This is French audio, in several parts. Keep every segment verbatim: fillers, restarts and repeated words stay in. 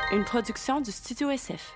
une production du Studio S F.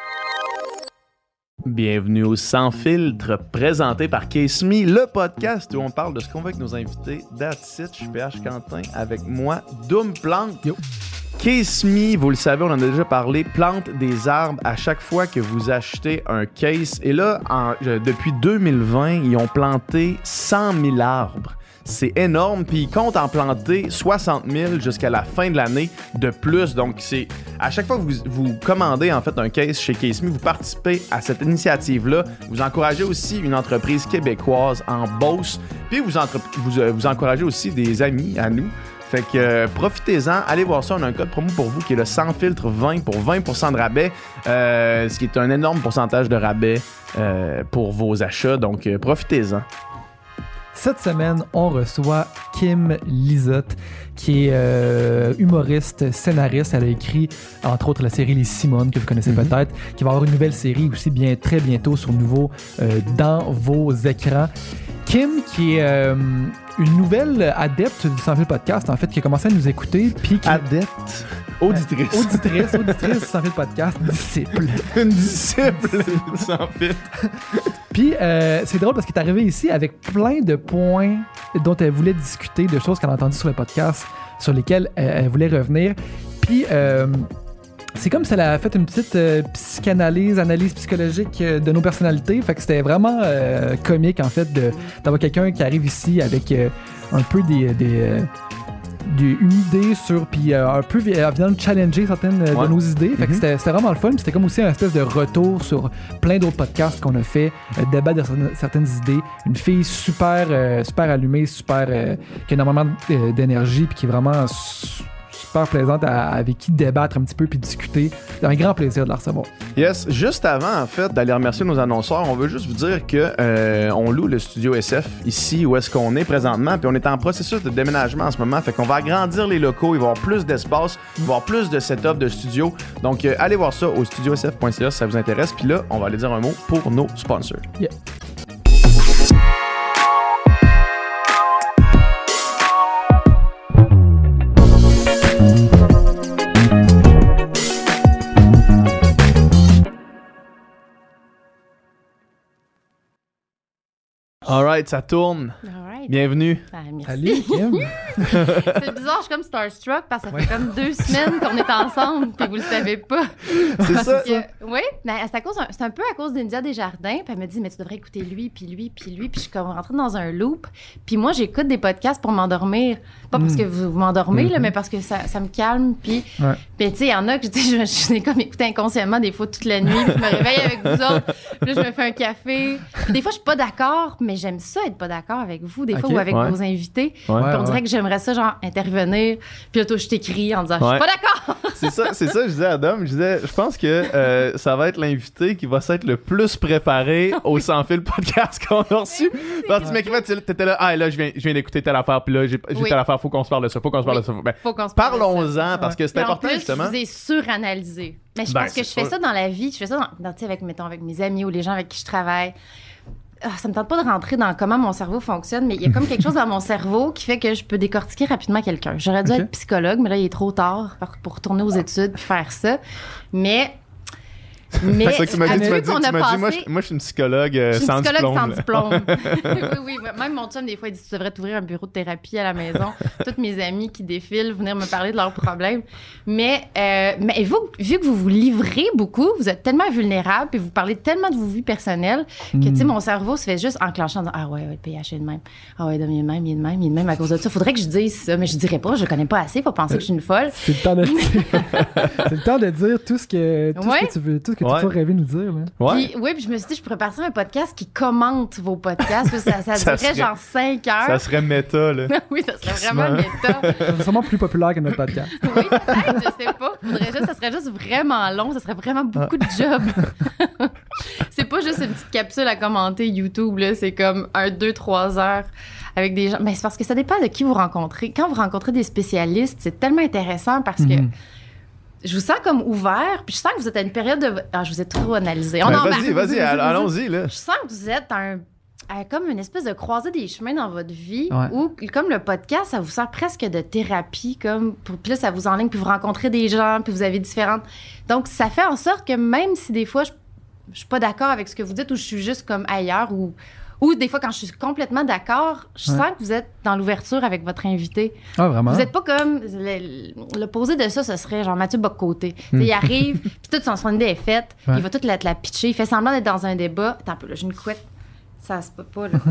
Bienvenue au Sans Filtre, présenté par Case Me, le podcast où on parle de ce qu'on veut avec nos invités. That's it, je suis P H Quentin, avec moi, Doom Plante. Yo. Case Me, vous le savez, on en a déjà parlé, plante des arbres à chaque fois que vous achetez un case. Et là, en, depuis deux mille vingt, ils ont planté cent mille arbres. C'est énorme, puis ils comptent en planter soixante mille jusqu'à la fin de l'année de plus. Donc, c'est à chaque fois que vous, vous commandez en fait un case chez Case Me, vous participez à cette initiative-là. Vous encouragez aussi une entreprise québécoise en Beauce, puis vous, entre, vous, vous encouragez aussi des amis à nous. Fait que euh, profitez-en, allez voir ça, on a un code promo pour vous qui est le Sans Filtre vingt pour vingt pour cent de rabais, euh, ce qui est un énorme pourcentage de rabais euh, pour vos achats, donc euh, profitez-en. Cette semaine, on reçoit Kim Lizotte, qui est euh, humoriste, scénariste. Elle a écrit, entre autres, la série Les Simones, que vous connaissez mm-hmm. peut-être, qui va avoir une nouvelle série aussi bien très bientôt sur Nouveau euh, dans vos écrans. Kim, qui est euh, une nouvelle adepte du Sans Fil Podcast, en fait, qui a commencé à nous écouter. Puis qui... Adepte? Auditrice. Euh, auditrice, auditrice du Sans Fil Podcast. Disciple. Une disciple du Sans Fil. Puis, euh, c'est drôle parce qu'elle est arrivée ici avec plein de points dont elle voulait discuter, de choses qu'elle a entendues sur le podcast, sur lesquelles elle, elle voulait revenir. Puis, euh, c'est comme si elle a fait une petite euh, psychanalyse, analyse psychologique euh, de nos personnalités. Fait que c'était vraiment euh, comique, en fait, de, d'avoir quelqu'un qui arrive ici avec euh, un peu des... des euh, une idée sur, puis euh, un peu euh, vient challenger certaines euh, ouais. de nos idées. Fait que mm-hmm. c'était, c'était vraiment le fun. Puis c'était comme aussi un espèce de retour sur plein d'autres podcasts qu'on a fait, euh, débat de certaines, certaines idées. Une fille super, euh, super allumée, super, euh, qui a énormément euh, d'énergie, puis qui est vraiment su- super plaisante à, avec qui débattre un petit peu puis discuter. C'est un grand plaisir de la recevoir. Yes, juste avant en fait d'aller remercier nos annonceurs, on veut juste vous dire que euh, on loue le Studio S F ici où est-ce qu'on est présentement, puis on est en processus de déménagement en ce moment, fait qu'on va agrandir les locaux, il va y avoir plus d'espace, il va y avoir plus de setup de studio. Donc euh, allez voir ça au studio s f point c a si ça vous intéresse. Puis là, on va aller dire un mot pour nos sponsors. Yeah. Alright, ça tourne. Alright. Bienvenue. Ah, merci. Salut, Kim. C'est bizarre, je suis comme starstruck parce que ça fait comme deux semaines qu'on est ensemble puis vous le savez pas. C'est ça? Que, oui, mais c'est, à cause, c'est un peu à cause d'India Desjardins. Puis elle me dit, mais tu devrais écouter lui, puis lui, puis lui. Puis je suis comme rentrée dans un loop. Puis moi, j'écoute des podcasts pour m'endormir. Pas parce que vous, vous m'endormez, mm-hmm. là, mais parce que ça, ça me calme. Puis, ouais. puis tu sais, il y en a que je, je, je l'ai comme écouté inconsciemment des fois toute la nuit. Puis je me réveille avec vous autres. Puis là, je me fais un café. Puis des fois, je suis pas d'accord, mais j'aime ça être pas d'accord avec vous, des okay, fois, ou avec ouais. vos invités. Ouais, puis on ouais. dirait que j'aimerais ça, genre, intervenir. Puis là, toi, je t'écris en disant, je suis ouais. pas d'accord. C'est ça, c'est ça, je disais à Dom, je disais, je pense que euh, ça va être l'invité qui va s'être le plus préparé au Sans Fil podcast qu'on a reçu. Parce que tu m'écrivais, tu étais là, ah là, je viens, je viens d'écouter telle affaire, puis là, j'ai, j'ai oui. telle affaire, faut qu'on se parle de ça, faut qu'on se parle oui. de ça. Ben, faut qu'on se parle parlons-en, de ça. parce que c'est puis important, en plus, justement. Je vous ai suranalysé. Mais je ben, pense que je sûr. fais ça dans la vie, je fais ça dans, dans tu sais, avec, mettons, avec mes amis ou les gens avec qui je travaille. Oh, ça me tente pas de rentrer dans comment mon cerveau fonctionne, mais il y a comme quelque chose dans mon cerveau qui fait que je peux décortiquer rapidement quelqu'un. J'aurais dû okay. être psychologue, mais là, il est trop tard pour retourner aux études puis faire ça. Mais... Mais c'est ça que tu m'as dit, tu m'as dit, tu m'as passé... dit moi, je, moi, je suis une psychologue euh, je suis une sans psychologue diplôme. sans diplôme. oui, oui, oui. Même mon chum, des fois, il dit, tu devrais t'ouvrir un bureau de thérapie à la maison. Toutes mes amies qui défilent, venir me parler de leurs problèmes. Mais, euh, mais vous, vu que vous vous livrez beaucoup, vous êtes tellement vulnérable, puis vous parlez tellement de vos vies personnelles, que, mm. tu sais, mon cerveau se fait juste enclencher en disant, ah ouais, ouais, le P H est de même. Ah ouais, il est de même, il est de même, il est de même à cause de ça. Faudrait que je dise ça, mais je dirais pas, je connais pas assez pour penser que je suis une folle. C'est le temps de, c'est le temps de dire tout ce que, tout ouais. ce que tu veux, tout ce que ouais. tu peux rêver nous dire. Ouais. Puis, oui, puis je me suis dit, je pourrais partir un podcast qui commente vos podcasts. Ça, ça, ça durerait genre cinq heures. Ça serait méta, là. Oui, ça serait vraiment méta. C'est sûrement plus populaire que notre podcast. Oui, peut-être, je sais pas. Faudrait juste, ça serait juste vraiment long. Ça serait vraiment beaucoup de job. C'est pas juste une petite capsule à commenter YouTube, là. C'est comme un, deux, trois heures avec des gens. Mais c'est parce que ça dépend de qui vous rencontrez. Quand vous rencontrez des spécialistes, c'est tellement intéressant parce que mm. je vous sens comme ouvert, puis je sens que vous êtes à une période de... Ah, je vous ai trop analysé. On ben, en vas-y, marre. vas-y, allons-y, là. Je sens que vous êtes à un, à comme une espèce de croisée des chemins dans votre vie Ouais. où, comme le podcast, ça vous sert presque de thérapie, comme, pour, puis là, ça vous enligne, puis vous rencontrez des gens, puis vous avez différentes... Donc, ça fait en sorte que même si des fois, je, je suis pas d'accord avec ce que vous dites ou je suis juste comme ailleurs ou... Ou des fois, quand je suis complètement d'accord, je Ouais. sens que vous êtes dans l'ouverture avec votre invité. Ah, vraiment? Vous n'êtes pas comme... le- L'opposé de ça, ce serait genre Mathieu Bock-Côté. Tu sais, Il arrive, puis toute son, son idée est faite, puis Ouais. il va toute la, la pitcher, il fait semblant d'être dans un débat. Attends un peu, là, j'ai une couette. Ça se peut pas, là.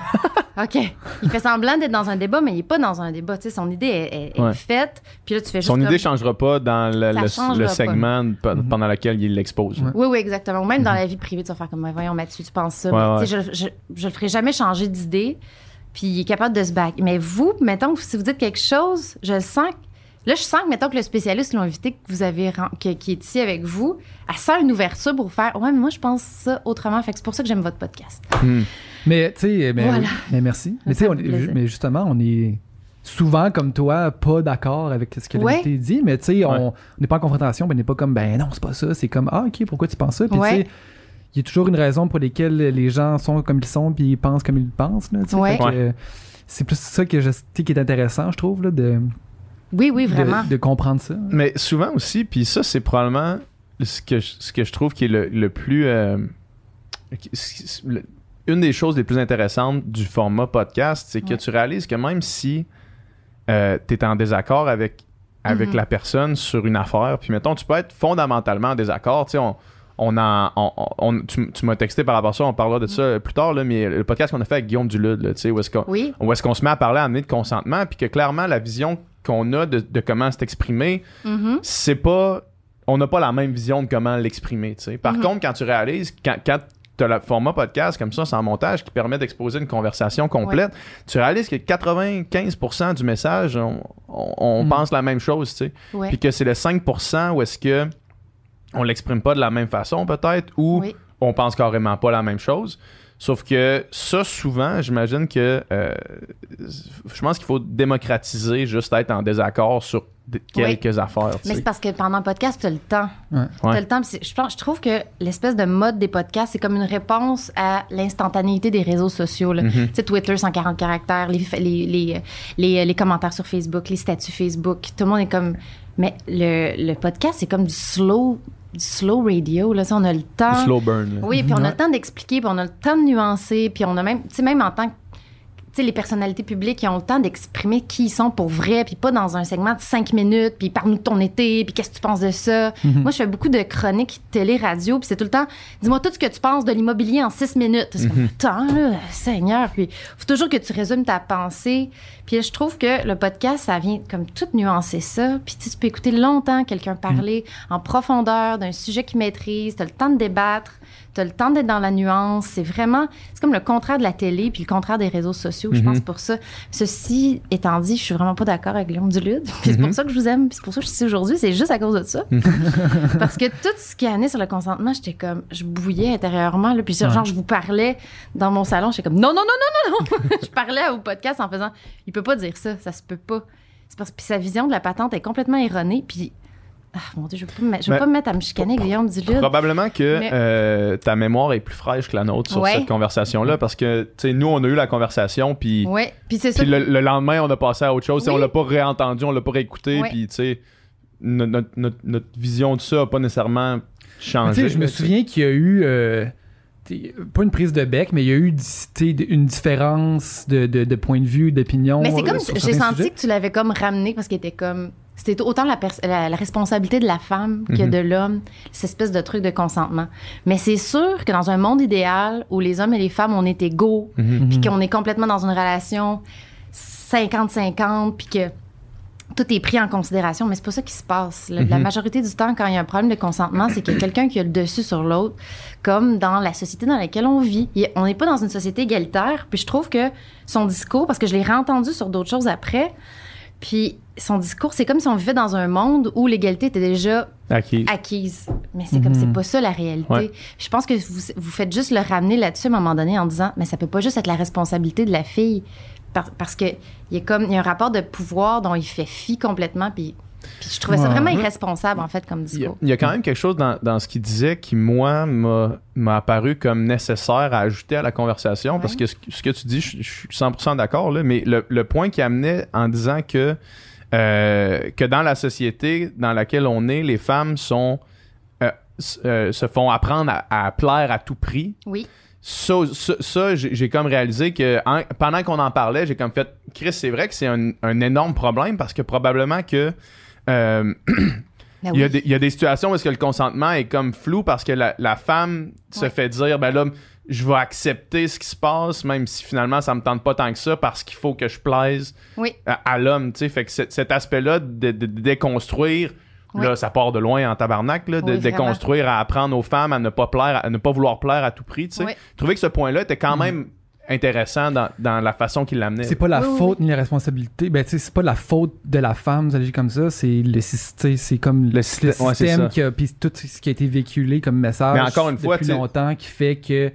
OK. OK. Il fait semblant d'être dans un débat, mais il n'est pas dans un débat. Tu sais, son idée est, est- est Ouais. faite, puis là, tu fais juste Son comme... idée ne changera pas dans le, Ça le- changera le pas. segment pe- Mhm. pendant lequel il l'expose. Ouais. Oui, oui, exactement. Ou même dans la vie privée, tu vas faire comme, Ouais, voyons, Mathieu, tu penses ça. Ouais, Mais, ouais. tu sais, je, je, je le ferai jamais changer d'idée, puis il est capable de se back. Mais vous, mettons, si vous dites quelque chose, je le sens. que- Là, je sens que, mettons, que le spécialiste, l'invité que vous avez, ren- que- qui est ici avec vous, elle sent une ouverture pour vous faire, ouais, mais moi, je pense ça autrement. Fait que c'est pour ça que j'aime votre podcast. Hmm. Mais, tu sais, mais, Voilà. oui, mais merci. Mais, tu sais, fait on- plaisir. mais justement, on est souvent, comme toi, pas d'accord avec ce que Ouais. l'invité dit, mais tu sais, Ouais. on n'est pas en confrontation, ben, on n'est pas comme, ben non, c'est pas ça. C'est comme, ah, OK, pourquoi tu penses ça? Puis, Ouais. tu sais, il y a toujours une raison pour laquelle les gens sont comme ils sont, puis ils pensent comme ils pensent. Là, tu sais. Ouais. Fait que, Ouais. euh, c'est plus ça que je, tu sais, qui est intéressant, je trouve, là, de, Oui, oui, de, vraiment. de comprendre ça. Mais souvent aussi, puis ça, c'est probablement ce que je, ce que je trouve qui est le, le plus. euh, qui- c- le- une des choses les plus intéressantes du format podcast, c'est que Ouais. tu réalises que même si tu es en désaccord avec, avec Mhm. la personne sur une affaire, puis mettons, tu peux être fondamentalement en désaccord. Tu sais, on. On en, on, on- tu, tu m'as texté par rapport à ça, on parlera de ça plus tard, là, mais le podcast qu'on a fait avec Guillaume Dulude, là, tu sais, où est-ce qu'on Oui. où est-ce qu'on se met à parler à amener de consentement, puis que clairement, la vision qu'on a de, de comment s'exprimer, Mhm. c'est pas. On n'a pas la même vision de comment l'exprimer, tu sais. Par Mhm. contre, quand tu réalises, quand, quand tu as le format podcast comme ça, sans montage, qui permet d'exposer une conversation complète, tu réalises que quatre-vingt-quinze pour cent du message, on, on- on Mhm. pense la même chose, tu sais. Ouais. Puis que c'est le cinq pour cent où est-ce que on l'exprime pas de la même façon, peut-être, ou Oui. on pense carrément pas la même chose. Sauf que ça, souvent, j'imagine que euh, je pense qu'il faut démocratiser juste être en désaccord sur de- quelques affaires. tu Mais sais. c'est parce que pendant le podcast, tu as le temps. Ouais. Tu Ouais. le temps. Puis c'est- je, pense, je trouve que l'espèce de mode des podcasts, c'est comme une réponse à l'instantanéité des réseaux sociaux. là. Mhm. Tu sais, Twitter, cent quarante caractères, les, les, les, les, les commentaires sur Facebook, les statuts Facebook. Tout le monde est comme... Mais le, le podcast, c'est comme du slow, du slow radio. Là. Tu sais, on a le temps... Du slow burn. là. Oui, puis on a Ouais. le temps d'expliquer, puis on a le temps de nuancer, puis on a même, tu sais, même en tant que, tu sais, les personnalités publiques, ils ont le temps d'exprimer qui ils sont pour vrai, puis pas dans un segment de cinq minutes, puis parle-nous de ton été, puis qu'est-ce que tu penses de ça. Mhm. Moi, je fais beaucoup de chroniques télé, radio, puis c'est tout le temps, dis-moi tout ce que tu penses de l'immobilier en six minutes. C'est comme, attends, là, Seigneur, puis faut toujours que tu résumes ta pensée. Puis je trouve que le podcast, ça vient comme tout nuancer ça. Puis tu sais, tu peux écouter longtemps quelqu'un parler en profondeur d'un sujet qu'il maîtrise. Tu as le temps de débattre. Tu as le temps d'être dans la nuance. C'est vraiment... C'est comme le contraire de la télé puis le contraire des réseaux sociaux, je Mhm. pense, pour ça. Ceci étant dit, je suis vraiment pas d'accord avec Guillaume Dulude. Puis c'est Mhm. pour ça que je vous aime. Puis c'est pour ça que je suis ici aujourd'hui. C'est juste à cause de ça. Parce que tout ce qui a né sur le consentement, j'étais comme... Je bouillais intérieurement. Là, puis genre, Ouais. je vous parlais dans mon salon. J'étais comme, non, non, non, non, non, non. Je parlais au podcast en faisant... Il peut pas dire ça, ça se peut pas. C'est parce que puis sa vision de la patente est complètement erronée. Puis, ah, mon Dieu, je veux pas me, mettre- je veux Ben, pas me mettre à me chicaner, pro- Guillaume Dulude. Probablement que Mais- euh, ta mémoire est plus fraîche que la nôtre sur Ouais. cette conversation-là, parce que, tu sais, nous, on a eu la conversation, puis Ouais, puis c'est ça. puis le, le lendemain, on a passé à autre chose. Tu sais, Oui. On l'a pas réentendu, on l'a pas réécouté, Ouais. puis, tu sais, no- notre, notre- notre vision de ça a pas nécessairement Mais changé. tu sais, je me là, tu sais. souviens qu'il y a eu, euh, t'sais, pas une prise de bec, mais il y a eu t'sais, une différence de, de, de point de vue, d'opinion. Mais c'est comme, euh, sur j'ai certains senti sujets. que tu l'avais comme ramené parce qu'il était comme, c'était autant la, pers- la, la responsabilité de la femme que Mhm. de l'homme, cette espèce de truc de consentement. Mais c'est sûr que dans un monde idéal où les hommes et les femmes, on est égaux, Mhm. puis Mhm. qu'on est complètement dans une relation cinquante cinquante, puis que tout est pris en considération, mais c'est pas ça qui se passe. là. La Mhm. majorité du temps, quand il y a un problème de consentement, c'est qu'il y a quelqu'un qui a le dessus sur l'autre, comme dans la société dans laquelle on vit. Il- on n'est pas dans une société égalitaire, puis je trouve que son discours, parce que je l'ai réentendu sur d'autres choses après, puis son discours, c'est comme si on vivait dans un monde où l'égalité était déjà Acquis. acquise. Mais c'est comme, c'est pas ça la réalité. Ouais. Je pense que vous, vous faites juste le ramener là-dessus à un moment donné en disant, mais ça peut pas juste être la responsabilité de la fille. Par- parce que il y a comme, il y a un rapport de pouvoir dont il fait fi complètement, puis Puis je trouvais ça Ouais. vraiment irresponsable, en fait, comme Il y, a, discours. il y a quand même quelque chose dans, dans ce qu'il disait qui, moi, m'a, m'a apparu comme nécessaire à ajouter à la conversation, Ouais. parce que ce, ce que tu dis, je, je suis cent pour cent d'accord, là, mais le, le point qu'il amenait en disant que, euh, que dans la société dans laquelle on est, les femmes sont, euh, s- euh, se font apprendre à, à plaire à tout prix. Oui. Ça, ça, ça, j'ai, j'ai comme réalisé que en- pendant qu'on en parlait, j'ai comme fait, Chris, c'est vrai que c'est un, un énorme problème parce que probablement que euh, Ben il, y a oui. des, il y a des situations où est-ce que le consentement est comme flou parce que la, la femme se Ouais. fait dire, ben là, je vais accepter ce qui se passe, même si finalement ça me tente pas tant que ça parce qu'il faut que je plaise Oui. à, à l'homme, tu sais. Fait que cet, cet aspect-là de, de- de déconstruire, Oui. là, ça part de loin en tabarnak, là, de Oui, vraiment. déconstruire, à apprendre aux femmes à ne pas plaire, à ne pas vouloir plaire à tout prix, tu sais. Oui. Je trouvais que ce point-là était quand même intéressant dans, dans la façon qu'il l'amenait. C'est pas la Oui, oui, faute ni la responsabilité. Ben, tu sais, c'est pas la faute de la femme, vous allez dire comme ça. C'est le système, c'est comme le, Le système- ouais, c'est système ça. qui a, puis tout ce qui a été véhiculé comme message Mais encore une fois, depuis tu sais- longtemps qui fait que,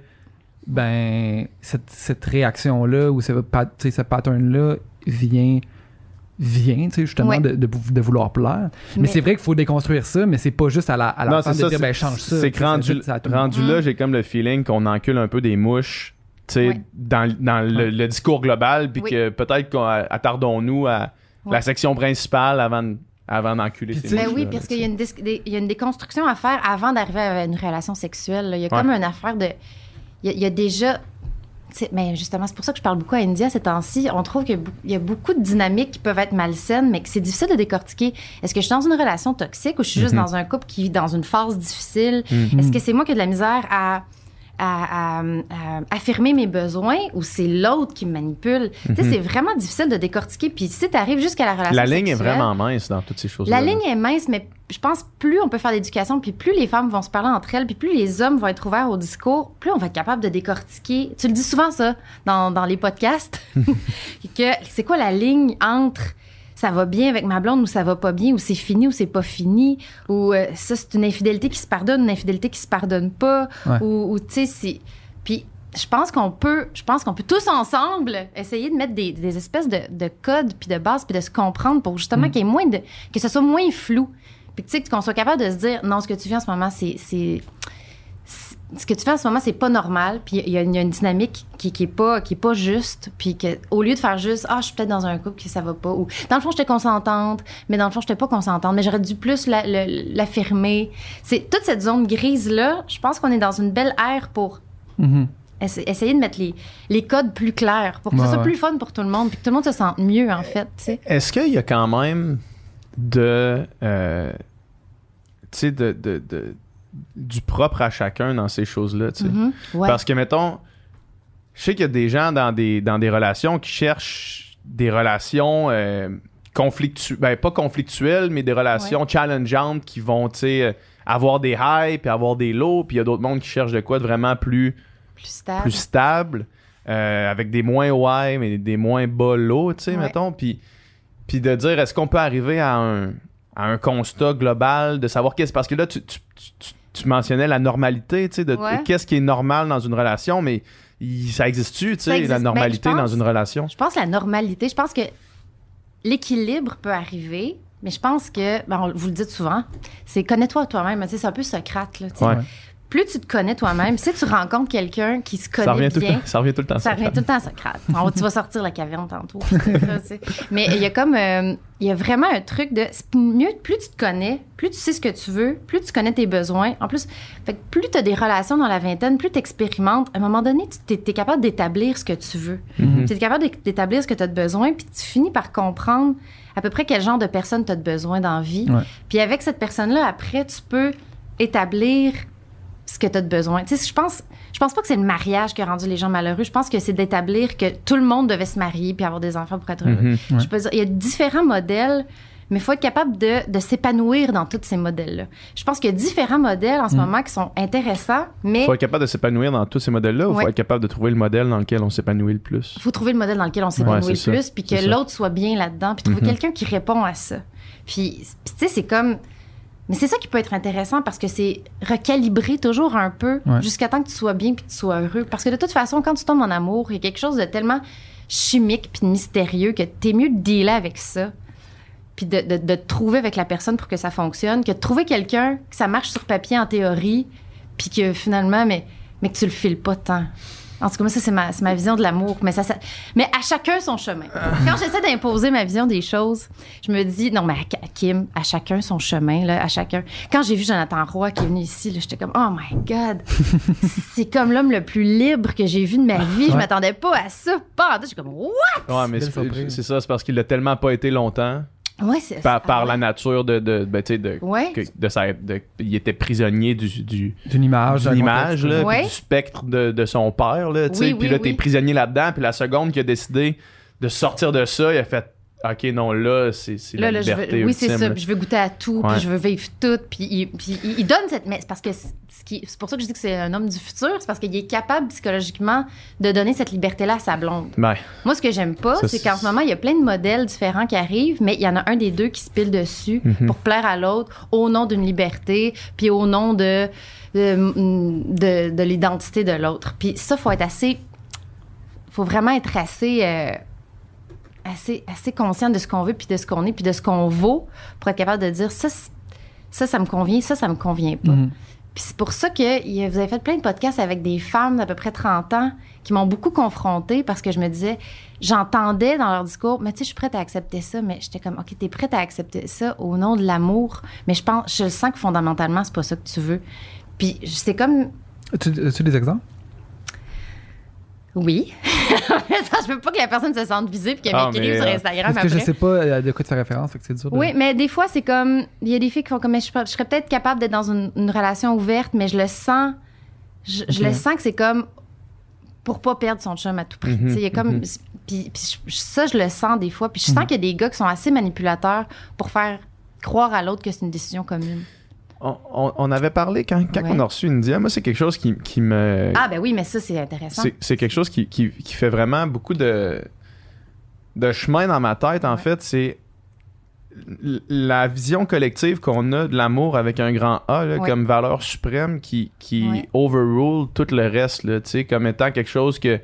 ben, cette, cette réaction-là ou ce, pat- tu sais, ce pattern-là vient, vient, tu sais, justement, Ouais. de, de, de vouloir plaire. Mais, Mais- c'est vrai qu'il faut déconstruire ça, mais c'est pas juste à la, à la Non, femme c'est de ça, dire, c'est- ben, change ça. C'est tu que sais, ça rendu, vite, ça a tout le rendu monde. là, j'ai comme le feeling qu'on encule un peu des mouches, tu sais, Ouais. dans, dans le, le discours global, puis Oui. que peut-être qu'on attardons-nous à Ouais. la section principale avant, de- avant d'enculer Puis ces tu sais- Ben mouches. oui, parce qu'il y a, une dis- des- il y a une déconstruction à faire avant d'arriver à une relation sexuelle. là. Il y a Ouais. comme une affaire de... Il y a, il y a déjà... tu sais, Mais justement, c'est pour ça que je parle beaucoup à India ces temps-ci. On trouve qu'il y a bou- il y a beaucoup de dynamiques qui peuvent être malsaines, mais que c'est difficile de décortiquer. Est-ce que je suis dans une relation toxique ou je suis juste Mhm. dans un couple qui vit dans une phase difficile? Mhm. Est-ce que c'est moi qui ai de la misère à... À, à- à affirmer mes besoins ou c'est l'autre qui me manipule. Tu sais, Mhm. c'est vraiment difficile de décortiquer. Puis si tu arrives jusqu'à la relation La ligne est sexuelle, vraiment mince dans toutes ces choses-là. la ligne est mince, mais je pense plus on peut faire d'éducation, puis plus les femmes vont se parler entre elles, puis plus les hommes vont être ouverts au discours, plus on va être capable de décortiquer. Tu le dis souvent, ça, dans, dans les podcasts, que c'est quoi la ligne entre ça va bien avec ma blonde ou ça va pas bien, ou c'est fini ou c'est pas fini, ou euh, ça, c'est une infidélité qui se pardonne, une infidélité qui se pardonne pas, Ouais. ou, ou tu sais, c'est... Puis je pense qu'on peut, je pense qu'on peut tous ensemble essayer de mettre des, des espèces de, de codes puis de bases puis de se comprendre pour justement Mm. qu'il y ait moins de, que ce soit moins flou. Puis tu sais, qu'on soit capable de se dire, non, ce que tu fais en ce moment, c'est... c'est c'est- ce que tu fais en ce moment, c'est pas normal. Puis il y, a il y a une dynamique qui, qui est pas qui est pas juste. Puis que au lieu de faire juste, ah, je suis peut-être dans un couple qui ça va pas, ou dans le fond, j'étais consentante, mais dans le fond, j'étais pas consentante, mais j'aurais dû plus la- le- l'affirmer. C'est toute cette zone grise-là, je pense qu'on est dans une belle ère pour Mhm. essa- essayer de mettre les, les codes plus clairs, pour que Ouais, ce soit ouais. plus fun pour tout le monde, puis que tout le monde se sente mieux, en fait, tu sais. Est-ce qu'il y a quand même de... euh, tu sais, de, de, de- du propre à chacun dans ces choses-là, tu sais? Mhm. Ouais. Parce que, mettons, je sais qu'il y a des gens dans des, dans des relations qui cherchent des relations euh, conflictuelles, ben pas conflictuelles, mais des relations challengeantes qui vont, tu sais, euh, avoir des highs puis avoir des lows, puis il y a d'autres mondes qui cherchent de quoi de vraiment plus, plus stable. plus stable, euh, avec des moins high, mais des moins bas lows, tu sais, Ouais. mettons, puis, puis de dire, est-ce qu'on peut arriver à un, à un constat global de savoir qu'est-ce... Parce que là, tu, tu, tu, tu mentionnais la normalité, tu sais, de, Ouais. de qu'est-ce qui est normal dans une relation, mais il- ça existe-tu, tu Ça sais, existe. la Ben, normalité je dans pense- une relation? Je pense que la normalité, je pense que l'équilibre peut arriver, mais je pense que, ben, on- vous le dites souvent, c'est connais-toi toi-même. Tu sais, c'est un peu Socrate, là, tu sais. Ouais. Plus tu te connais toi-même, si tu rencontres quelqu'un qui se connaît Ça revient, tout le bien, temps, ça revient tout le temps. ça revient tout le temps à Socrate. On- tu vas sortir la caverne tantôt. Là, tu sais. Mais il y a comme, euh, il y a vraiment un truc de, c'est mieux, plus tu te connais, plus tu sais ce que tu veux, plus tu connais tes besoins. En plus, fait que plus tu as des relations dans la vingtaine, plus tu expérimentes. À un moment donné, tu es, capable d'établir ce que tu veux. Mhm. Tu es capable d'é- d'établir ce que tu as de besoin, puis tu finis par comprendre à peu près quel genre de personne tu as de besoin dans la vie. Ouais. Puis avec cette personne-là, après, tu peux établir ce que tu as de besoin. Tu sais, je pense, je pense pas que c'est le mariage qui a rendu les gens malheureux. Je pense que c'est d'établir que tout le monde devait se marier puis avoir des enfants pour être heureux. Mhm. Ouais. Je peux dire, il y a différents modèles, mais il faut être capable de, de s'épanouir dans tous ces modèles-là. Je pense qu'il y a différents modèles en ce Mm. moment qui sont intéressants, mais Il faut être capable de s'épanouir dans tous ces modèles-là ou il Ouais. faut être capable de trouver le modèle dans lequel on s'épanouit le plus? il faut trouver le modèle dans lequel on s'épanouit Ouais, le c'est plus, ça. puis que C'est ça. l'autre soit bien là-dedans, puis trouver Mhm. quelqu'un qui répond à ça. Puis, puis tu sais, c'est comme... Mais c'est ça qui peut être intéressant parce que c'est recalibrer toujours un peu Ouais. jusqu'à temps que tu sois bien puis que tu sois heureux. Parce que de toute façon, quand tu tombes en amour, il y a quelque chose de tellement chimique puis mystérieux que t'es mieux de dealer avec ça puis de, de, de te trouver avec la personne pour que ça fonctionne, que de trouver quelqu'un, que ça marche sur papier en théorie, puis que finalement, mais, mais que tu le files pas tant. En tout cas, moi, ça, c'est ma, c'est ma vision de l'amour. Mais, ça, ça, mais à chacun son chemin. Quand j'essaie d'imposer ma vision des choses, je me dis, non, mais à, à Kim, à chacun son chemin, là, à chacun. Quand j'ai vu Jonathan Roy qui est venu ici, là, j'étais comme, oh my God, c'est comme l'homme le plus libre que j'ai vu de ma vie. Je m'attendais pas à ça. Pas j'étais comme, what? Ouais, mais c'est, c'est ça, c'est parce qu'il l'a tellement pas été longtemps. Ouais, c'est par, ça. par ouais. la nature de, de, de, tu sais, de, ouais. que, de sa, de, il était prisonnier du, du d'une image, d'une image là, ouais. puis du spectre de, de son père là, tu sais, oui, puis oui, là t'es oui. prisonnier là-dedans, puis la seconde qu'il a décidé de sortir de ça, il a fait OK, non, là, c'est, c'est là, la là, liberté je veux, oui, c'est ultime, ça. là. Puis je veux goûter à tout, Ouais. puis je veux vivre tout. Puis il, puis il, il donne cette... Mais c'est parce que... C'est, ce qui, c'est pour ça que je dis que c'est un homme du futur. C'est parce qu'il est capable psychologiquement de donner cette liberté-là à sa blonde. Ben, Moi, ce que j'aime pas, ça, c'est, c'est qu'en ce moment, il y a plein de modèles différents qui arrivent, mais il y en a un des deux qui se pile dessus Mhm. pour plaire à l'autre au nom d'une liberté, puis au nom de, de, de, de l'identité de l'autre. Puis ça, faut être assez... faut vraiment être assez... Euh, assez, assez conscient de ce qu'on veut, puis de ce qu'on est, puis de ce qu'on vaut, pour être capable de dire ça, ça, ça me convient, ça, ça me convient pas. Mm-hmm. Puis c'est pour ça que vous avez fait plein de podcasts avec des femmes d'à peu près trente ans qui m'ont beaucoup confrontée parce que je me disais, j'entendais dans leur discours, mais tu sais, je suis prête à accepter ça, mais j'étais comme, OK, t'es prête à accepter ça au nom de l'amour, mais je pense, je le sens que fondamentalement, c'est pas ça que tu veux. Puis c'est comme... Tu as des exemples? Oui. Ça, je veux pas que la personne se sente visée puis qu'elle Ah, m'écrive mais, sur euh, Instagram Parce que après. je sais pas de quoi tu fais référence, fait que c'est dur. De... Oui, mais des fois, c'est comme... Il y a des filles qui font comme... Mais je, je serais peut-être capable d'être dans une, une relation ouverte, mais je le sens... Je, je Ok. le sens que c'est comme... Pour pas perdre son chum à tout prix. Mhm, Tu sais, il y a comme... mhm. Puis, puis je- ça, je le sens des fois. Puis je sens Mhm. qu'il y a des gars qui sont assez manipulateurs pour faire croire à l'autre que c'est une décision commune. on, on, on avait parlé quand, quand Ouais. on a reçu India, moi c'est quelque chose qui, qui me Ah ben oui, mais ça, c'est intéressant. c'est, c'est quelque chose qui, qui, qui fait vraiment beaucoup de de chemin dans ma tête en Ouais. fait, c'est l- la vision collective qu'on a de l'amour avec un grand A là, Ouais. comme valeur suprême qui, qui Ouais. overrule tout le reste là, tu sais, comme étant quelque chose que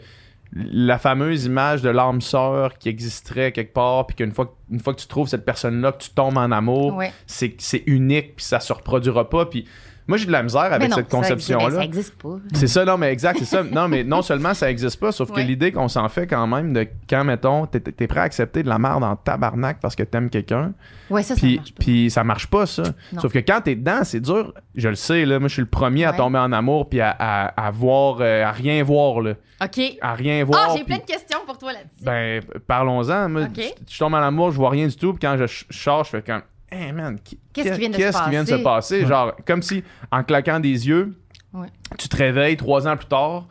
la fameuse image de l'âme sœur qui existerait quelque part puis qu'une fois, une fois que tu trouves cette personne-là, que tu tombes en amour, Ouais. c'est, c'est unique puis ça se reproduira pas puis moi j'ai de la misère avec Mais non, cette ça existe- conception-là. Ça existe pas. C'est ça, non, mais exact, c'est ça. Non, mais non seulement ça existe pas, sauf que Ouais. l'idée qu'on s'en fait quand même de quand, mettons, t'es, t'es prêt à accepter de la merde en tabarnak parce que t'aimes quelqu'un, Ouais, ça, ça puis, marche pas. puis ça marche pas, ça. Non. Sauf que quand t'es dedans, c'est dur. Je le sais, là, moi, je suis le premier à Ouais. tomber en amour puis à, à, à voir, euh, à rien voir, là. OK. À rien voir. Ah, j'ai puis- plein de questions pour toi là-dessus. Ben, parlons-en. Moi, Ok. je, je tombe en amour, je vois rien du tout, puis quand je ch- charge, je fais comme, hey man, qui- Qu'est-ce qui vient de qu'est-ce se qui vient de se passer? passer? Ouais. Genre, comme si, en claquant des yeux, Ouais. tu te réveilles trois ans plus tard,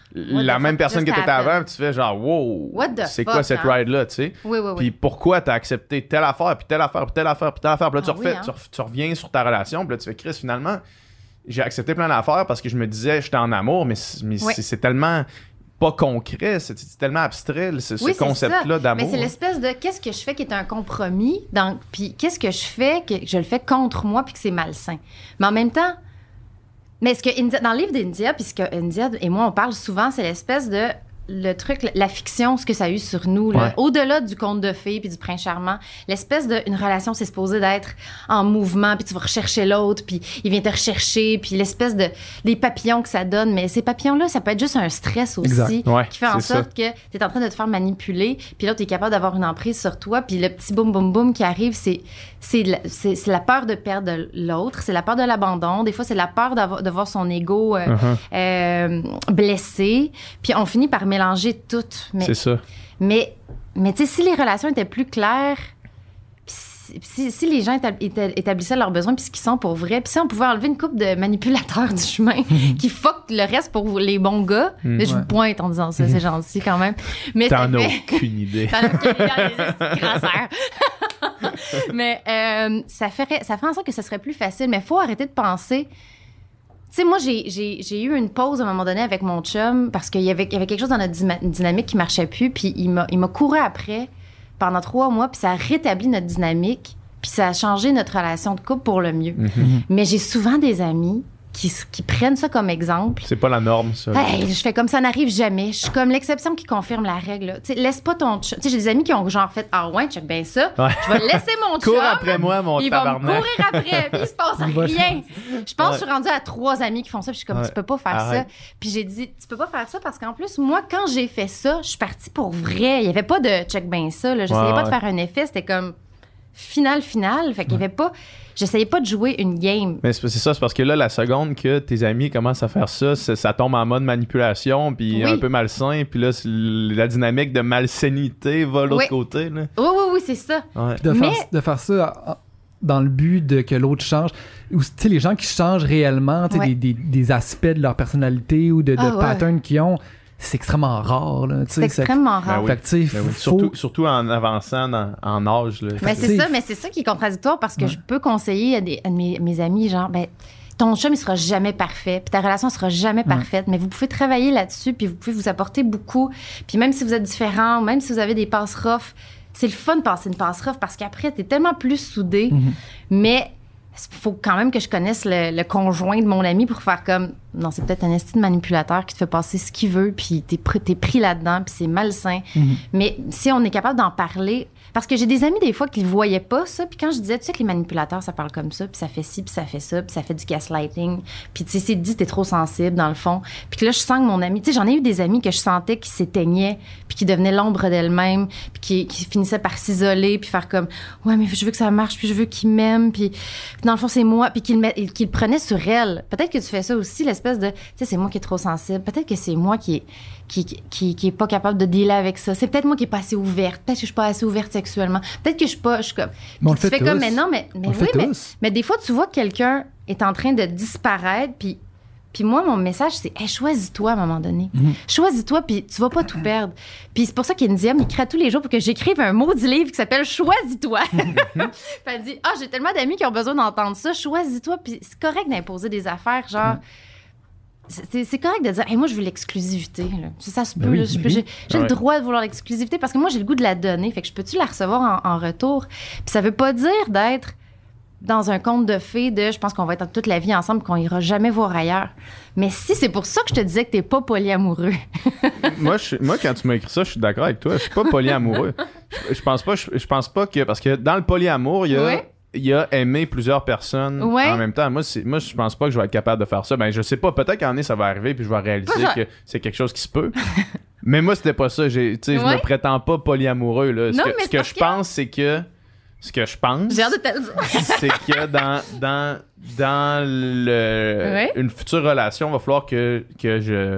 la the même fuck personne que just t'étais avant, happened? puis tu fais genre, wow, What the c'est fuck, quoi cette hein? ride-là, tu sais? Oui, oui, oui. Puis pourquoi t'as accepté telle affaire, puis telle affaire, puis telle affaire, puis telle affaire, puis là, tu, Ah oui, refais, hein? tu, re- tu reviens sur ta relation, puis là, tu fais, Chris, finalement, j'ai accepté plein d'affaires parce que je me disais, j'étais en amour, mais, c'est- mais Oui. c'est, c'est tellement pas concret, c'est, c'est tellement abstrait, ce, ce Oui, c'est concept-là ça. d'amour. Mais c'est l'espèce de qu'est-ce que je fais qui est un compromis, dans, puis qu'est-ce que je fais que je le fais contre moi puis que c'est malsain. Mais en même temps, mais ce que India, dans le livre d'India, puis ce que India et moi on parle souvent, c'est l'espèce de le truc, la fiction, ce que ça a eu sur nous, là, Ouais. au-delà du conte de fées puis du prince charmant, l'espèce de une relation, c'est supposé d'être en mouvement, puis tu vas rechercher l'autre, puis il vient te rechercher, puis l'espèce de des papillons que ça donne, mais ces papillons-là, ça peut être juste un stress aussi, Exact. Ouais, qui fait en c'est sorte que tu es en train de te faire manipuler, puis là, tu es capable d'avoir une emprise sur toi, puis le petit boum, boum, boum qui arrive, c'est, c'est, la, c'est, c'est la peur de perdre l'autre, c'est la peur de l'abandon, des fois, c'est la peur d'avoir, de voir son ego euh, Uh-huh. euh, blessé, puis on finit par mélanger tout. Mais, C'est ça. mais, mais tu sais, si les relations étaient plus claires, puis si, si, si les gens étab- éta- établissaient leurs besoins puis ce qu'ils sont pour vrai, puis si on pouvait enlever une couple de manipulateurs du chemin qui fuck le reste pour les bons gars, Mm. là, je Ouais. vous pointe en disant ça, c'est gentil quand même. Mais ça T'en as fait... aucune idée. T'en as aucune idée, dans les grasseurs. Mais euh, ça, ferait, ça ferait en sorte que ce serait plus facile. Mais il faut arrêter de penser... Tu sais, moi, j'ai, j'ai, j'ai eu une pause à un moment donné avec mon chum parce qu'il y avait, il y avait quelque chose dans notre dyma- dynamique qui marchait plus. Puis il m'a, il m'a couru après pendant trois mois. Puis ça a rétabli notre dynamique. Puis ça a changé notre relation de couple pour le mieux. Mhm. Mais j'ai souvent des amis qui, qui prennent ça comme exemple. C'est pas la norme, ça. Hey, je fais comme ça n'arrive jamais. Je suis comme l'exception qui confirme la règle. Tu sais, laisse pas ton chum. Tu sais, j'ai des amis qui ont genre fait ah ouais, check bien ça. Ouais. Je vais laisser mon chum. Cours après moi, mon il va me tabarnak. courir après, puis il se passe Il va rien. Je pense Ouais. que je suis rendue à trois amis qui font ça, puis je suis comme Ouais. tu peux pas faire Arrête. ça. Puis j'ai dit tu peux pas faire ça parce qu'en plus moi quand j'ai fait ça, je suis partie pour vrai. Il y avait pas de check bien ça. Là. J'essayais Ouais, pas ouais. de faire un effet. C'était comme final final. Fait qu'il y avait pas. J'essayais pas de jouer une game. Mais c'est c'est ça, c'est parce que là, la seconde que tes amis commencent à faire ça, c'est- ça tombe en mode manipulation, puis Oui. un peu malsain, puis là, c'est l- la dynamique de malsainité va de l'autre Oui. côté. Là. Oui, oui, oui, c'est ça. Ouais. De, Mais- faire, de faire ça en- dans le but de que l'autre change. Ou tu sais, les gens qui changent réellement, tu sais, Ouais. des, des, des aspects de leur personnalité ou de, de Ah ouais. patterns qu'ils ont, c'est extrêmement rare. Là, tu C'est sais, extrêmement Ben rare. oui. Fait que, tu sais, Ben oui. faut- Surtout, surtout en avançant dans- en âge. Là. Mais Fait c'est que, ça, tu sais, mais c'est ça qui est contradictoire parce que Ouais. je peux conseiller à, des, à mes, mes amis, genre, ben, ton chum, il sera jamais parfait, puis ta relation sera jamais parfaite, mais vous pouvez travailler là-dessus, puis vous pouvez vous apporter beaucoup. Puis même si vous êtes différents, même si vous avez des passes rough, c'est le fun de passer une passe rough parce qu'après, t'es tellement plus soudé, Mhm. mais il faut quand même que je connaisse le, le conjoint de mon ami pour faire comme, non, c'est peut-être un esti de manipulateur qui te fait passer ce qu'il veut, puis t'es, pr- t'es pris là-dedans, puis c'est malsain. Mhm. Mais si on est capable d'en parler, parce que j'ai des amis des fois qui ne voyaient pas ça, puis quand je disais, tu sais que les manipulateurs, ça parle comme ça, puis ça fait ci, puis ça fait ça, puis ça fait du gaslighting, puis tu sais, c'est dit, t'es trop sensible dans le fond. Puis que là, je sens que mon ami, tu sais, j'en ai eu des amis que je sentais qui s'éteignaient, puis qui devenaient l'ombre d'elles-mêmes, puis qui, qui finissaient par s'isoler, puis faire comme, ouais, mais je veux que ça marche, puis je veux qu'ils m'aiment, puis puis dans le fond, c'est moi, puis qu'ils le, met- qu'ils le prenaient sur elle. Peut-être que tu fais ça aussi, l'espèce de, tu sais, c'est moi qui est trop sensible, peut-être que c'est moi qui est qui, qui, qui est pas capable de dealer avec ça. C'est peut-être moi qui est pas assez ouverte. Peut-être que je suis pas assez ouverte sexuellement. Peut-être que je suis pas. Je suis comme. Mais on Puis le tu fait fais comme, tous. mais non, mais, mais On le oui, fait mais, tous. mais des fois, tu vois que quelqu'un est en train de disparaître, puis. Puis moi, mon message, c'est hey, choisis-toi à un moment donné. Mhm. Choisis-toi, puis tu vas pas tout perdre. Puis c'est pour ça qu'Indiam, il crée tous les jours pour que j'écrive un maudit livre qui s'appelle Choisis-toi. Puis elle dit ah, j'ai tellement d'amis qui ont besoin d'entendre ça. Choisis-toi. Puis c'est correct d'imposer des affaires, genre. C'est, c'est correct de dire hey, moi, je veux l'exclusivité. Là. Ça, ça se peut. Ben oui, là. Je ben peux- oui. j'ai j'ai Ouais. le droit de vouloir l'exclusivité parce que moi, j'ai le goût de la donner. Fait que je peux-tu la recevoir en, en retour? Puis ça veut pas dire d'être dans un conte de fées de je pense qu'on va être toute la vie ensemble qu'on ira jamais voir ailleurs. Mais si c'est pour ça que je te disais que t'es pas polyamoureux. moi, je, moi, quand tu m'as écrit ça, je suis d'accord avec toi. Je suis pas polyamoureux. je, je pense pas, je, je pense pas que. Parce que dans le polyamour, il y a. Ouais. Il y a aimer plusieurs personnes Ouais. en même temps. Moi, c'est, moi, je pense pas que je vais être capable de faire ça. Ben, je sais pas. Peut-être qu'en année, ça va arriver puis je vais réaliser Pas que c'est quelque chose qui se peut. Mais moi, c'était pas ça. J'ai, tu sais, je Ouais. me prétends pas polyamoureux. Là. Ce Non, que, mais ce c'est que parce je que- pense, c'est que. Ce que je pense. J'ai hâte de te le dire. c'est que dans, dans, dans le, Ouais. une future relation, il va falloir que, que je.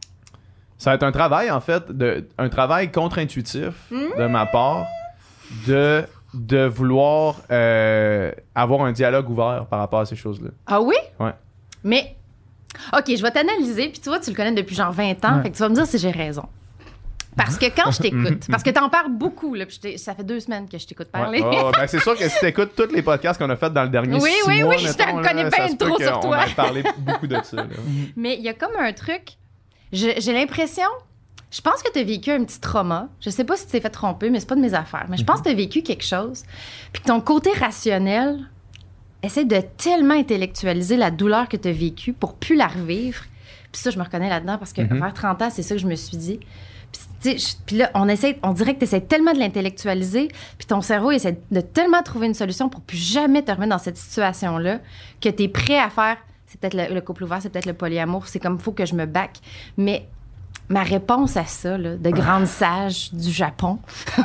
Ça va être un travail, en fait, de, un travail contre-intuitif Hmm? de ma part de, de vouloir euh, avoir un dialogue ouvert par rapport à ces choses-là. Ah oui? Ouais. Mais, OK, je vais t'analyser, puis toi, tu le connais depuis genre vingt ans, Ouais. fait que tu vas me dire si j'ai raison. Parce que quand je t'écoute, parce que t'en parles beaucoup, là, puis je t'ai- ça fait deux semaines que je t'écoute parler. Ouais. Oh, ben c'est sûr que si tu écoutes tous les podcasts qu'on a fait dans le dernier Oui, six oui, mois, oui, je mettons, t'en là, connais ça bien se peut trop sur qu'on toi. ait parlé beaucoup de ça. Là. Mais il y a comme un truc, je- j'ai l'impression, je pense que tu as vécu un petit trauma. Je sais pas si tu t'es fait tromper, mais c'est pas de mes affaires. Mais je pense que tu as vécu quelque chose. Puis que ton côté rationnel essaie de tellement intellectualiser la douleur que tu as vécue pour plus la revivre. Puis ça, je me reconnais là-dedans parce que Mhm. vers trente ans, c'est ça que je me suis dit. Puis, tu sais, je- puis là, on, essaie, on dirait que tu essaies tellement de l'intellectualiser, puis ton cerveau essaie de tellement trouver une solution pour plus jamais te remettre dans cette situation-là que tu es prêt à faire. C'est peut-être le, le couple ouvert, c'est peut-être le polyamour, c'est comme il faut que je me back. Mais ma réponse à ça, là, de grande sage du Japon,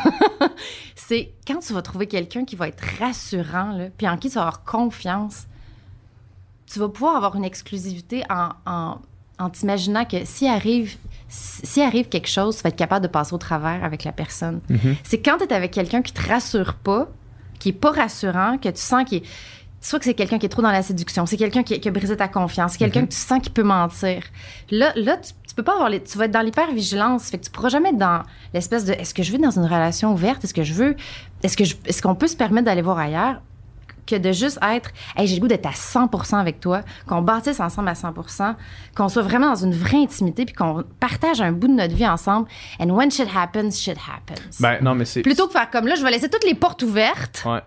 c'est quand tu vas trouver quelqu'un qui va être rassurant, là, puis en qui tu vas avoir confiance, tu vas pouvoir avoir une exclusivité en, en, en t'imaginant que s'il arrive, s'il arrive quelque chose, tu vas être capable de passer au travers avec la personne. Mhm. C'est quand tu es avec quelqu'un qui te rassure pas, qui est pas rassurant, que tu sens qu'il est... Soit que c'est quelqu'un qui est trop dans la séduction, c'est quelqu'un qui, qui a brisé ta confiance, c'est quelqu'un Mhm. que tu sens qui peut mentir. Là, là tu, tu peux pas avoir... Les, tu vas être dans l'hypervigilance, fait que tu pourras jamais être dans l'espèce de... Est-ce que je veux être dans une relation ouverte? Est-ce que je veux... Est-ce, que je, est-ce qu'on peut se permettre d'aller voir ailleurs? Que de juste être, hey, j'ai le goût d'être à cent pour cent avec toi, qu'on bâtisse ensemble à cent pour cent, qu'on soit vraiment dans une vraie intimité, puis qu'on partage un bout de notre vie ensemble. And when shit happens, shit happens. Ben non, mais c'est. Plutôt que faire comme là, je vais laisser toutes les portes ouvertes, Ouais.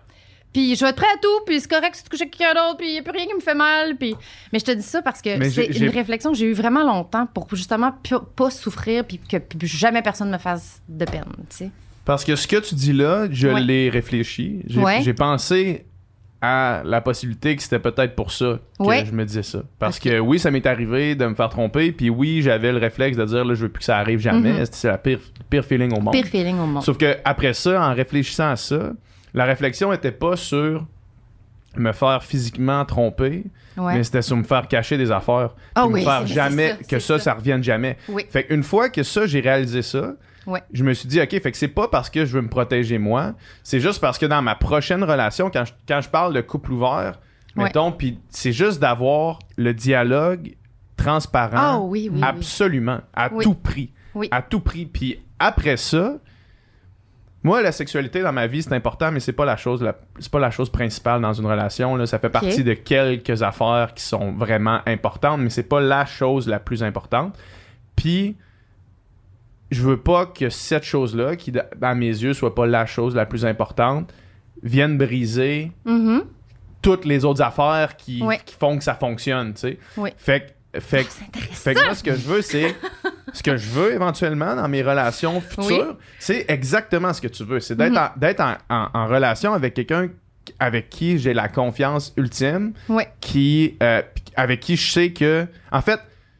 Puis je vais être prêt à tout, puis c'est correct si tu couches avec quelqu'un d'autre, puis il n'y a plus rien qui me fait mal. Puis... Mais je te dis ça parce que Mais c'est j'ai- j'ai- une réflexion que j'ai eue vraiment longtemps pour justement p- pas souffrir, puis que puis jamais personne me fasse de peine, tu sais. Parce que ce que tu dis là, je Ouais. l'ai réfléchi. J'ai, Ouais. j'ai pensé à la possibilité que c'était peut-être pour ça que Ouais. je me disais ça. Parce Ok. que oui, ça m'est arrivé de me faire tromper, puis oui, j'avais le réflexe de dire là, je veux plus que ça arrive jamais. Mhm. C'est la pire, pire feeling au monde. Pire feeling au monde. Sauf que après ça, en réfléchissant à ça, la réflexion était pas sur me faire physiquement tromper, Ouais. mais c'était sur me faire cacher des affaires. Ah Puis oui, me faire c'est- jamais, c'est ça, que c'est ça, ça, ça. revienne jamais. Oui. Fait qu'une fois que ça, j'ai réalisé ça, Ouais. je me suis dit, OK, fait que c'est pas parce que je veux me protéger moi, c'est juste parce que dans ma prochaine relation, quand je, quand je parle de couple ouvert, Ouais. mettons, puis c'est juste d'avoir le dialogue transparent, Ah oui, oui, oui. absolument, à Oui. tout prix. Oui. À tout prix. Puis après ça, moi, la sexualité dans ma vie, c'est important, mais c'est pas la chose, la- c'est pas la chose principale dans une relation. Là. Ça fait partie de quelques affaires qui sont vraiment importantes, mais c'est pas la chose la plus importante. Puis, je veux pas que cette chose-là, qui d- dans mes yeux soit pas la chose la plus importante, vienne briser Mhm. toutes les autres affaires qui, Ouais. qui font que ça fonctionne, tu sais. Oui. Fait que, fait que- C'est intéressant. fait que moi, ce que je veux, c'est. Ce que je veux éventuellement dans mes relations futures, c'est exactement ce que tu veux. C'est d'être, Mhm. en, d'être en, en- en relation avec quelqu'un avec qui j'ai la confiance ultime, Ouais. qui, euh, avec qui je sais que. En fait,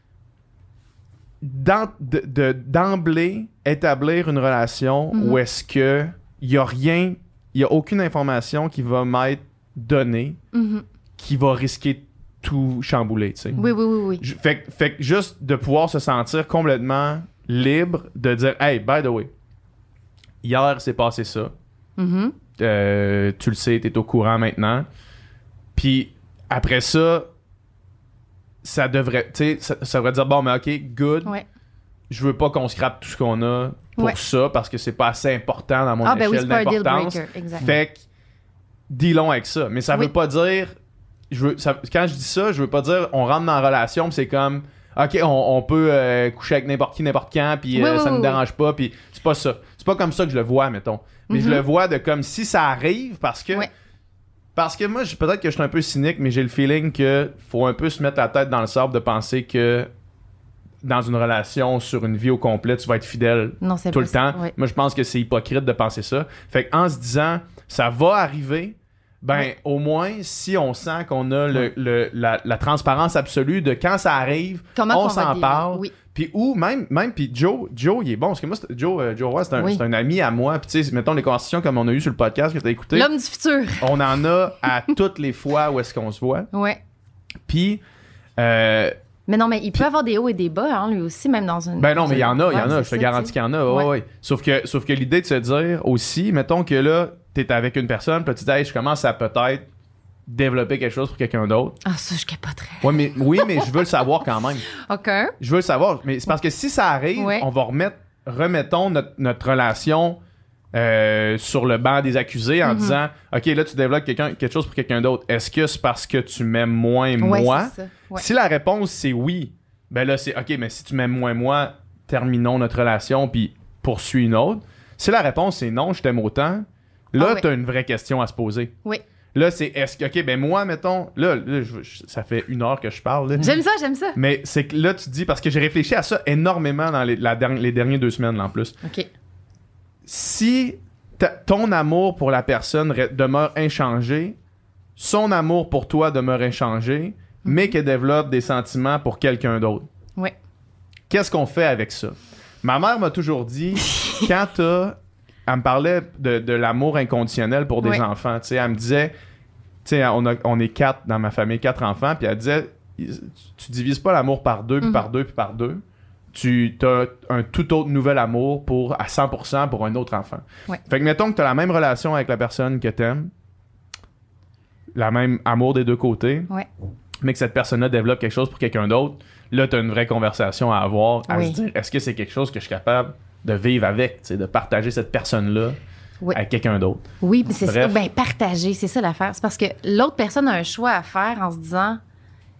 d'en- de, de- d'emblée, établir une relation Mhm. où est-ce que il n'y a rien, il n'y a aucune information qui va m'être donnée Mhm. qui va risquer tout chambouler, tu sais. Oui, oui, oui, oui. Je- Fait, que- fait que juste de pouvoir se sentir complètement libre de dire hey, by the way, hier c'est passé ça. Mhm. Euh, tu le sais, t'es au courant maintenant. Puis après ça, ça devrait, tu sais, ça, ça devrait dire bon, mais ok, good. Ouais. Je veux pas qu'on scrape tout ce qu'on a pour Ouais. ça parce que c'est pas assez important dans mon Ah, ben oui, échelle c'est pas un deal d'importance. breaker. Exact. Fait que, dealons avec ça. Mais ça Oui. veut pas dire. Je veux, ça- quand je dis ça, je veux pas dire on rentre dans la relation, puis c'est comme. OK, on, on peut euh, coucher avec n'importe qui, n'importe quand, puis Oui, euh, oui, ça oui, me oui. dérange pas, puis c'est pas ça. C'est pas comme ça que je le vois, mettons. Mais je Mhm. le vois de comme si ça arrive parce que. Ouais. Parce que moi, je- peut-être que je suis un peu cynique, mais j'ai le feeling que faut un peu se mettre la tête dans le sable de penser que dans une relation, sur une vie au complet, tu vas être fidèle Non, c'est tout le possible. temps. Ouais. Moi, je pense que c'est hypocrite de penser ça. Fait qu'en se disant, ça va arriver, ben, Ouais. au moins, si on sent qu'on a le, le- la, la transparence absolue de quand ça arrive, Comment on qu'on va s'en dealer? parle. Oui. Puis ou même, même puis Joe, Joe, il est bon. Parce que moi, c'est- Joe, euh, Joe Roy, c'est un, Oui. c'est un ami à moi. Puis tu sais, mettons les conversations comme on a eu sur le podcast que tu as écouté, L'homme du futur. on en a à toutes les fois où est-ce qu'on se voit. Ouais. Puis, euh, Mais non, mais il peut avoir des hauts et des bas, hein, lui aussi, même dans une. ben non, mais il y en a, il y en Ouais, a, c'est je te ça, garantis tu sais. qu'il y en a. Ouais, Ouais. ouais. Sauf que, sauf que l'idée de se dire aussi, mettons que là, t'es avec une personne, puis tu dis, hey, je commence à peut-être développer quelque chose pour quelqu'un d'autre. Ah, ça, je capoterais. Ouais, mais, oui, mais je veux le savoir quand même. OK. Je veux le savoir. Mais c'est parce que si ça arrive, Ouais. on va remettre, remettons notre, notre relation euh, sur le banc des accusés en Mhm. disant, OK, là, tu développes quelqu'un, quelque chose pour quelqu'un d'autre. Est-ce que c'est parce que tu m'aimes moins Ouais, moi? c'est ça. Ouais. Si la réponse c'est oui, ben là c'est OK, mais si tu m'aimes moins moi, terminons notre relation puis poursuis une autre. Si la réponse c'est non, je t'aime autant, là Ah ouais. t'as une vraie question à se poser. Oui. Là c'est est-ce que OK, ben moi mettons, là, là, je- je- ça fait une heure que je parle là. J'aime ça, j'aime ça. Mais c'est que là tu te dis parce que j'ai réfléchi à ça énormément dans les, la dernière- les dernières deux semaines là, en plus. OK. Si ta- ton amour pour la personne re- demeure inchangé, son amour pour toi demeure inchangé, mais qu'elle développe des sentiments pour quelqu'un d'autre. Ouais. Qu'est-ce qu'on fait avec ça? Ma mère m'a toujours dit, quand t'as... Elle me parlait de, de l'amour inconditionnel pour des Ouais. enfants. Tu sais, elle me disait, tu sais, on, a- on est quatre dans ma famille, quatre enfants, puis elle disait, tu, tu divises pas l'amour par deux, puis Mhm. par deux, puis par deux. Tu as un tout autre nouvel amour pour, à cent pour cent pour un autre enfant. Ouais. Fait que mettons que tu as la même relation avec la personne que t'aimes, la même amour des deux côtés, Ouais. mais que cette personne-là développe quelque chose pour quelqu'un d'autre, là, tu as une vraie conversation à avoir, à Oui. se dire, est-ce que c'est quelque chose que je suis capable de vivre avec, tu sais, de partager cette personne-là Oui. avec quelqu'un d'autre. Oui, mais c'est ça. Bref. Ben, partager, c'est ça l'affaire. C'est parce que l'autre personne a un choix à faire en se disant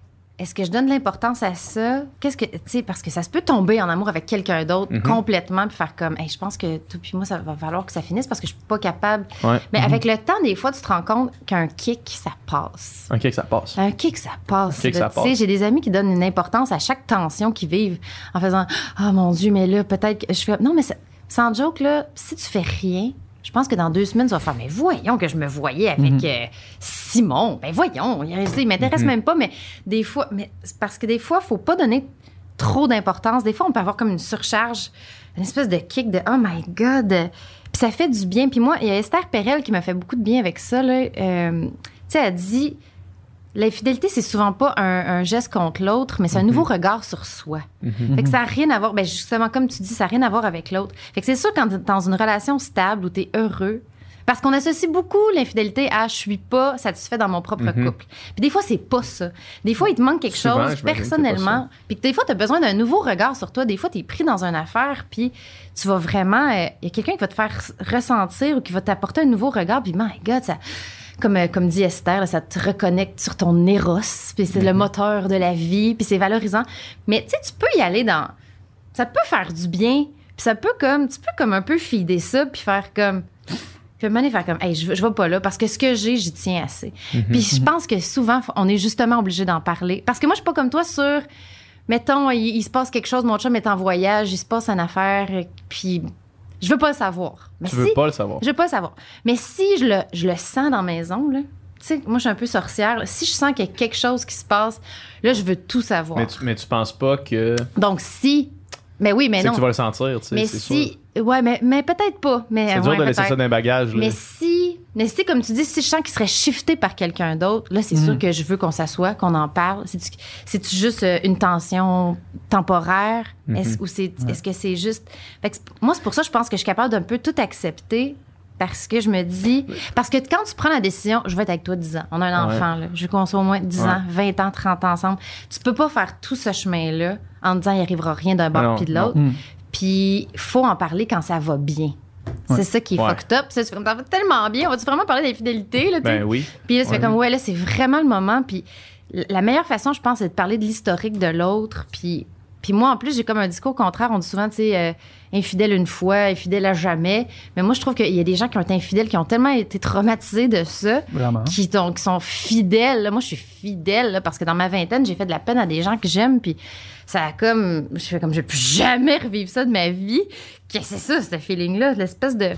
est-ce que je donne de l'importance à ça? Qu'est-ce que, tu sais, parce que ça se peut tomber en amour avec quelqu'un d'autre mm-hmm. complètement, puis faire comme, hey, je pense que toi puis moi, ça va falloir que ça finisse parce que je suis pas capable. Ouais. Mais mm-hmm. avec le temps, des fois, tu te rends compte qu'un kick, ça passe. Un kick, ça passe. Un kick, ça passe. Un kick, ça passe. Tu sais, j'ai des amis qui donnent une importance à chaque tension qu'ils vivent en faisant, ah, oh, mon Dieu, mais là, peut-être que je fais. Non, mais ça, sans joke, là, si tu fais rien, je pense que dans deux semaines, tu vas faire, mais voyons que je me voyais avec mm-hmm. euh, Simon. Ben voyons, il, il m'intéresse mm-hmm. même pas, mais des fois, mais c'est parce que des fois, il faut pas donner trop d'importance. Des fois, on peut avoir comme une surcharge, une espèce de kick de, oh my God. Puis ça fait du bien. Puis moi, il y a Esther Perel qui m'a fait beaucoup de bien avec ça, là. Euh, tu sais, elle dit, l'infidélité, c'est souvent pas un, un geste contre l'autre, mais c'est un mm-hmm. nouveau regard sur soi. Mm-hmm. Fait que ça n'a rien à voir, ben justement, comme tu dis, ça n'a rien à voir avec l'autre. Fait que c'est sûr, quand t'es dans une relation stable où t'es heureux, parce qu'on associe beaucoup l'infidélité à « je suis pas satisfait dans mon propre mm-hmm. couple ». Puis des fois, c'est pas ça. Des fois, il te manque quelque Souvent, chose personnellement, puis que des fois, t'as besoin d'un nouveau regard sur toi. Des fois, t'es pris dans une affaire, puis tu vas vraiment... Il euh, y a quelqu'un qui va te faire ressentir ou qui va t'apporter un nouveau regard, puis « my God, ça... » Comme, comme dit Esther, là, ça te reconnecte sur ton éros, puis c'est mm-hmm. le moteur de la vie, puis c'est valorisant. Mais tu sais, tu peux y aller dans... Ça peut faire du bien, puis ça peut comme... Tu peux comme un peu feeder ça, puis faire comme... Puis à faire comme, hey, je, je vais pas là, parce que ce que j'ai, j'y tiens assez. Mm-hmm. Puis je pense que souvent, on est justement obligé d'en parler. Parce que moi, je suis pas comme toi sur... Mettons, il, il se passe quelque chose, mon chum est en voyage, il se passe une affaire, puis... Je veux pas le savoir. Mais tu si, veux pas le savoir. Je veux pas le savoir. Mais si je le, je le sens dans la maison, là, tu sais, moi, je suis un peu sorcière. Là, si je sens qu'il y a quelque chose qui se passe, là, je veux tout savoir. Mais tu, mais tu penses pas que... Donc, si... Mais oui, mais c'est non. que tu vas le sentir, tu sais, mais c'est si... sûr. Ouais, mais, mais peut-être pas. Mais, c'est dur ouais, de laisser peut-être. ça dans les bagages. Là. Mais si... Mais si, comme tu dis, si je sens qu'il serait shifté par quelqu'un d'autre, là, c'est mm. sûr que je veux qu'on s'assoie, qu'on en parle. C'est-tu, c'est-tu juste une tension temporaire? Mm-hmm. Est-ce, ou c'est, ouais. est-ce que c'est juste... Fait que moi, c'est pour ça que je pense que je suis capable d'un peu tout accepter parce que je me dis... Parce que quand tu prends la décision, je vais être avec toi dix ans. On a un enfant, ouais. là. Je veux qu'on soit au moins dix ouais. ans, vingt ans, trente ans ensemble. Tu peux pas faire tout ce chemin-là en disant il arrivera rien d'un bord puis de l'autre. Mm. Puis il faut en parler quand ça va bien. Ouais. C'est ça qui est ouais. fucked up. Ça, ça va tellement bien. On va-tu vraiment parler d'infidélité? Là, ben oui. Puis là, tu ouais. fais comme, ouais, là, c'est vraiment le moment. Puis la meilleure façon, je pense, c'est de parler de l'historique de l'autre. Puis, puis moi, en plus, j'ai comme un discours contraire. On dit souvent, tu sais, euh, infidèle une fois, infidèle à jamais. Mais moi, je trouve qu'il y a des gens qui ont été infidèles, qui ont tellement été traumatisés de ça, qui, qui sont fidèles. Là. Moi, je suis fidèle là, parce que dans ma vingtaine, j'ai fait de la peine à des gens que j'aime. Puis ça a comme... Je fais comme, je ne vais plus jamais revivre ça de ma vie. Qu'est-ce que c'est ça, ce feeling-là? L'espèce de...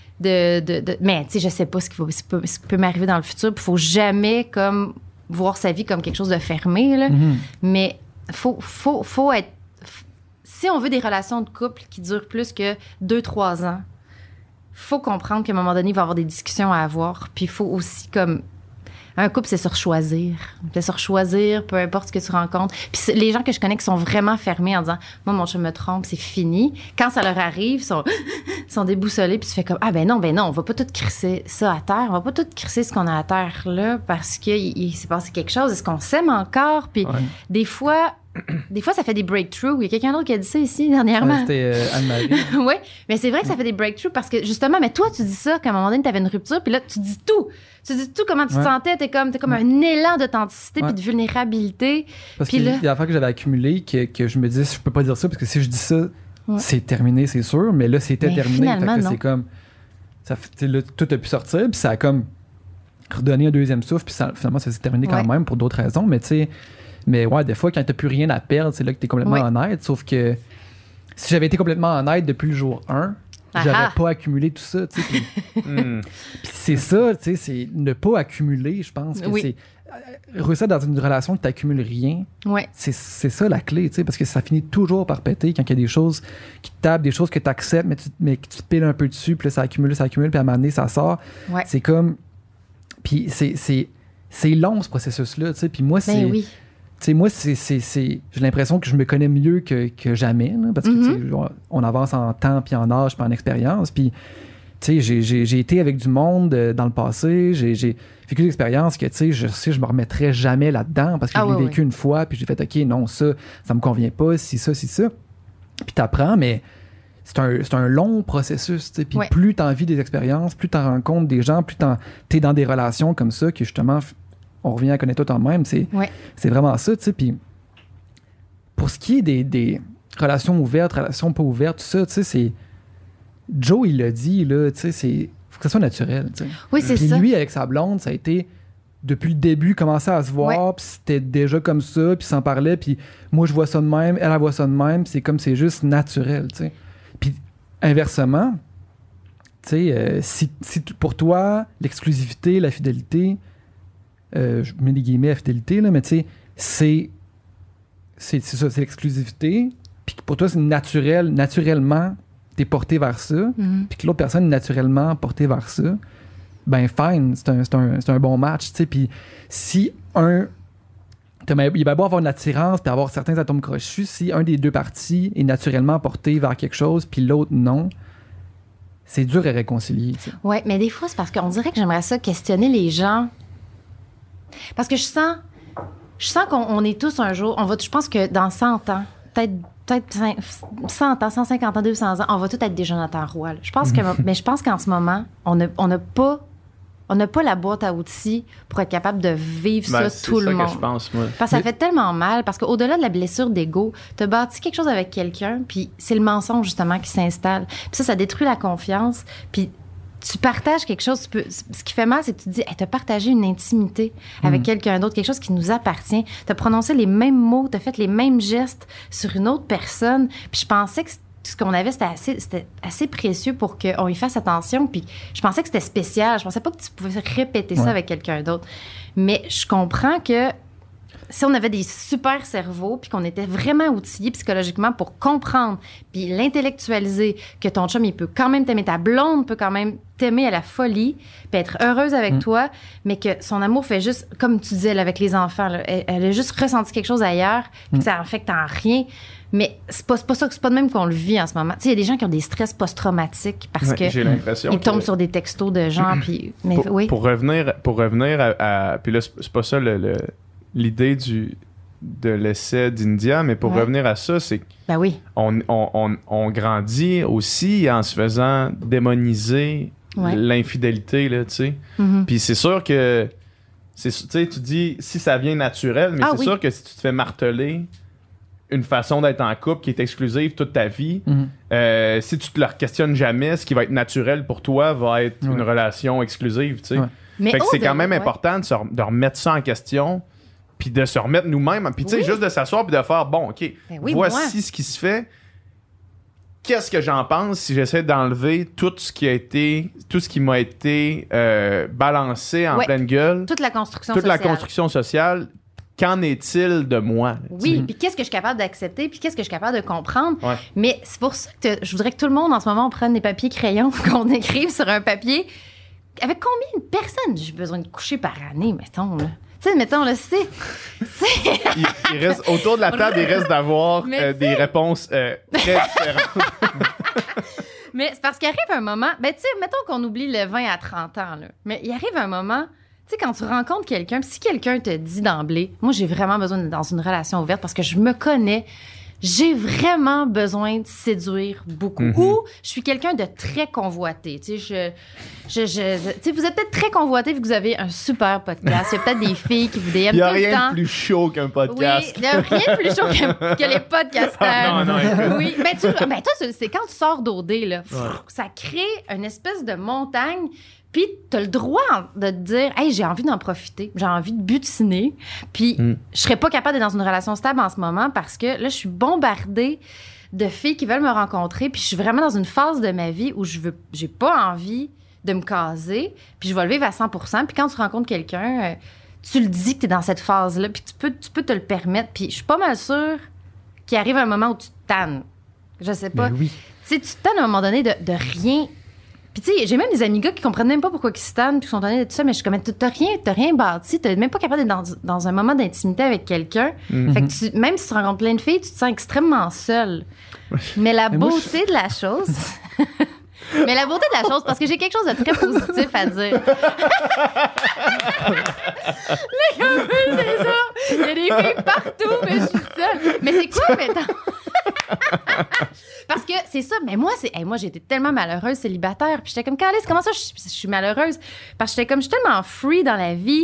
de, de, de mais, tu sais, je sais pas ce qui, va, ce, qui peut, ce qui peut m'arriver dans le futur. Il faut jamais, comme, voir sa vie comme quelque chose de fermé, là. Mm-hmm. Mais faut, faut, faut être... Si on veut des relations de couple qui durent plus que deux, trois ans, faut comprendre qu'à un moment donné, il va y avoir des discussions à avoir. Puis il faut aussi, comme... Un couple, c'est sur choisir. C'est sur choisir, peu importe ce que tu rencontres. Puis les gens que je connais qui sont vraiment fermés en disant « Moi, mon chum me trompe, c'est fini. » Quand ça leur arrive, ils sont, sont déboussolés. Puis tu fais comme « Ah ben non, ben non, on va pas tout crisser ça à terre. On va pas tout crisser ce qu'on a à terre là parce qu'il il s'est passé quelque chose. Est-ce qu'on s'aime encore? » Puis ouais. des fois... Des fois, ça fait des breakthroughs. Il y a quelqu'un d'autre qui a dit ça ici dernièrement. Ouais, c'était euh, Anne-Marie. Oui, mais c'est vrai que ça fait des breakthroughs parce que justement, mais toi, tu dis ça qu'à un moment donné, tu avais une rupture, puis là, tu dis tout. Tu dis tout comment tu ouais. te sentais. T'es comme, t'es comme ouais. un élan d'authenticité puis ouais. de vulnérabilité. Parce qu'il y a des affaires que j'avais accumulées que, que je me disais, je peux pas dire ça parce que si je dis ça, ouais. c'est terminé, c'est sûr. Mais là, c'était mais terminé. Fait que là, c'est comme. Ça, là, tout a pu sortir, puis ça a comme redonné un deuxième souffle, puis ça, finalement, ça s'est terminé quand ouais. même pour d'autres raisons. Mais tu sais. Mais ouais, des fois, quand t'as plus rien à perdre, c'est là que t'es complètement oui. honnête. Sauf que si j'avais été complètement honnête depuis le jour un, Aha. j'aurais pas accumulé tout ça. Tu sais, puis, mm. puis c'est ça, tu sais, c'est ne pas accumuler, je pense. Que oui. c'est réussir dans une relation que t'accumules rien. Ouais. C'est, c'est ça la clé, tu sais, parce que ça finit toujours par péter quand il y a des choses qui te tapent, des choses que t'acceptes, mais, tu, mais que tu te piles un peu dessus, puis là, ça accumule, ça accumule, puis à un moment donné, ça sort. Ouais. C'est comme... Puis c'est, c'est, c'est long, ce processus-là, tu sais, puis moi, c'est... Ben oui. Tu sais, moi, c'est, c'est, c'est, j'ai l'impression que je me connais mieux que, que jamais, là, parce que mm-hmm. on avance en temps, puis en âge, puis en expérience. Puis, tu sais, j'ai, j'ai, j'ai été avec du monde euh, dans le passé, j'ai, j'ai vécu des expériences que, tu sais, je sais, je me remettrais jamais là-dedans parce que ah, je l'ai ouais, vécu ouais. une fois, puis j'ai fait, OK, non, ça, ça me convient pas, si ça, si ça. Puis t'apprends, mais c'est un, c'est un long processus, tu sais. Puis ouais. plus t'en vis des expériences, plus t'en rencontres des gens, plus t'en, t'es dans des relations comme ça que, justement, on revient à connaître toi toi-même, c'est, Ouais. c'est vraiment ça, tu sais. Puis pour ce qui est des, des relations ouvertes, relations pas ouvertes, tout ça, tu sais, c'est... Joe, il l'a dit, là, tu sais, c'est... Faut que ça soit naturel, tu sais. Oui, c'est Puis ça. lui, avec sa blonde, ça a été... Depuis le début, commencer à se voir, Ouais. puis c'était déjà comme ça, puis s'en parlait, puis moi, je vois ça de même, elle, elle voit ça de même, puis c'est comme, c'est juste naturel, tu sais. Puis inversement, tu sais, euh, si, si t- pour toi, l'exclusivité, la fidélité, euh, je mets des guillemets à fidélité, là, mais tu sais, c'est, c'est, c'est ça, c'est l'exclusivité, puis que pour toi, c'est naturel, naturellement, t'es porté vers ça, Mhm. puis que l'autre personne est naturellement portée vers ça, ben fine, c'est un, c'est un, c'est un bon match, tu sais. Puis si un... t'as bien- Il va beau avoir une attirance puis avoir certains atomes crochus, si un des deux parties est naturellement porté vers quelque chose puis l'autre non, c'est dur à réconcilier, tu sais. Ouais, mais des fois, c'est parce qu'on dirait que j'aimerais ça questionner les gens. Parce que je sens... Je sens qu'on on est tous un jour... On va, je pense que dans cent ans, peut-être... Peut-être cent ans, cent cinquante ans, deux cents ans, on va tous être des Jonathan Roy. là. Je pense que, mais je pense qu'en ce moment, on n'a on n'a pas, on n'a pas la boîte à outils pour être capable de vivre Ben, ça c'est tout ça le monde. que je pense, moi. Parce que ça Mais- fait tellement mal, parce qu'au-delà de la blessure d'ego, t'as bâti quelque chose avec quelqu'un, puis c'est le mensonge, justement, qui s'installe. Puis ça, ça détruit la confiance, puis tu partages quelque chose, tu peux, ce qui fait mal, c'est que tu te dis, hey, t'as partagé une intimité avec Mm. quelqu'un d'autre, quelque chose qui nous appartient, t'as prononcé les mêmes mots, t'as fait les mêmes gestes sur une autre personne, puis je pensais que ce qu'on avait, c'était assez, c'était assez précieux pour qu'on y fasse attention, puis je pensais que c'était spécial, je pensais pas que tu pouvais répéter ça Ouais. avec quelqu'un d'autre. Mais je comprends que si on avait des super cerveaux puis qu'on était vraiment outillés psychologiquement pour comprendre puis l'intellectualiser, que ton chum, il peut quand même t'aimer, ta blonde peut quand même t'aimer à la folie puis être heureuse avec Mm. toi, mais que son amour fait juste, comme tu disais là, avec les enfants, là, elle, elle a juste ressenti quelque chose ailleurs puis Mm. que ça affecte en rien. Mais c'est pas, c'est pas ça, c'est pas de même qu'on le vit en ce moment. Tu sais, il y a des gens qui ont des stress post-traumatiques parce Ouais, que j'ai l'impression ils que- tombent sur des textos de gens puis mais pour, oui. pour revenir, pour revenir à, à- puis là, c'est c'est pas ça le- le- l'idée du de l'essai d'India, mais pour Ouais. revenir à ça, c'est Ben oui. qu'on on, on, on grandit aussi en se faisant démoniser Ouais. l'infidélité, là, tu sais. Mhm. Puis c'est sûr que, c'est, tu sais, tu dis si ça vient naturel, mais Ah c'est oui. sûr que si tu te fais marteler une façon d'être en couple qui est exclusive toute ta vie, Mhm. euh, si tu te le questionnes jamais, ce qui va être naturel pour toi va être Ouais. une relation exclusive, tu sais. Ouais. Mais Fait que c'est au-delà, quand même ouais. important de, se re- de remettre ça en question, puis de se remettre nous-mêmes, puis tu sais, Oui. juste de s'asseoir puis de faire, bon, OK, Ben oui, voici moi. ce qui se fait. Qu'est-ce que j'en pense si j'essaie d'enlever tout ce qui a été, tout ce qui m'a été euh, balancé en Ouais. pleine gueule, Toute la construction toute la sociale. construction sociale, qu'en est-il de moi? Oui, puis qu'est-ce que je suis capable d'accepter, puis qu'est-ce que je suis capable de comprendre. Ouais. Mais c'est pour ça que je voudrais que tout le monde, en ce moment, prenne des papiers crayons, qu'on écrive sur un papier. Avec combien de personnes j'ai besoin de coucher par année, mettons, là? Tu sais, mettons, là, c'est... c'est... Il, il reste, autour de la table, il reste d'avoir Mais euh, tu des réponses euh, très différentes. Mais c'est parce qu'il arrive un moment... Ben, tu sais, mettons qu'on oublie le vingt à trente ans, là. Mais il arrive un moment... Tu sais, quand tu rencontres quelqu'un, puis si quelqu'un te dit d'emblée, moi, j'ai vraiment besoin d'être dans une relation ouverte parce que je me connais, j'ai vraiment besoin de séduire beaucoup. Mhm. Ou je suis quelqu'un de très convoité. Tu sais, je, je, je- tu sais, vous êtes peut-être très convoité vu que vous avez un super podcast. Il y a peut-être des filles qui vous D M Il n'y a tout le rien temps. de plus chaud qu'un podcast. Oui, il n'y a rien de plus chaud que, que les podcasters. Ah, non, non, écoute. Oui, ben, tu, ben toi, c'est c'est quand tu sors d'O D, là, pff, ça crée une espèce de montagne, puis tu as le droit de te dire « Hey, j'ai envie d'en profiter, j'ai envie de butiner, puis Mm. je serais pas capable d'être dans une relation stable en ce moment parce que là, je suis bombardée de filles qui veulent me rencontrer, puis je suis vraiment dans une phase de ma vie où je veux, j'ai pas envie de me caser, puis je vais le vivre à cent pour cent, puis quand tu rencontres quelqu'un... euh, tu le dis que tu es dans cette phase-là, puis tu peux, tu peux te le permettre. Puis je suis pas mal sûre qu'il arrive un moment où tu te tannes. Je sais pas. Mais oui. Tu sais, tu te tannes à un moment donné de, de rien. Puis tu sais, j'ai même des amis gars qui comprennent même pas pourquoi ils se tannent, puis qui sont tannés de tout ça, mais je suis comme, t'as rien, t'as rien bâti, t'es même pas capable d'être dans, dans un moment d'intimité avec quelqu'un. Mhm. Fait que tu, même si tu rencontres plein de filles, tu te sens extrêmement seul. Mais la Mais moi, beauté de la chose... Mais la beauté de la chose, parce que j'ai quelque chose de très positif à dire. Les gars, c'est ça. Il y a des filles partout, mais je suis seule. Mais c'est quoi, mettons? Parce que c'est ça. Mais moi, c'est, hey, moi, j'étais tellement malheureuse célibataire. Puis j'étais comme, Calice, comment ça, je suis, je suis malheureuse? Parce que j'étais comme, je suis tellement free dans la vie.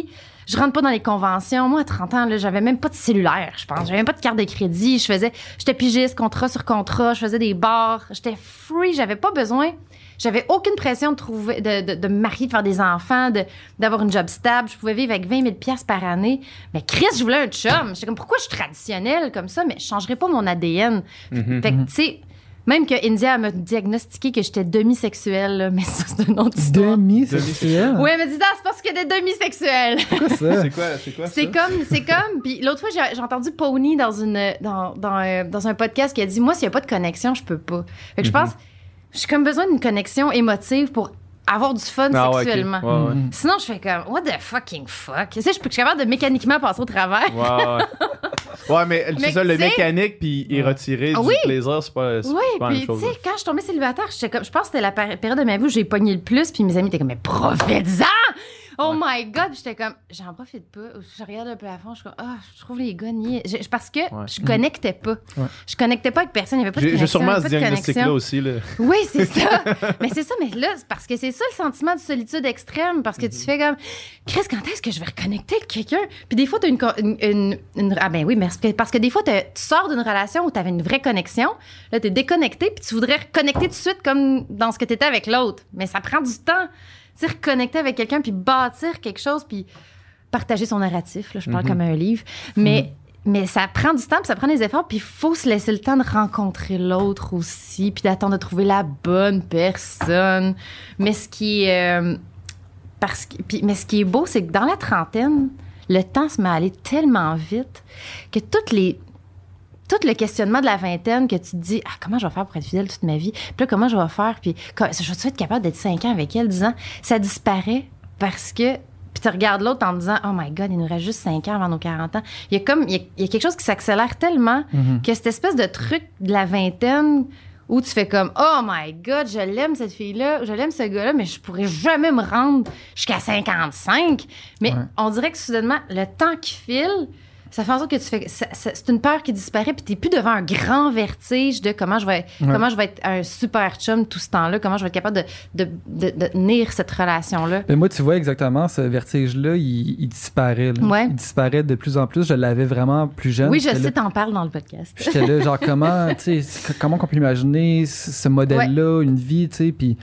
je rentre pas dans les conventions. Moi, à trente ans, là, j'avais même pas de cellulaire, je pense. J'avais même pas de carte de crédit. Je faisais, j'étais pigiste, contrat sur contrat. Je faisais des bars. J'étais free. J'avais pas besoin. J'avais aucune pression de trouver, de, de, de me marier, de faire des enfants, de, d'avoir une job stable. Je pouvais vivre avec vingt mille dollars par année. Mais Chris, je voulais un chum. J'étais comme, pourquoi je suis traditionnelle comme ça? Mais je changerais pas mon A D N. Mm-hmm. Fait que, tu sais, même que India m'a diagnostiqué que j'étais demisexuelle, là, mais ça, c'est une autre histoire. Demisexuelle? Oui, elle m'a dit, ah, c'est parce que t'es demisexuelle. C'est quoi ça? C'est quoi, c'est quoi C'est ça? comme, c'est comme, puis l'autre fois, j'ai, j'ai entendu Pony dans, une, dans, dans, euh, dans un podcast qui a dit, moi, s'il n'y a pas de connexion, je peux pas. Fait que je pense, j'ai comme besoin d'une connexion émotive pour avoir du fun Ah, sexuellement. ouais, okay. ouais, ouais. Sinon, je fais comme, what the fucking fuck? Tu sais, je suis capable de mécaniquement passer au travers. Ouais, ouais. Ouais, mais c'est Mais ça, le t'sais- mécanique puis y retirer Ah du oui. plaisir, c'est pas, c'est Oui, pas la puis même tu chose. sais, quand je suis tombée célibataire, j'étais comme, je pense que c'était la péri- période de ma vie où j'ai pogné le plus, puis mes amis étaient comme, mais profite-en! Oh my God! Puis j'étais comme, j'en profite pas. Je regarde le plafond, je suis comme, ah, je trouve les gars niais. Je- Parce que Ouais. je connectais pas. Ouais. Je connectais pas avec personne, il n'y avait pas de J'ai, connexion. j'ai sûrement il y ce avait pas de diagnostic-là connexion. aussi. Là. Oui, c'est ça. mais c'est ça, mais là, c'est parce que c'est ça le sentiment de solitude extrême, parce que tu fais comme, Chris, quand est-ce que je vais reconnecter avec quelqu'un? Puis des fois, tu as une, co- une, une, une- Ah ben oui, mais parce que, parce que des fois, t'as- tu sors d'une relation où tu avais une vraie connexion, là, tu es déconnecté, puis tu voudrais reconnecter tout de suite comme dans ce que tu étais avec l'autre. Mais ça prend du temps. Tu sais, reconnecter avec quelqu'un, puis bâtir quelque chose, puis partager son narratif. Là, je parle Mhm. comme un livre. Mais. Mais ça prend du temps, puis ça prend des efforts, puis il faut se laisser le temps de rencontrer l'autre aussi, puis d'attendre de trouver la bonne personne. Mais ce qui est, euh, parce que, puis, mais ce qui est beau, c'est que dans la trentaine, le temps se met à aller tellement vite que toutes les, tout le questionnement de la vingtaine que tu te dis, ah, comment je vais faire pour être fidèle toute ma vie? Puis là, comment je vais faire? Puis comment- je vais être capable d'être cinq ans avec elle, dix ans? Ça disparaît parce que puis tu regardes l'autre en te disant, oh my God, il nous reste juste cinq ans avant nos quarante ans. Il y a comme, il y a, il y a quelque chose qui s'accélère tellement Mhm. que cette espèce de truc de la vingtaine où tu fais comme, oh my God, je l'aime cette fille-là, je l'aime ce gars-là, mais je pourrais jamais me rendre jusqu'à cinquante-cinq. Mais Ouais. on dirait que soudainement, le temps qui file, ça fait en sorte que tu fais. ça- ça- c'est une peur qui disparaît, puis t'es plus devant un grand vertige de comment je vais, Ouais. comment je vais être un super chum tout ce temps-là, comment je vais être capable de, de, de, de tenir cette relation-là. Mais moi, tu vois exactement, ce vertige-là, il, il disparaît. là. Ouais. Il disparaît de plus en plus. Je l'avais vraiment plus jeune. Oui, je J'étais sais, là- t'en parles dans le podcast. Puis j'étais là, genre, comment, tu sais, c- comment qu'on peut imaginer ce ce modèle-là, une vie, tu sais, puis...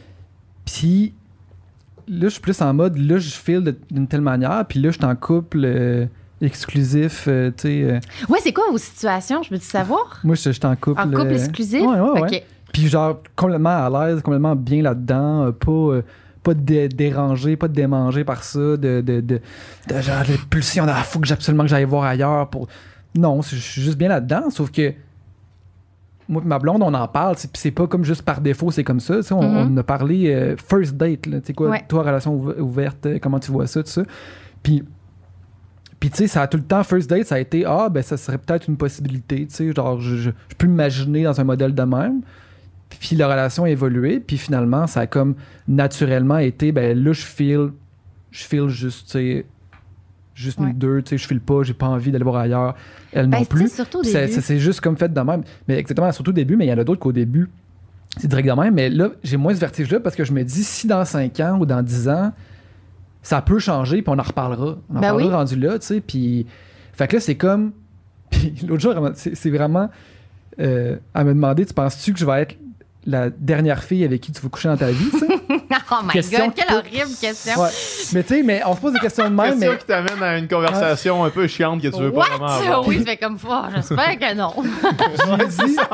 Puis, là, je suis plus en mode, là, je file de- d'une telle manière, puis là, je suis en couple euh, exclusif, euh, tu sais... euh, Ouais, c'est quoi vos situations? Je peux-tu savoir? moi, je je suis en couple... En couple euh, exclusif? Ouais, ouais, ouais. OK. Puis genre, complètement à l'aise, complètement bien là-dedans, euh, pas... euh, pas de dé- dérangé, pas de démanger par ça, de, de, de, de genre, de pulsion, il faut que j'ai absolument que j'aille voir ailleurs pour... Non, c'est- je suis juste bien là-dedans, sauf que moi et ma blonde, on en parle, c'est- puis c'est pas comme juste par défaut, c'est comme ça, tu sais, on, Mhm. on en a parlé euh, first date, là, tu sais quoi, Ouais. toi, relation ouv- ouverte, euh, comment tu vois ça, tout ça. Puis, puis tu sais, ça a tout le temps, first date, ça a été, ah, ben ça serait peut-être une possibilité, tu sais, genre, je, je, je peux m'imaginer dans un modèle de même. Puis la relation a évolué, puis finalement, ça a comme naturellement été, ben là, je feel, je feel juste, tu sais, juste Ouais. nous deux, tu sais, je file pas, j'ai pas envie d'aller voir ailleurs, elle Ben, non tu sais, plus. surtout au Puis ça- début. ça c'est juste comme fait de même. Mais exactement, surtout au début, mais il y en a d'autres qu'au début, c'est direct de même. Mais là, j'ai moins ce vertige-là parce que je me dis, si dans cinq ans ou dans dix ans, ça peut changer, puis on en reparlera. On en Ben reparlera oui. rendu là, tu sais. Puis, fait que là, c'est comme. Puis l'autre jour, elle m'a- c'est c'est vraiment. Euh, elle m'a demandé, tu penses-tu que je vais être la dernière fille avec qui tu vas coucher dans ta vie, tu sais? Oh my Question God, qui quelle peut- horrible question. Ouais. Mais tu sais, mais on se pose des questions de même, Question mais. qui t'amène à une conversation un peu chiante que tu veux pas vraiment What? avoir. Oui, je fais comme ça. J'espère que non. J'ai dit,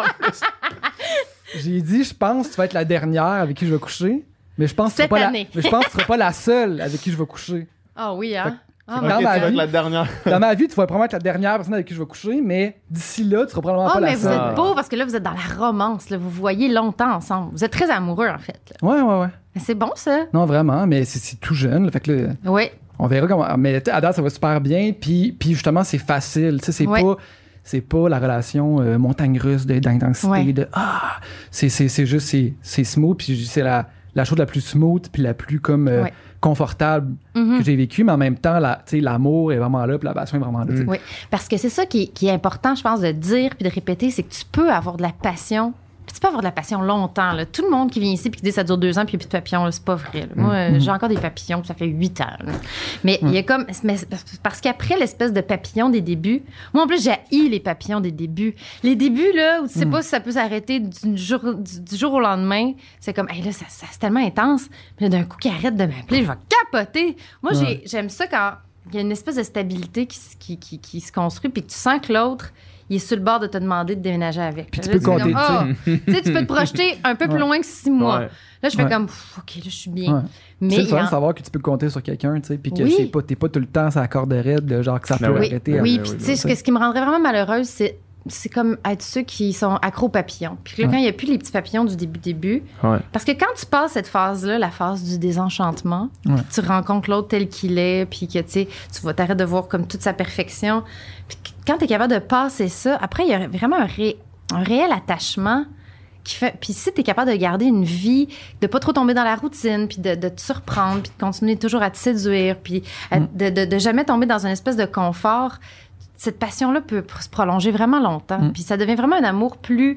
j'ai dit, je pense que tu vas être la dernière avec qui je vais coucher, mais je pense que tu seras Cette pas la, année. mais je pense que tu seras pas la seule avec qui je vais coucher. Ah oui, hein? Ah, Dans Ok, my tu ma vas God. être vie. la dernière. Dans ma vie, tu vas probablement être la dernière personne avec qui je vais coucher, mais d'ici là, tu seras probablement Oh, pas mais la vous seule. êtes beau parce que là, vous êtes dans la romance. Là. Vous voyez longtemps ensemble. Vous êtes très amoureux, en fait. là. Ouais, ouais, ouais. Mais c'est bon, ça. Non, vraiment, mais c'est, c'est tout jeune. là, fait que là, Oui. on verra comment. Mais tu sais, à date, ça va super bien. Puis, puis justement, c'est facile. Tu sais, c'est Ouais. pas. C'est pas la relation euh, montagne russe de, d'intensité, Ouais. de ah! C'est, c'est, c'est juste, c'est, c'est smooth, puis c'est la, la chose la plus smooth, puis la plus comme euh, Ouais. confortable Mhm. que j'ai vécue, mais en même temps, la, tu sais, l'amour est vraiment là, puis la passion est vraiment là. tu sais. Oui, parce que c'est ça qui est, qui est important, je pense, de dire puis de répéter, c'est que tu peux avoir de la passion Puis tu peux avoir de la passion longtemps. Là. Tout le monde qui vient ici puis qui dit que ça dure deux ans puis il n'y a plus de papillons, là, c'est pas vrai. Là. Moi, euh, Mm-hmm. j'ai encore des papillons, puis ça fait huit ans. Là. Mais il Mm. y a comme... Mais parce qu'après l'espèce de papillon des débuts, moi, en plus, j'ai haï les papillons des débuts. Les débuts, là, où tu sais Mm. pas si ça peut s'arrêter du jour, du, du jour au lendemain, c'est comme, hey, là, ça, ça, c'est tellement intense. Puis là, d'un coup, qu'il arrête de m'appeler, je vais capoter. Moi, j'ai, Ouais. j'aime ça quand il y a une espèce de stabilité qui, se- qui, qui, qui se construit, puis que tu sens que l'autre, il est sur le bord de te demander de déménager avec. Puis tu Là, peux c'est comme, compter, ah, tu sais, tu peux te projeter un peu plus Ouais. loin que six mois. Ouais. Là, je fais Ouais. comme, pff, OK, là, je suis bien. Ouais. Mais C'est le il y fun en- de savoir que tu peux compter sur quelqu'un, tu sais, puis que Oui. c'est pas, t'es pas tout le temps sur la corde raide, de genre que ça Ben peut oui. arrêter. Oui, à- oui, puis oui, tu sais, oui. ce, que- ce qui me rendrait vraiment malheureuse, c'est, c'est comme être ceux qui sont accros aux papillons. Puis que là, Ouais. quand il n'y a plus les petits papillons du début-début, Ouais. parce que quand tu passes cette phase-là, la phase du désenchantement, Ouais. tu rencontres l'autre tel qu'il est, puis que tu sais, tu vas t'arrêter de voir comme toute sa perfection. Puis que- quand tu es capable de passer ça, après, il y a vraiment un, ré- un réel attachement qui fait. Puis si tu es capable de garder une vie, de pas trop tomber dans la routine, puis de, de te surprendre, puis de continuer toujours à te séduire, puis à- Mm. de, de, de jamais tomber dans une espèce de confort, cette passion-là peut se prolonger vraiment longtemps. Mm. Puis ça devient vraiment un amour plus,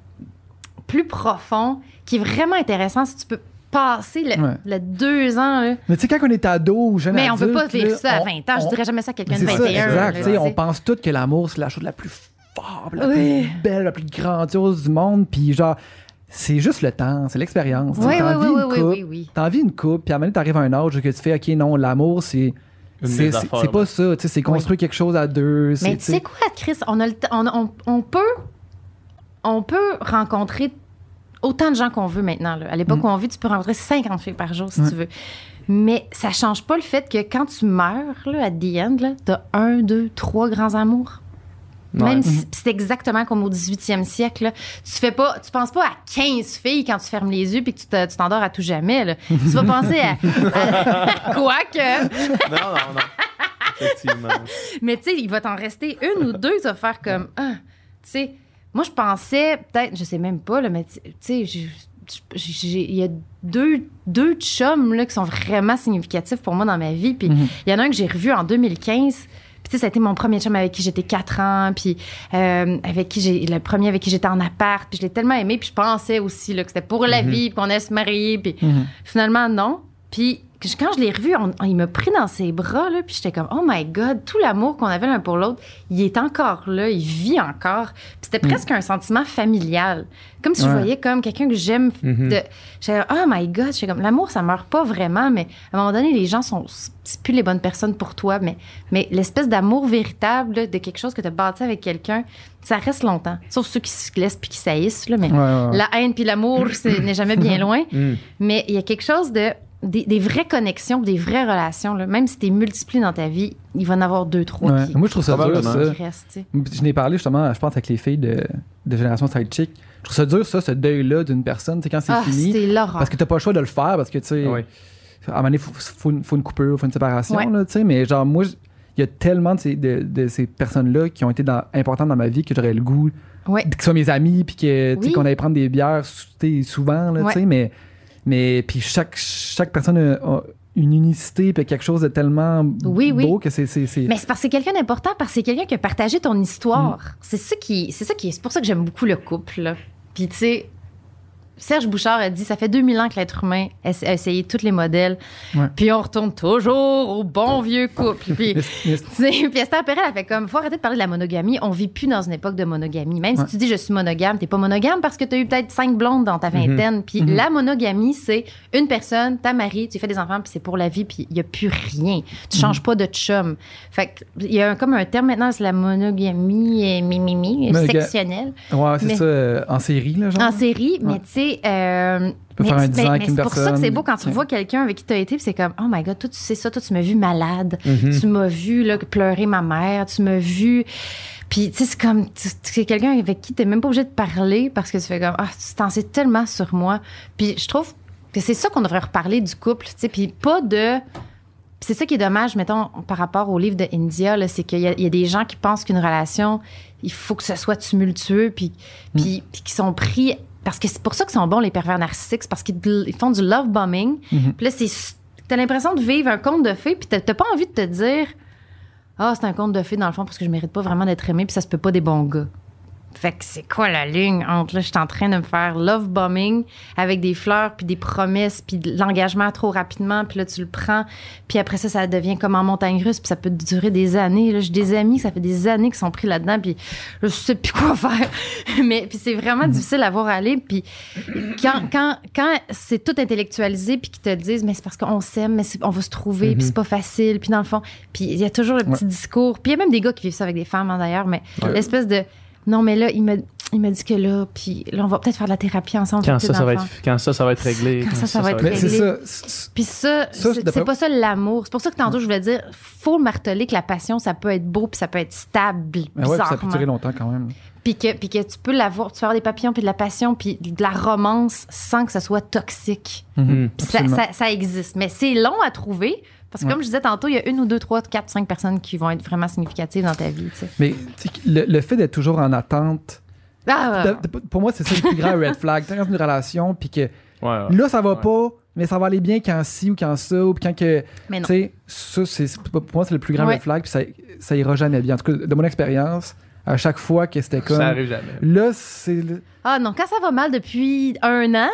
plus profond, qui est vraiment intéressant si tu peux passer le, Ouais. le deux ans. Là. Mais tu sais, quand on est ado ou jeune Mais on veut pas adulte, vivre là, ça à on- vingt ans. Je on- dirais jamais ça à quelqu'un Mais de c'est vingt ça, et un. exact. là, Tu sais, tu on sais. pense tous que l'amour, c'est la chose la plus forte, la Oui. plus belle, la plus grandiose du monde. Puis genre, c'est juste le temps, c'est l'expérience. Tu sais, Oui, oui, t'as oui, envie oui, une oui, couple, oui, oui. T'as envie d'une couple, puis à un moment donné, t'arrives à un âge que tu fais, OK, non, l'amour, c'est... Une C'est, des c'est, affaires, c'est pas là. ça, tu sais, c'est construire quelque chose à deux. c'est, Mais tu sais quoi, Chris, on, a le t- on, on, on peut, on peut rencontrer autant de gens qu'on veut maintenant. Là. À l'époque Mm. où on vit, tu peux rencontrer cinquante filles par jour si Ouais. tu veux. Mais ça change pas le fait que quand tu meurs, là, à the end, là, t'as un, deux, trois grands amours. Ouais. Même si c'est exactement comme au dix-huitième siècle. Là. Tu fais pas, tu penses pas à quinze filles quand tu fermes les yeux puis que tu, te- tu t'endors à tout jamais. Là. Tu vas penser à, à quoi que. Non, non, non. Effectivement. Mais tu sais, il va t'en rester une ou deux, tu vas faire comme. Ah, tu sais, moi, je pensais, peut-être, je sais même pas, là, mais tu tu sais, j'ai- j'ai- il y a deux, deux chums là, qui sont vraiment significatifs pour moi dans ma vie. Puis il Mhm. y en a un que j'ai revu en deux mille quinze. Puis tu sais, ça a été mon premier chum avec qui j'étais quatre ans. Puis euh, avec qui j'ai. Le premier avec qui j'étais en appart. Puis je l'ai tellement aimé. Puis je pensais aussi là, que c'était pour la Mhm. vie, puis qu'on allait se marier. Puis Mhm. finalement, non. Puis que je- quand je l'ai revu, on- on- il m'a pris dans ses bras, là, puis j'étais comme, oh my God, tout l'amour qu'on avait l'un pour l'autre, il est encore là, il vit encore. Puis c'était presque un sentiment familial. Comme si je Ouais. voyais comme quelqu'un que j'aime. Mhm. de J'étais oh my God, j'étais comme, l'amour, ça meurt pas vraiment, mais à un moment donné, les gens sont c'est plus les bonnes personnes pour toi, mais, mais l'espèce d'amour véritable là, de quelque chose que tu as bâti avec quelqu'un, ça reste longtemps. Sauf ceux qui se laissent puis qui saillissent, là, mais Ouais, ouais, ouais. la haine puis l'amour, c'est- n'est jamais bien loin. Mm. Mais il y a quelque chose de. Des, des vraies connexions, des vraies relations. Là. Même si tu es multiplié dans ta vie, il va en avoir deux, trois Ouais. qui, Moi, je trouve ça dur, Probablement. ça. qui restent. tu sais. Je n'ai parlé justement, je pense, avec les filles de, de Génération Sidechick. Je trouve ça dur, ça, ce deuil-là d'une personne, tu sais, quand c'est Ah, fini. c'est l'horreur. Parce que t'as pas le choix de le faire, parce que, tu sais, Ouais. à un moment donné, il faut, faut, une- faut une coupure, faut une séparation, Ouais. là, tu sais. Mais genre, moi, il y a tellement de ces, de, de ces personnes-là qui ont été dans- importantes dans ma vie que j'aurais le goût Ouais. qu'ils soient mes amis, puis que, tu sais, Oui. qu'on allait prendre des bières, tu sais, souvent, là, Ouais. tu sais. Mais, mais puis chaque, chaque personne a, a une unicité, puis quelque chose de tellement Oui, oui. beau que c'est... c'est, c'est- Mais c'est parce que c'est quelqu'un d'important, parce que c'est quelqu'un qui a partagé ton histoire. Mm. C'est ça qui, c'est ça qui, c'est pour ça que j'aime beaucoup le couple. Là. Puis tu sais, Serge Bouchard a dit, ça fait deux mille ans que l'être humain a a essayé tous les modèles, Ouais. puis on retourne toujours au bon vieux couple. Puis mais- mais- tu sais, puis Esther Perel, elle fait comme, faut arrêter de parler de la monogamie. On vit plus dans une époque de monogamie. Même Ouais. si tu dis je suis monogame, t'es pas monogame parce que t'as eu peut-être cinq blondes dans ta vingtaine. Puis Mhm. la monogamie, c'est une personne, ta mari, tu fais des enfants, puis c'est pour la vie, puis il y a plus rien. Tu changes pas de chum. Fait que il y a un- comme un terme maintenant, c'est la monogamie euh, mimimi, Monoga- sectionnelle. Ouais, c'est Mais- ça, euh, en série, là, genre. En série, mais Ouais. tu sais. euh, peux mais faire un mais- dix ans avec mais une c'est pour ça que personne. c'est beau quand tu Ouais. vois quelqu'un avec qui tu as été, puis c'est comme, oh my God, toi, tu sais ça, toi, tu m'as vu malade, Mhm. tu m'as vu là, pleurer ma mère, tu m'as vu. Puis, tu sais, c'est comme, tu- c'est quelqu'un avec qui tu n'es même pas obligé de parler parce que tu fais comme, ah, tu t'en sais tellement sur moi. Puis, je trouve que c'est ça qu'on devrait reparler du couple, tu sais, puis pas de. Puis c'est ça qui est dommage, mettons, par rapport au livre de India, là, c'est qu'il y a, il y a des gens qui pensent qu'une relation, il faut que ce soit tumultueux, puis, puis, puis qui sont pris. Parce que c'est pour ça que sont bons les pervers narcissiques, c'est parce qu'ils ils font du love bombing. Mhm. Puis là, c'est, t'as l'impression de vivre un conte de fées, puis t'as, t'as pas envie de te dire, ah, c'est un conte de fées dans le fond parce que je mérite pas vraiment d'être aimé, puis ça se peut pas des bons gars. Fait que c'est quoi la ligne entre là, je suis en train de me faire love bombing avec des fleurs, puis des promesses, puis de l'engagement trop rapidement, puis là, tu le prends, puis après ça, ça devient comme en montagne russe, puis ça peut durer des années. Là, j'ai des amis, ça fait des années qui sont pris là-dedans, puis là, je sais plus quoi faire. Mais puis c'est vraiment mm-hmm. difficile à voir aller, puis quand, quand, quand c'est tout intellectualisé, puis qu'ils te disent, mais c'est parce qu'on s'aime, mais c'est, on va se trouver, mm-hmm. puis c'est pas facile, puis dans le fond, puis il y a toujours le petit ouais. discours, puis il y a même des gars qui vivent ça avec des femmes, hein, d'ailleurs, mais ouais. l'espèce de non, mais là, il m'a, il m'a dit que là, puis là, on va peut-être faire de la thérapie ensemble. Quand ça, ça va être, quand ça, ça va être réglé. Quand, quand ça, ça, ça va être réglé. Mais c'est ça. C'est, puis ça, ça c'est, c'est pas ça l'amour. C'est pour ça que tantôt, je voulais dire, faut marteler que la passion, ça peut être beau, puis ça peut être stable, mais ouais, puis ça peut durer longtemps quand même. Puis que, puis que tu peux l'avoir, tu peux avoir des papillons, puis de la passion, puis de la romance sans que ça soit toxique. Mm-hmm, puis ça, ça, ça existe. Mais c'est long à trouver. Parce que ouais. comme je disais tantôt, il y a une ou deux, trois, quatre, cinq personnes qui vont être vraiment significatives dans ta vie. T'sais. Mais le, le fait d'être toujours en attente, ah, de, de, pour moi, c'est ça le plus grand red flag. Tu es dans une relation, puis que ouais, ouais. là, ça va ouais. pas, mais ça va aller bien quand ci ou quand ça, ou quand que. Mais non. Tu sais, ça, c'est, pour moi, c'est le plus grand ouais. red flag, puis ça, ça ira jamais bien. En tout cas, de mon expérience, à chaque fois que c'était comme. Ça arrive jamais. Là, c'est. Le... Ah non, quand ça va mal depuis un an.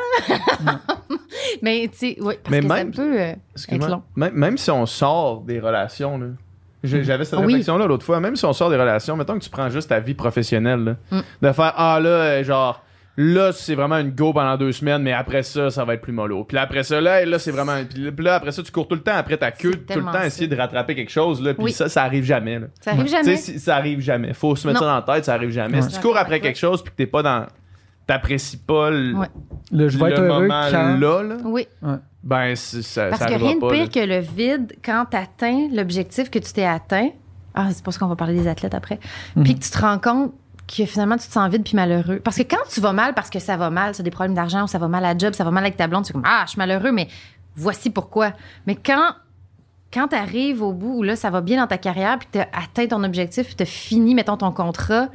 Mais tu sais, oui, parce mais que même, ça peut euh, être long. Même, même si on sort des relations, là. J'avais cette réflexion-là oui. l'autre fois. Même si on sort des relations, mettons que tu prends juste ta vie professionnelle, là, mm. de faire ah là, genre. Là, c'est vraiment une go pendant deux semaines, mais après ça, ça va être plus mollo. Puis après ça, là, là c'est vraiment. Puis là, après ça, tu cours tout le temps après ta queue, tout le temps ça. essayer de rattraper quelque chose. Là, puis oui. ça, ça arrive jamais. Là. Ça arrive jamais. Si, ça arrive jamais. Faut se mettre non. ça dans la tête, ça arrive jamais. Ouais. Si tu cours après quelque chose, puis que t'es pas dans. T'apprécies pas le, ouais. le, je vais le être moment quand... là, là. Oui. Ouais. Ben, c'est, ça, Parce ça que rien de pas, pire là. que le vide quand t'atteins l'objectif que tu t'es atteint. Ah, c'est parce qu'on va parler des athlètes après. Mm-hmm. Puis que tu te rends compte que finalement, tu te sens vide puis malheureux. Parce que quand tu vas mal parce que ça va mal, ça a des problèmes d'argent ou ça va mal à la job, ça va mal avec ta blonde, tu es comme « Ah, je suis malheureux, mais voici pourquoi. » Mais quand, quand tu arrives au bout où là, ça va bien dans ta carrière puis que tu as atteint ton objectif puis tu as fini, mettons, ton contrat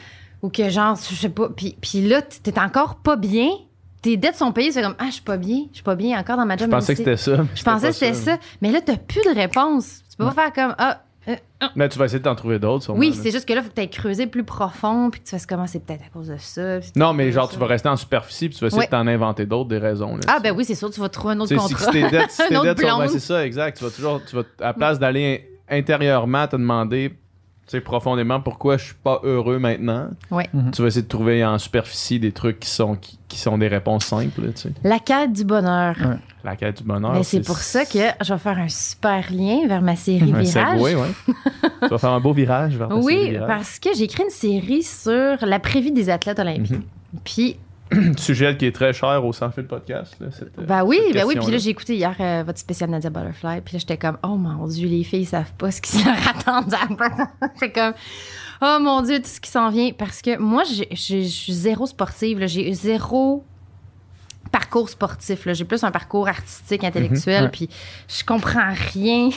ou que genre, je sais pas, puis, puis là, tu es encore pas bien, tes dettes sont payées, c'est comme « Ah, je suis pas bien, je suis pas bien encore dans ma job. » Je pensais que c'était ça. Je pensais que c'était ça. ça. Mais là, tu n'as plus de réponse. Tu peux ouais. pas faire comme « Ah, Euh, euh. Mais tu vas essayer de t'en trouver d'autres, sûrement. Oui, là. c'est juste que là, il faut que tu ailles creuser plus profond, puis que tu fasses comment c'est peut-être à cause de ça. Non, mais genre, ça. tu vas rester en superficie, puis tu vas essayer ouais. de t'en inventer d'autres, des raisons. Là, ah, ben oui, c'est sûr, tu vas trouver un autre c'est, contrat. Si tes dettes, si tes un dettes autre sont, ben, c'est ça, exact. Tu vas toujours, tu vas, à la place d'aller intérieurement te demander, tu sais, profondément pourquoi je suis pas heureux maintenant. Ouais. Mm-hmm. Tu vas essayer de trouver en superficie des trucs qui sont, qui, qui sont des réponses simples, tu sais. La quête du bonheur. Ouais. La quête du bonheur. Ben, c'est, c'est pour ça que je vais faire un super lien vers ma série un Virage. Oui, oui. Tu vas faire un beau virage vers ta oui, série Virage. Parce que j'ai écrit une série sur la prévie des athlètes olympiques. Mm-hmm. Puis sujet qui est très cher au Sans Fil Podcast. Là, cette, ben oui, cette ben oui. Puis là, j'ai écouté hier euh, votre spécial Nadia Butterfly. Puis là, j'étais comme, oh mon Dieu, les filles, ils savent pas ce qui leur attend. J'étais comme, oh mon Dieu, tout ce qui s'en vient. Parce que moi, je suis zéro sportive. Là, j'ai zéro parcours sportif. Là. J'ai plus un parcours artistique, intellectuel. Mm-hmm, ouais. Puis je comprends rien.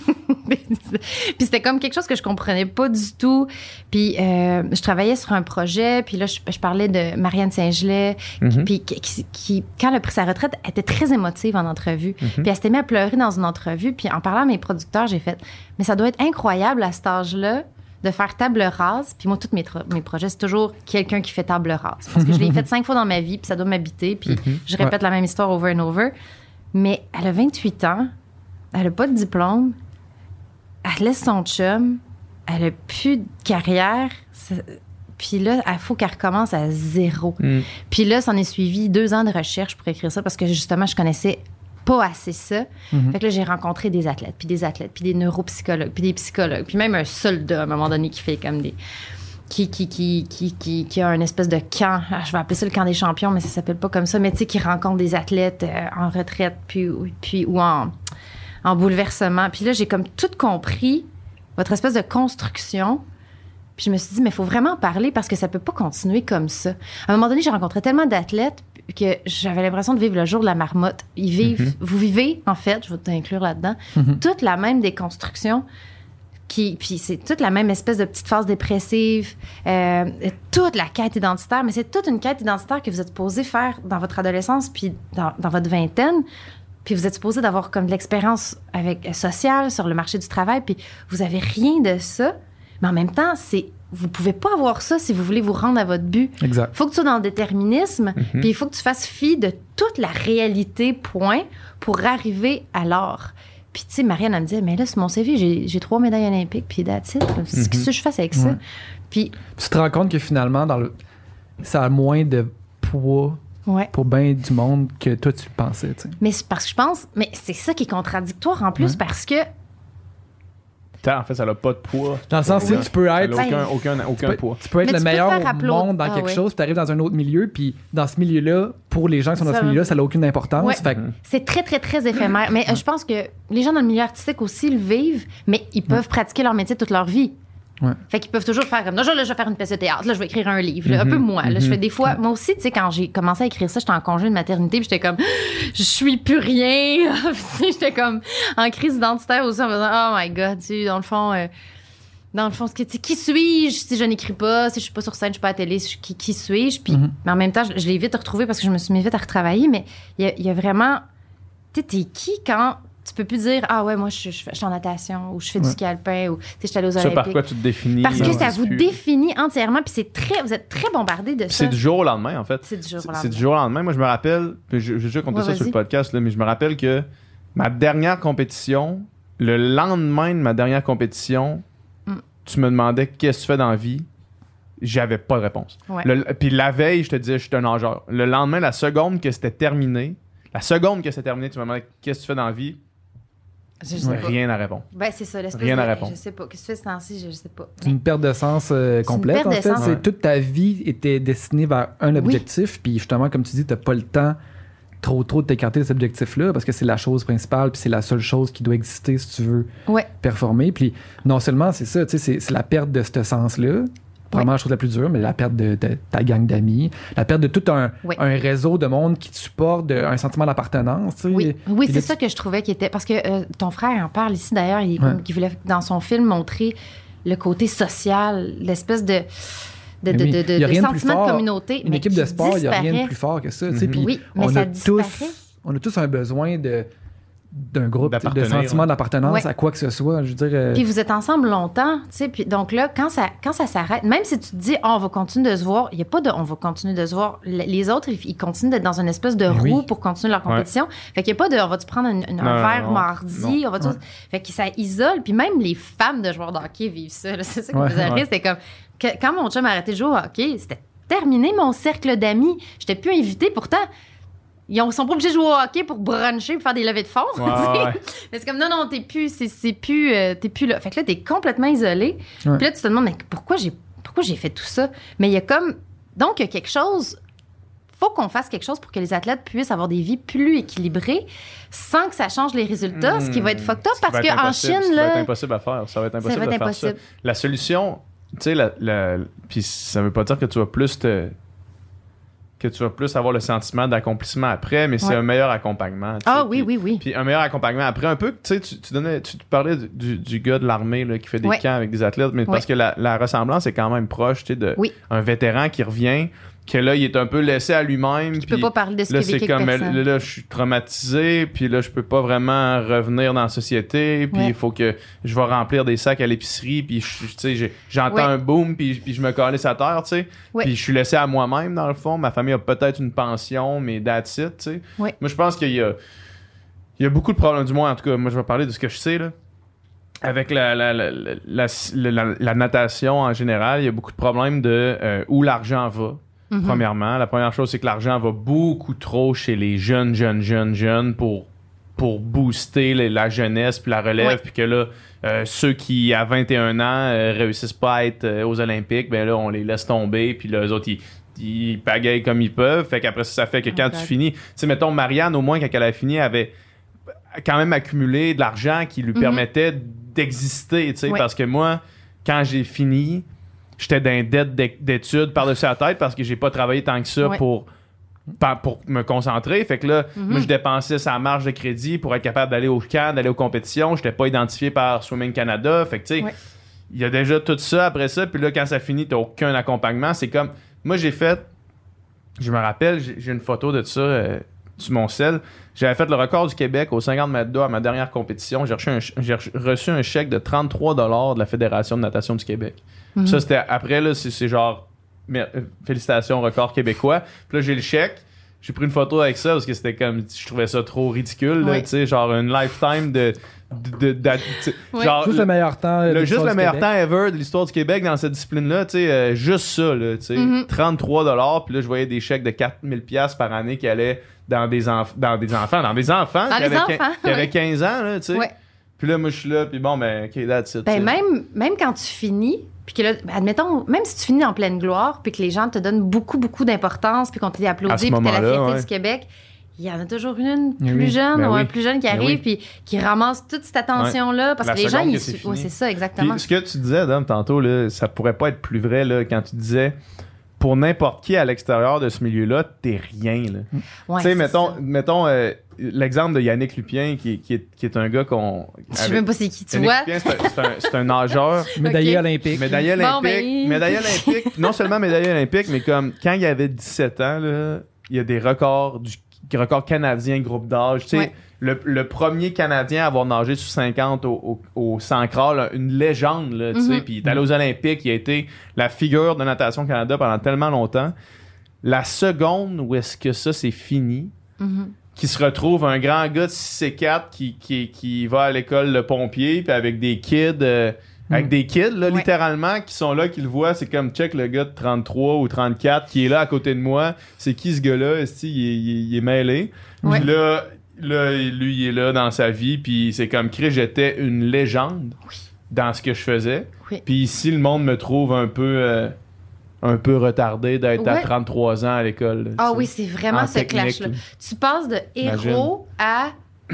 Puis c'était comme quelque chose que je comprenais pas du tout. Puis euh, je travaillais sur un projet, puis là, je, je parlais de Marianne Saint-Gelais, mm-hmm. puis qui, qui, qui, quand elle a pris sa retraite, elle était très émotive en entrevue. Mm-hmm. Puis elle s'était mise à pleurer dans une entrevue, puis en parlant à mes producteurs, j'ai fait « Mais ça doit être incroyable à cet âge-là de faire table rase. » Puis moi, tous mes, tra- mes projets, c'est toujours quelqu'un qui fait table rase. Parce que je l'ai fait cinq fois dans ma vie, puis ça doit m'habiter, puis mm-hmm. je répète ouais. la même histoire over and over. Mais elle a vingt-huit ans, elle a pas de diplôme, elle laisse son chum, elle a plus de carrière, puis là, il faut qu'elle recommence à zéro. Mm. Puis là, ça en est suivi deux ans de recherche pour écrire ça, parce que justement, je connaissais pas assez ça. Mm-hmm. Fait que là, j'ai rencontré des athlètes, puis des athlètes, puis des neuropsychologues, puis des psychologues, puis même un soldat, à un moment donné, qui fait comme des... Qui, qui, qui, qui, qui, qui a une espèce de camp, je vais appeler ça le camp des champions, mais ça s'appelle pas comme ça, mais tu sais, qui rencontre des athlètes euh, en retraite, puis, puis ou en... en bouleversement. Puis là, j'ai comme tout compris, votre espèce de construction. Puis je me suis dit, mais il faut vraiment en parler parce que ça peut pas continuer comme ça. À un moment donné, j'ai rencontré tellement d'athlètes que j'avais l'impression de vivre le jour de la marmotte. Ils vivent, mm-hmm. Vous vivez, en fait, je vais t'inclure là-dedans, mm-hmm. toute la même déconstruction. Qui, puis c'est toute la même espèce de petite phase dépressive, euh, toute la quête identitaire, mais c'est toute une quête identitaire que vous êtes supposé faire dans votre adolescence puis dans, dans votre vingtaine. Puis vous êtes supposé d'avoir comme de l'expérience avec, sociale sur le marché du travail, puis vous avez rien de ça. Mais en même temps, c'est vous pouvez pas avoir ça si vous voulez vous rendre à votre but. Exact. Il faut que tu sois dans le déterminisme, Mhm. puis il faut que tu fasses fi de toute la réalité, point, pour arriver à l'or. Puis, tu sais, Marianne, elle me dit, mais là, c'est mon C V, j'ai, j'ai trois médailles olympiques, puis that's it. Qu'est-ce que je fais avec ça? Ouais. Puis, Tu te rends compte que finalement, dans le... ça a moins de poids ouais. pour bien du monde que toi, tu le pensais. Tu sais. Mais c'est parce que je pense, mais c'est ça qui est contradictoire en plus, Ouais. parce que En fait, ça n'a pas de poids. Dans le sens où Ça tu peux n'a être. aucun, aucun, aucun Tu peux, poids. tu peux être Mais le tu peux te meilleur faire au applaudir. monde dans Ah quelque ouais. chose, puis tu arrives dans un autre milieu, puis dans ce milieu-là, pour les gens qui sont dans Ça ce va. milieu-là, ça n'a aucune importance. Ouais. Fait que- c'est très, très, très éphémère. Mais euh, je pense que les gens dans le milieu artistique aussi le vivent, mais ils peuvent pratiquer leur métier toute leur vie. Ouais. Fait qu'ils peuvent toujours faire comme, non, là, je vais faire une pièce de théâtre, là, je vais écrire un livre. là. Un Mhm. peu moi. Là, je Mhm. fais des fois, moi aussi, tu sais, quand j'ai commencé à écrire ça, j'étais en congé de maternité, puis j'étais comme, je suis plus rien. Puis, tu sais, j'étais comme en crise identitaire aussi, en me disant, oh my God, tu sais, dans le fond, euh, dans le fond, ce que- tu sais, qui suis-je si je n'écris pas, si je suis pas sur scène, je suis pas à la télé, qui, qui suis-je? Puis, Mhm. mais en même temps, je, je l'ai vite retrouvé parce que je me suis mis vite à retravailler, mais il y a, il y a vraiment, tu sais, t'es qui quand tu peux plus dire, ah ouais, moi, je, je, fais- je suis en natation, ou je fais du Ouais. ski alpin, ou tu sais, je suis allée aux Ça, Olympiques. par quoi tu te définis? Parce que euh, ça c'est vous plus- définit entièrement, puis c'est très, vous êtes très bombardé de Puis ça. c'est du jour au lendemain, en fait. C'est du jour au C'est- lendemain. C'est du jour au lendemain. Moi, je me rappelle, puis je- j'ai déjà compté Ouais, ça sur le vas-y. podcast, là, mais je me rappelle que ma dernière compétition, le lendemain de ma dernière compétition, Mm. tu me demandais qu'est-ce que tu fais dans la vie. J'avais pas de réponse. Ouais. Le- puis la veille, je te disais, je suis un nageur. Le lendemain, la seconde que c'était terminé, la seconde que c'était terminé, tu me demandais qu'est-ce que tu fais dans la vie. Je, je sais pas. Rien à répondre. Ben, c'est ça, l'espèce Rien de- à répondre. Je sais pas. Qu'est-ce que tu fais ce temps-ci? Je, je sais pas. C'est une perte de sens euh, une complète, perte en de fait. sens. C'est Ouais. toute ta vie était destinée vers un objectif, puis justement, comme tu dis, t'as pas le temps trop trop de t'écarter de cet objectif-là, parce que c'est la chose principale, puis c'est la seule chose qui doit exister si tu veux Ouais. performer. Puis non seulement c'est ça, tu sais, c'est, c'est la perte de ce sens-là, probablement la chose la plus dure, mais la perte de, de ta gang d'amis, la perte de tout un, Ouais. un réseau de monde qui te supporte, de- un sentiment d'appartenance, tu sais. Oui, oui Puis c'est là, ça que je trouvais qui était. Parce que euh, ton frère en parle ici d'ailleurs, il, Ouais. qui voulait dans son film montrer le côté social, l'espèce de, de, Mais de, oui, de, il y de- a de rien de plus sentiment de fort. communauté. Une mais équipe qui de sport, il n'y a rien de disparaît. plus fort que ça. tu sais. Mhm. Puis Oui, mais on ça a tous, disparaît. on a tous un besoin de d'un groupe, de D'appartenir, sentiment ouais. d'appartenance Ouais. à quoi que ce soit. Je veux dire, euh, Puis vous êtes ensemble longtemps, tu sais. Puis donc là, quand ça, quand ça s'arrête, même si tu te dis, oh, on va continuer de se voir, il n'y a pas de, on va continuer de se voir. Le- Les autres, ils, ils continuent d'être dans une espèce de Mais roue oui. pour continuer leur compétition. Fait qu'il n'y a pas de, on va-tu prendre un, un Non, verre non, mardi, non. on va Ouais. Fait que ça isole. Puis même les femmes de joueurs de hockey vivent ça. là. C'est ça qui Ouais, me faisait rire. ouais. C'était comme, que- quand mon chum a arrêté de jouer au hockey, c'était terminé mon cercle d'amis. J'étais plus invitée. Pourtant, ils ont- sont pas obligés de jouer au hockey pour bruncher, pour faire des levées de fond. Ouais, tu sais. ouais. Mais c'est comme, non, non, t'es plus, c'est, c'est plus, euh, t'es plus là. Fait que là, t'es complètement isolé. Ouais. Puis là, tu te demandes, mais pourquoi j'ai, pourquoi j'ai fait tout ça? Mais il y a comme, donc, il y a quelque chose, faut qu'on fasse quelque chose pour que les athlètes puissent avoir des vies plus équilibrées sans que ça change les résultats, ce qui va être fucked up Ce qui va parce être qu'en impossible, Chine, ce qui va être là, impossible à faire. Ça va être ça impossible va être de faire impossible. ça. La solution, tu sais, la, la- puis ça veut pas dire que tu vas plus te que tu vas plus avoir le sentiment d'accomplissement après, mais c'est Ouais. un meilleur accompagnement. tu sais. Ah oui, Puis- oui, oui. Puis un meilleur accompagnement après, un peu, tu sais, tu, tu donnais, tu te parlais du, du gars de l'armée là, qui fait des Ouais. camps avec des athlètes, mais parce Ouais. que la, la ressemblance est quand même proche, tu sais, de Oui. un vétéran qui revient, que là, il est un peu laissé à lui-même. Tu peux puis pas parler de ce là, qu'il a c'est vécu avec comme, personne. là, là, je suis traumatisé, puis là, je peux pas vraiment revenir dans la société, puis il Ouais. faut que je vais remplir des sacs à l'épicerie, puis je- tu sais, j'ai- j'entends Ouais. un boom, puis, puis je me calisse à terre, tu sais. Ouais. Puis je suis laissé à moi-même, dans le fond. Ma famille a peut-être une pension, mais that's it, tu sais. Ouais. Moi, je pense qu'il y a, il y a beaucoup de problèmes, du moins, en tout cas, moi, je vais parler de ce que je sais, là. Avec la, la, la, la, la- la- la natation en général, il y a beaucoup de problèmes de euh, où l'argent va. Mhm. Premièrement, la première chose, c'est que l'argent va beaucoup trop chez les jeunes, jeunes, jeunes, jeunes pour, pour booster les- la jeunesse puis la relève. Ouais. Puis que là, euh, ceux qui, à vingt et un ans, euh, réussissent pas à être euh, aux Olympiques, ben là, on les laisse tomber. Puis là, eux autres, ils, ils pagayent comme ils peuvent. Fait qu'après ça, ça fait que quand Oh tu God. finis... Tu sais, mettons, Marianne, au moins, quand elle a fini, elle avait quand même accumulé de l'argent qui lui Mhm. permettait d'exister, tu sais. Ouais. Parce que moi, quand j'ai fini... J'étais dans une dette d'é- d'études par-dessus la tête parce que j'ai pas travaillé tant que ça Ouais. pour, pa- pour me concentrer. Fait que là, Mhm. moi, je dépensais sa marge de crédit pour être capable d'aller au camp, d'aller aux compétitions. J'étais pas identifié par Swimming Canada. Fait que, tu sais, Ouais. il y a déjà tout ça après ça. Puis là, quand ça finit, t'as aucun accompagnement. C'est comme... Moi, j'ai fait... Je me rappelle, j'ai j'ai une photo de ça. euh, sur mon cell. J'avais fait le record du Québec aux cinquante mètres d'eau à ma dernière compétition. J'ai reçu un, j'ai reçu un chèque de trente-trois dollars de la Fédération de natation du Québec. Mm-hmm. Ça, c'était après, là, c'est, c'est genre, mais, euh, félicitations, record québécois. Puis là, j'ai le chèque. J'ai pris une photo avec ça parce que c'était comme, je trouvais ça trop ridicule, oui. tu sais, genre une lifetime de. de, de, de oui. genre, juste le, le meilleur temps. Le, juste le meilleur Québec. temps ever de l'histoire du Québec dans cette discipline-là, tu sais, euh, juste ça, là, tu sais. Mm-hmm. trente-trois dollars, puis là, je voyais des chèques de quatre mille dollars par année qui allaient dans des, enf- dans des enfants, dans des enfants, dans qui, les avaient, enfants, qui, qui oui. avaient quinze ans, là, tu sais. Oui. Puis là, moi, je suis là, puis bon, ben, OK, that's it. Ben, même, même quand tu finis, puis que là, admettons, même si tu finis en pleine gloire, puis que les gens te donnent beaucoup, beaucoup d'importance, puis qu'on t'est applaudi, puis t'es la fierté ouais. du Québec, il y en a toujours une oui. plus jeune ben ou oui. un plus jeune qui ben arrive, oui. puis qui ramasse toute cette attention-là, parce la que les gens, ils. C'est, ouais, c'est ça, exactement. Puis ce que tu disais, Dom, tantôt, là, ça pourrait pas être plus vrai, là, quand tu disais. Pour n'importe qui à l'extérieur de ce milieu-là, t'es rien. Ouais, tu sais, mettons, ça. mettons euh, l'exemple de Yannick Lupien, qui, qui, est, qui est un gars qu'on... Je sais même pas c'est qui, tu Yannick vois. Lupien, c'est un, c'est un, c'est un nageur. Médaillé okay. olympique. Médaillé olympique. Bon, ben... Médaillé olympique. Non seulement médaillé olympique, mais comme quand il avait dix-sept ans, là, il y a des records, du records canadiens, groupe d'âge. Tu sais, ouais. le, le premier Canadien à avoir nagé sur cinquante au, au, au cent crawl, une légende, là, tu sais. Mm-hmm. Puis il est allé aux Olympiques, il a été la figure de Natation Canada pendant tellement longtemps. La seconde où est-ce que ça, c'est fini, mm-hmm. qui se retrouve un grand gars de six quatre qui, qui, qui va à l'école le pompier, puis avec des kids... Euh, Avec mm. des kids, là, ouais. littéralement, qui sont là, qui le voient. C'est comme, check le gars de trente-trois ou trente-quatre qui est là à côté de moi. C'est qui ce gars-là? Est-ce il, est, il, est, il est mêlé. Ouais. Puis là, là, lui, il est là dans sa vie. Puis c'est comme, Chris, j'étais une légende oui. dans ce que je faisais. Oui. Puis ici, le monde me trouve un peu... Euh, un peu retardé d'être ouais. à trente-trois ans à l'école. Ah oui, c'est vraiment en ce clash-là. Tu passes de héros Imagine. à...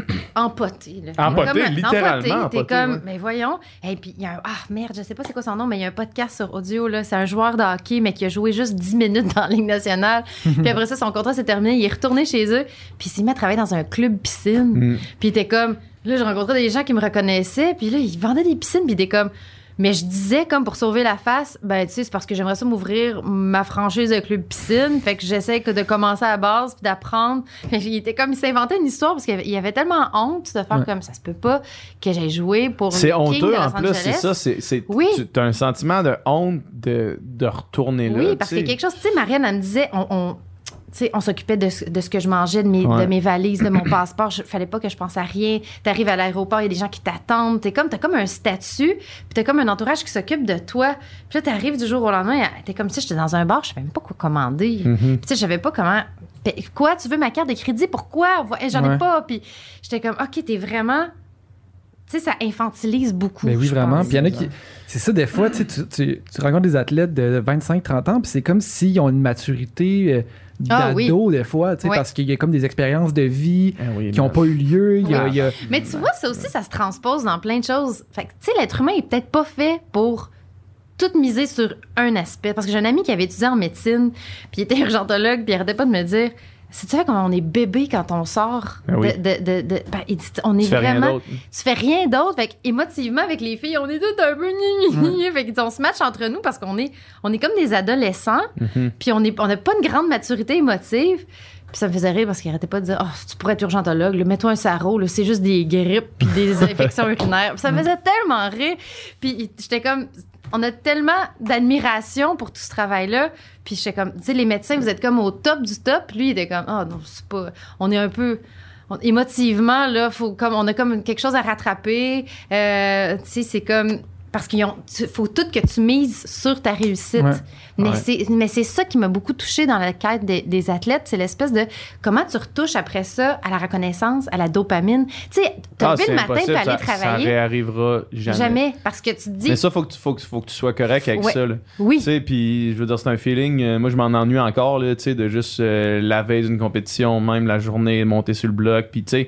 empoté. Là. Empoté, comme, littéralement. Empoté, t'es empoté, comme, ouais. mais voyons. Et puis, il y a un, ah merde, je sais pas c'est quoi son nom, mais il y a un podcast sur audio, là. C'est un joueur de hockey, mais qui a joué juste dix minutes dans la Ligue nationale. Puis après ça, son contrat s'est terminé, il est retourné chez eux, puis il s'est mis à travailler dans un club piscine. Mm. Puis il était comme, là, je rencontrais des gens qui me reconnaissaient, puis là, ils vendaient des piscines, puis il était comme, mais je disais, comme pour sauver la face, ben, tu sais, c'est parce que j'aimerais ça m'ouvrir ma franchise de club piscine. Fait que j'essaie de commencer à la base puis d'apprendre. Il était comme, il s'inventait une histoire parce qu'il y avait tellement honte de faire ouais. comme ça se peut pas que j'ai joué pour c'est le honteux, King de Los en plus, Angeles. c'est ça. C'est, c'est, oui. Tu as un sentiment de honte de, de retourner là. Oui, parce qu'il y a quelque chose, tu sais, Marianne, elle me disait, on. on T'sais, on s'occupait de, de ce que je mangeais, de mes, ouais. de mes valises, de mon passeport. Il fallait pas que je pense à rien. T'arrives à l'aéroport, il y a des gens qui t'attendent. T'es comme, t'as comme un statut, puis t'as comme un entourage qui s'occupe de toi. Puis là, t'arrives du jour au lendemain, t'es comme si j'étais dans un bar, je savais même pas quoi commander. Mm-hmm. Puis tu sais, je savais pas comment... Quoi, tu veux ma carte de crédit? Pourquoi? J'en ouais. ai pas. Puis j'étais comme, OK, t'es vraiment... Tu sais, ça infantilise beaucoup. Mais oui, vraiment. Pense. Puis il y en a qui... C'est ça, des fois, tu, tu, tu rencontres des athlètes de vingt-cinq trente ans, puis c'est comme s'ils ont une maturité... Euh, d'ado, ah, oui. des fois, tu sais, oui. parce qu'il y a comme des expériences de vie ah, oui, qui n'ont pas eu lieu. Il y a, oui. il y a... Mais tu vois, ça aussi, ça se transpose dans plein de choses. Fait que, tu sais, l'être humain est peut-être pas fait pour tout miser sur un aspect. Parce que j'ai un ami qui avait étudié en médecine, puis il était urgentologue, puis il arrêtait pas de me dire... C'est tu sais comment on est bébé quand on sort ben oui. de, de, de, de ben, il dit, on est tu vraiment tu fais rien d'autre, fait émotivement avec les filles on est tous un peu gni fait que on se match entre nous parce qu'on est on est comme des adolescents mm-hmm. puis on est on n'a pas une grande maturité émotive. Puis ça me faisait rire parce qu'il arrêtait pas de dire « Oh, tu pourrais être urgentologue, là, mets-toi un sarreau, là, c'est juste des grippes puis des infections urinaires. » Puis ça me faisait tellement rire. Puis j'étais comme... On a tellement d'admiration pour tout ce travail-là. Puis j'étais comme... Tu sais, les médecins, vous êtes comme au top du top. Puis lui, il était comme « Ah oh, non, c'est pas... On est un peu... On, émotivement, là, faut comme, on a comme quelque chose à rattraper. Euh, tu sais, c'est comme... Parce qu'il faut tout que tu mises sur ta réussite. Ouais. Mais, ouais. c'est, mais c'est ça qui m'a beaucoup touchée dans la quête des, des athlètes. C'est l'espèce de comment tu retouches après ça à la reconnaissance, à la dopamine. Tu sais, te lever ah, le matin et aller ça, travailler. Ça réarrivera jamais. Jamais. Parce que tu te dis. Mais ça, il faut, faut, faut que tu sois correct avec ouais. ça. Là. Oui. Tu sais, puis je veux dire, c'est un feeling. Euh, moi, je m'en ennuie encore, là, tu sais, de juste euh, la veille d'une compétition, même la journée, monter sur le bloc. Puis, tu sais.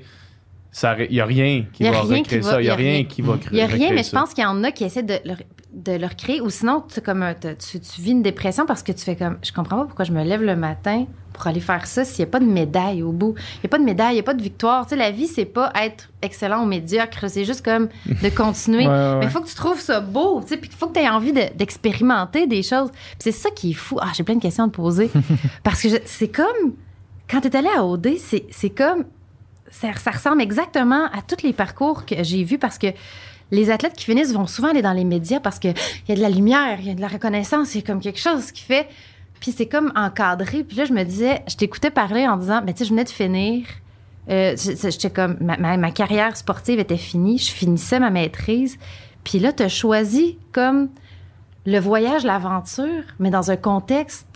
Il n'y a rien qui va recréer ça. Il n'y a rien qui va créer ça. Il n'y a rien, mais je pense qu'il y en a qui essaient de le, de le recréer. Ou sinon, tu, comme un, tu, tu vis une dépression parce que tu fais comme... Je comprends pas pourquoi je me lève le matin pour aller faire ça s'il n'y a pas de médaille au bout. Il n'y a pas de médaille, il n'y a pas de victoire. Tu sais, la vie, c'est pas être excellent ou médiocre. C'est juste comme de continuer. ouais, ouais. Mais il faut que tu trouves ça beau. Tu sais, puis il faut que tu aies envie de, d'expérimenter des choses. Puis c'est ça qui est fou. Ah, j'ai plein de questions à te poser. Parce que je, c'est comme... quand t'es allé à O D, c'est, c'est comme... Ça, ça ressemble exactement à tous les parcours que j'ai vus parce que les athlètes qui finissent vont souvent aller dans les médias parce qu'il y a de la lumière, il y a de la reconnaissance, il y a comme quelque chose qui fait... Puis c'est comme encadré. Puis là, je me disais... Je t'écoutais parler en disant, ben tu sais, je venais de finir... Euh, j'étais comme... Ma, ma, ma carrière sportive était finie. Je finissais ma maîtrise. Puis là, t'as choisi comme le voyage, l'aventure, mais dans un contexte...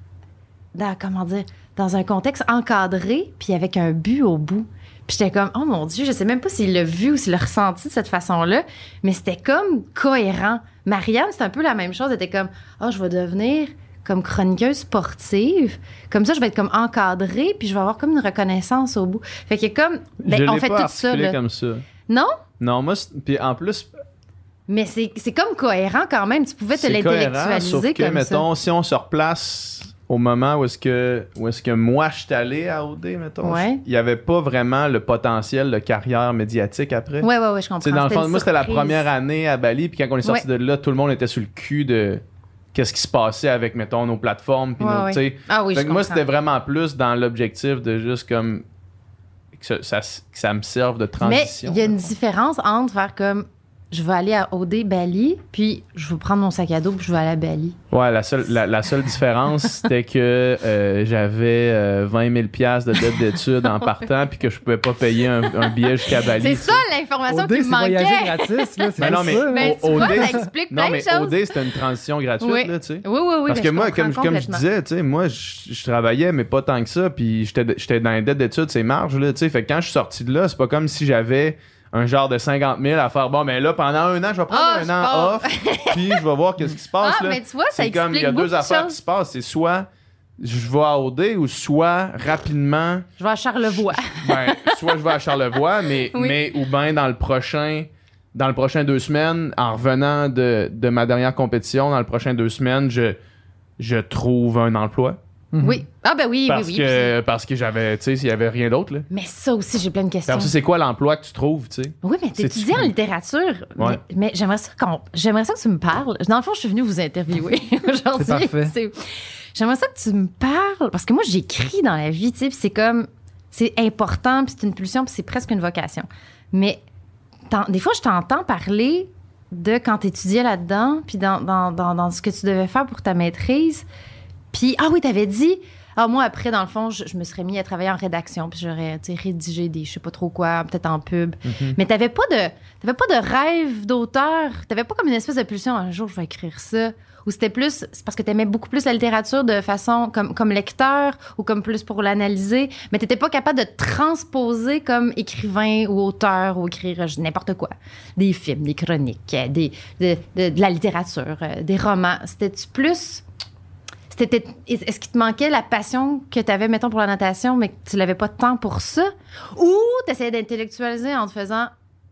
Dans, comment dire? Dans un contexte encadré, puis avec un but au bout. Puis j'étais comme, oh mon Dieu, je sais même pas s'il l'a vu ou s'il l'a ressenti de cette façon-là, mais c'était comme cohérent. Marianne, c'est un peu la même chose. Elle était comme, oh, je vais devenir comme chroniqueuse sportive. Comme ça, je vais être comme encadrée, puis je vais avoir comme une reconnaissance au bout. Fait qu'il y a comme, ben, je on l'ai fait pas tout ça. Là. comme ça. Non? Non, moi, puis en plus... Mais c'est, c'est comme cohérent quand même. Tu pouvais te c'est l'intellectualiser cohérent, sauf que, comme mettons, ça. si on se replace au moment où est-ce que, où est-ce que moi, je suis allé à O D, mettons, Ouais. il n'y avait pas vraiment le potentiel de carrière médiatique après. Ouais, ouais, ouais, je comprends. Tu sais, dans le C'était fond, une moi, c'était la surprise. première année à Bali, puis quand on est sorti Ouais. de là, tout le monde était sur le cul de qu'est-ce qui se passait avec, mettons, nos plateformes, puis Ouais, nos, ouais. tu sais. Ah oui, Fait je que moi, comprends. c'était vraiment plus dans l'objectif de juste comme que ça, ça, que ça me serve de Mais transition. il y a une mettons. différence entre faire comme je vais aller à O D Bali, puis je vais prendre mon sac à dos, puis je vais aller à Bali. Ouais, la seule, la, la seule différence, c'était que euh, j'avais euh, vingt mille dollars de dette d'études en partant, puis que je pouvais pas payer un, un billet jusqu'à Bali. C'est tu sais. ça l'information O D, qui c'est me voyager manquait. gratis, là. C'est Ben non, juste mais- ça, là. Mais tu O- vois, O D, ça explique Non, plein de mais choses. O D, c'était une transition gratuite, Oui. là, tu sais. Oui, oui, oui. Parce ben, que je moi, comprends comme, comme je complètement. disais, tu sais, moi, je, je travaillais, mais pas tant que ça, puis j'étais, j'étais dans les dettes d'études, c'est marge, là, tu sais. Fait que quand je suis sorti de là, c'est pas comme si j'avais un genre de cinquante mille à faire, bon, mais là, pendant un an, je vais prendre Ah, un je an pars. off, puis je vais voir qu'est-ce qui se passe, Ah, là. mais tu vois, ça C'est comme, il y a explique deux beaucoup de affaires choses. qui se passent, c'est soit je vais à O D ou soit rapidement, Je vais à Charlevoix. ben, soit je vais à Charlevoix, mais, Oui. mais ou bien dans le prochain, dans le prochain deux semaines, en revenant de, de ma dernière compétition, dans le prochain deux semaines, je, je trouve un emploi. Mhm. Oui. Ah ben oui, Parce oui, oui. que, parce que j'avais, tu sais, s'il y avait rien d'autre, là. Puis- Mais ça aussi, j'ai plein de Puis questions. après ça, c'est quoi l'emploi que tu trouves, tu sais? Oui, mais C'est- t'étudies en littérature. Ouais. Mais, mais j'aimerais ça qu'on, j'aimerais ça que tu me parles. Dans le fond, je suis venue vous interviewer aujourd'hui. C'est parfait. C'est- J'aimerais ça que tu me parles parce que moi, j'écris dans la vie, tu sais, puis c'est comme, c'est important, puis c'est une pulsion, puis c'est presque une vocation. Mais t'en- des fois, je t'entends parler de quand t'étudiais là-dedans, puis dans, dans, dans, dans ce que tu devais faire pour ta maîtrise. Puis, ah oui, t'avais dit, ah, moi, après, dans le fond, je, je me serais mis à travailler en rédaction, puis j'aurais, tu sais, rédigé des, je sais pas trop quoi, peut-être en pub. Mais t'avais pas de, t'avais pas de rêve d'auteur. T'avais pas comme une espèce de pulsion, un jour, je vais écrire ça. Ou c'était plus, c'est parce que t'aimais beaucoup plus la littérature de façon comme, comme lecteur ou comme plus pour l'analyser, mais t'étais pas capable de transposer comme écrivain ou auteur ou écrire euh, n'importe quoi. Des films, des chroniques, euh, des, de, de, de la littérature, euh, des romans. C'était-tu plus... C'était, est-ce qu'il te manquait la passion que tu avais, mettons, pour la natation, mais que tu n'avais pas de temps pour ça? Ou tu essayais d'intellectualiser en te faisant.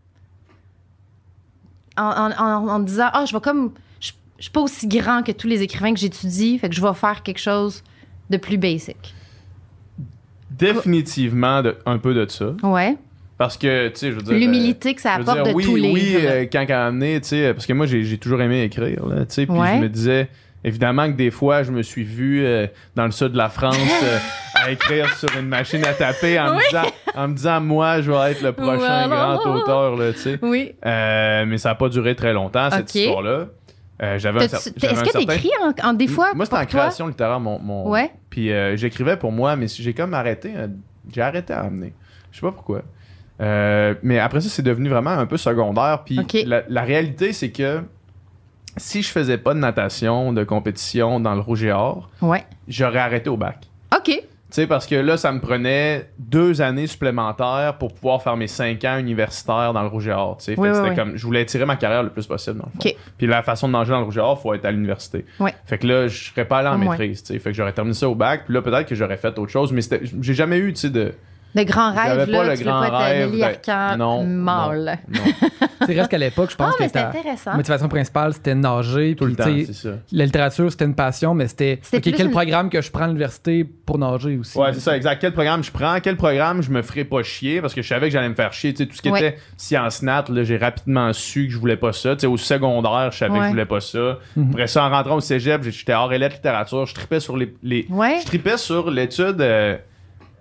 En, en, en, en te disant, ah, je vais comme. Je, je suis pas aussi grand que tous les écrivains que j'étudie, fait que je vais faire quelque chose de plus basic. Définitivement de- un peu de ça. Ouais. Parce que, tu sais, je veux dire... L'humilité que ça je veux apporte dire, de oui, tous les. Oui, euh, quand à amener, tu sais, parce que moi, j'ai, j'ai toujours aimé écrire, là, tu sais, puis Ouais. je me disais, évidemment que des fois, je me suis vu euh, dans le sud de la France euh, à écrire sur une machine à taper en, me, disant, en me disant, moi, je vais être le prochain Voilà. grand auteur, là, tu sais. Oui. Euh, mais ça n'a pas duré très longtemps, cette Ok. histoire-là. Euh, j'avais un T'as-tu- cer- t'es- j'avais Est-ce un que certain- tu écris en, en des fois? Moi, c'était en pour toi? création littéraire, mon... mon... Ouais. Puis euh, j'écrivais pour moi, mais j'ai comme arrêté. euh, j'ai arrêté à amener. Je sais pas pourquoi. Euh, mais après ça, c'est devenu vraiment un peu secondaire. Puis Ok. la, la réalité, c'est que si je faisais pas de natation, de compétition dans le rouge et or, Ouais. j'aurais arrêté au bac. OK. Tu sais, parce que là, ça me prenait deux années supplémentaires pour pouvoir faire mes cinq ans universitaires dans le rouge et or. Tu sais, Fait Oui, que oui, c'était oui. comme, je voulais tirer ma carrière le plus possible, dans le fond. OK. Puis la façon de nager dans le rouge et or, faut être à l'université. Ouais. Fait que là, je serais pas allé en Ouais. maîtrise, tu sais. Fait que j'aurais terminé ça au bac, puis là, peut-être que j'aurais fait autre chose, mais c'était, j'ai jamais eu, tu sais, de... Le grand J'avais rêve, pas là, le tu veux grand pas être rêve Nelly de- Arcan non, mâle. Non, non, C'est reste qu'à l'époque, je pense Ah, mais que c'est ta intéressant. motivation principale, c'était nager. tout le puis, temps, tu sais, c'est ça. la littérature, c'était une passion, mais c'était, C'était OK, plus quel une- programme que je prends à l'université pour nager aussi. Ouais, c'est ça, exact. Quel programme je prends, quel programme je me ferais pas chier, parce que je savais que j'allais me faire chier. Tu sais, tout ce qui Ouais. était sciences nat, là, j'ai rapidement su que je voulais pas ça. Tu sais, au secondaire, je savais que Ouais. je voulais pas ça. Mhm. Après ça, en rentrant au cégep, j'étais hors élève littérature, je tripais sur les, les... Ouais. Je tripais sur l'étude euh,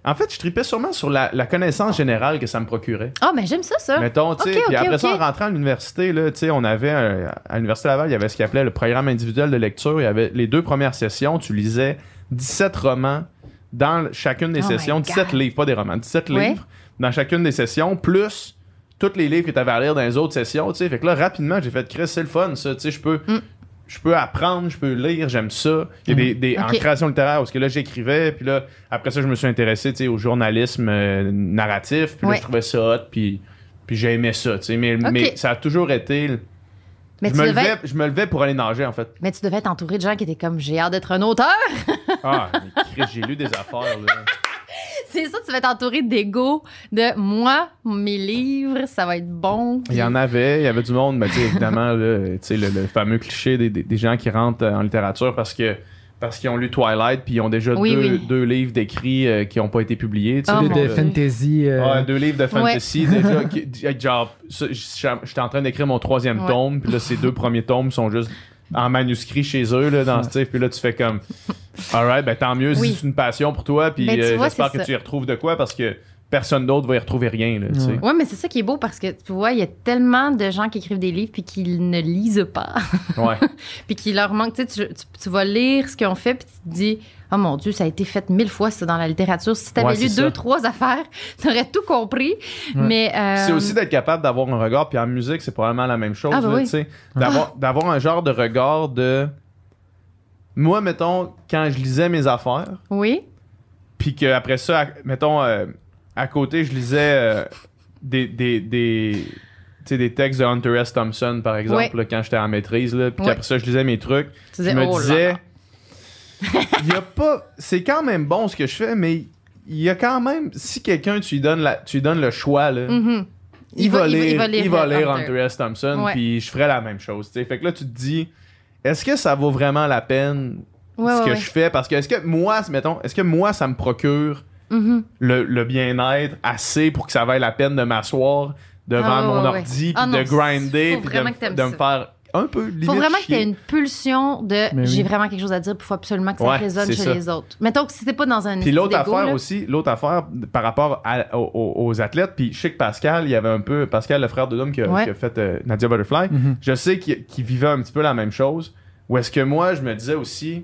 En fait, je tripais sûrement sur la, la connaissance générale que ça me procurait. Ah, mais j'aime ça, ça. Mettons, tu sais, Ok, puis ok, après ok. ça, en rentrant à l'université, là, tu sais, on avait, un- à l'Université Laval, il y avait ce qu'il appelait le programme individuel de lecture. Il y avait les deux premières sessions, tu lisais dix-sept romans dans chacune des Oh sessions, my dix-sept God. livres, pas des romans, dix-sept Ouais. livres dans chacune des sessions, plus tous les livres que tu avais à lire dans les autres sessions, tu sais. Fait que là, rapidement, j'ai fait, Chris, c'est le fun, ça, tu sais, je peux... Mm. Je peux apprendre, je peux lire, j'aime ça. Il y a des, des Ok. en création littéraire, parce que là, j'écrivais, puis là, après ça, je me suis intéressé, tu sais, au journalisme euh, narratif, puis Ouais. là, je trouvais ça hot, puis, puis j'aimais ça, tu sais. Mais, mais ça a toujours été... Mais Je tu, me, devais levais, être... je me levais pour aller nager, en fait. mais tu devais être entouré de gens qui étaient comme j'ai hâte d'être un auteur. Ah, mais Chris, j'ai lu des affaires, là. C'est ça, tu vas être entouré d'ego, de moi, mes livres, ça va être bon. Il y en avait, il y avait du monde, mais tu sais, évidemment, là, tu sais, le, le fameux cliché des, des, des gens qui rentrent en littérature parce que parce qu'ils ont lu Twilight puis ils ont déjà Oui, deux, oui. deux livres d'écrits euh, qui n'ont pas été publiés. tu sais. Oh, de, mon de Dieu. fantasy. euh, Ouais, deux livres de fantasy déjà. Qui, genre, ça, j'étais en train d'écrire mon troisième Ouais. tome, puis là, ces deux premiers tomes sont juste en manuscrit chez eux, là, dans ce type, puis là, tu fais comme, alright, ben tant mieux, Oui. si c'est une passion pour toi, puis Ben, tu euh, vois, j'espère c'est que ça. tu y retrouves de quoi, parce que personne d'autre va y retrouver rien, là, tu sais. Ouais. Ouais, mais c'est ça qui est beau parce que tu vois, il y a tellement de gens qui écrivent des livres puis qui ne lisent pas. Ouais. Puis qui leur manque. Tu, sais, tu, tu, tu vas lire ce qu'ils ont fait puis tu te dis, oh mon Dieu, ça a été fait mille fois ça dans la littérature. Si tu avais Ouais, lu c'est deux, ça. trois affaires, tu aurais tout compris. Mais. euh, C'est aussi d'être capable d'avoir un regard, puis en musique, c'est probablement la même chose, Ah, bah là, oui. tu sais. D'avoir, d'avoir un genre de regard de. Moi, mettons, quand je lisais mes affaires, Oui. puis qu'après ça, à- mettons, euh, à côté, je lisais euh, des, des, des, tu sais, des textes de Hunter S. Thompson, par exemple, Ouais. là, quand j'étais en maîtrise, là, puis Ouais. qu'après ça, je lisais mes trucs. Tu Je disais, me oh là disais, là. il y a pas. C'est quand même bon ce que je fais, mais il y a quand même. Si quelqu'un, tu lui donnes, la, tu lui donnes le choix, là. Mhm. Il, va lire, il va lire lire Hunter. Hunter S. Thompson, Ouais. puis je ferais la même chose. T'sais. Fait que là, tu te dis, est-ce que ça vaut vraiment la peine Ouais, ce ouais, que ouais. je fais? Parce que est-ce que moi, mettons, est-ce que moi, ça me procure Mhm. le, le bien-être assez pour que ça vaille la peine de m'asseoir devant Ah, ouais, mon ouais, ordi, ouais. puis Ah, non, de grinder, faut puis de, vraiment me- que t'aimes de me ça. faire un peu limite Faut vraiment que tu aies chier. une pulsion de Mais j'ai oui. vraiment quelque chose à dire, puis il faut absolument que ça Ouais, résonne c'est chez ça. les autres. Mettons que si t'es pas dans un Puis l'autre d'ego, affaire là, aussi, l'autre affaire par rapport à- aux, aux- aux athlètes, puis je sais que Pascal, il y avait un peu, Pascal, le frère de Dom qui a, Ouais. qui a fait euh, Nadia Butterfly, Mhm. je sais qu'il qu'il vivait un petit peu la même chose. Ou est-ce que moi, je me disais aussi,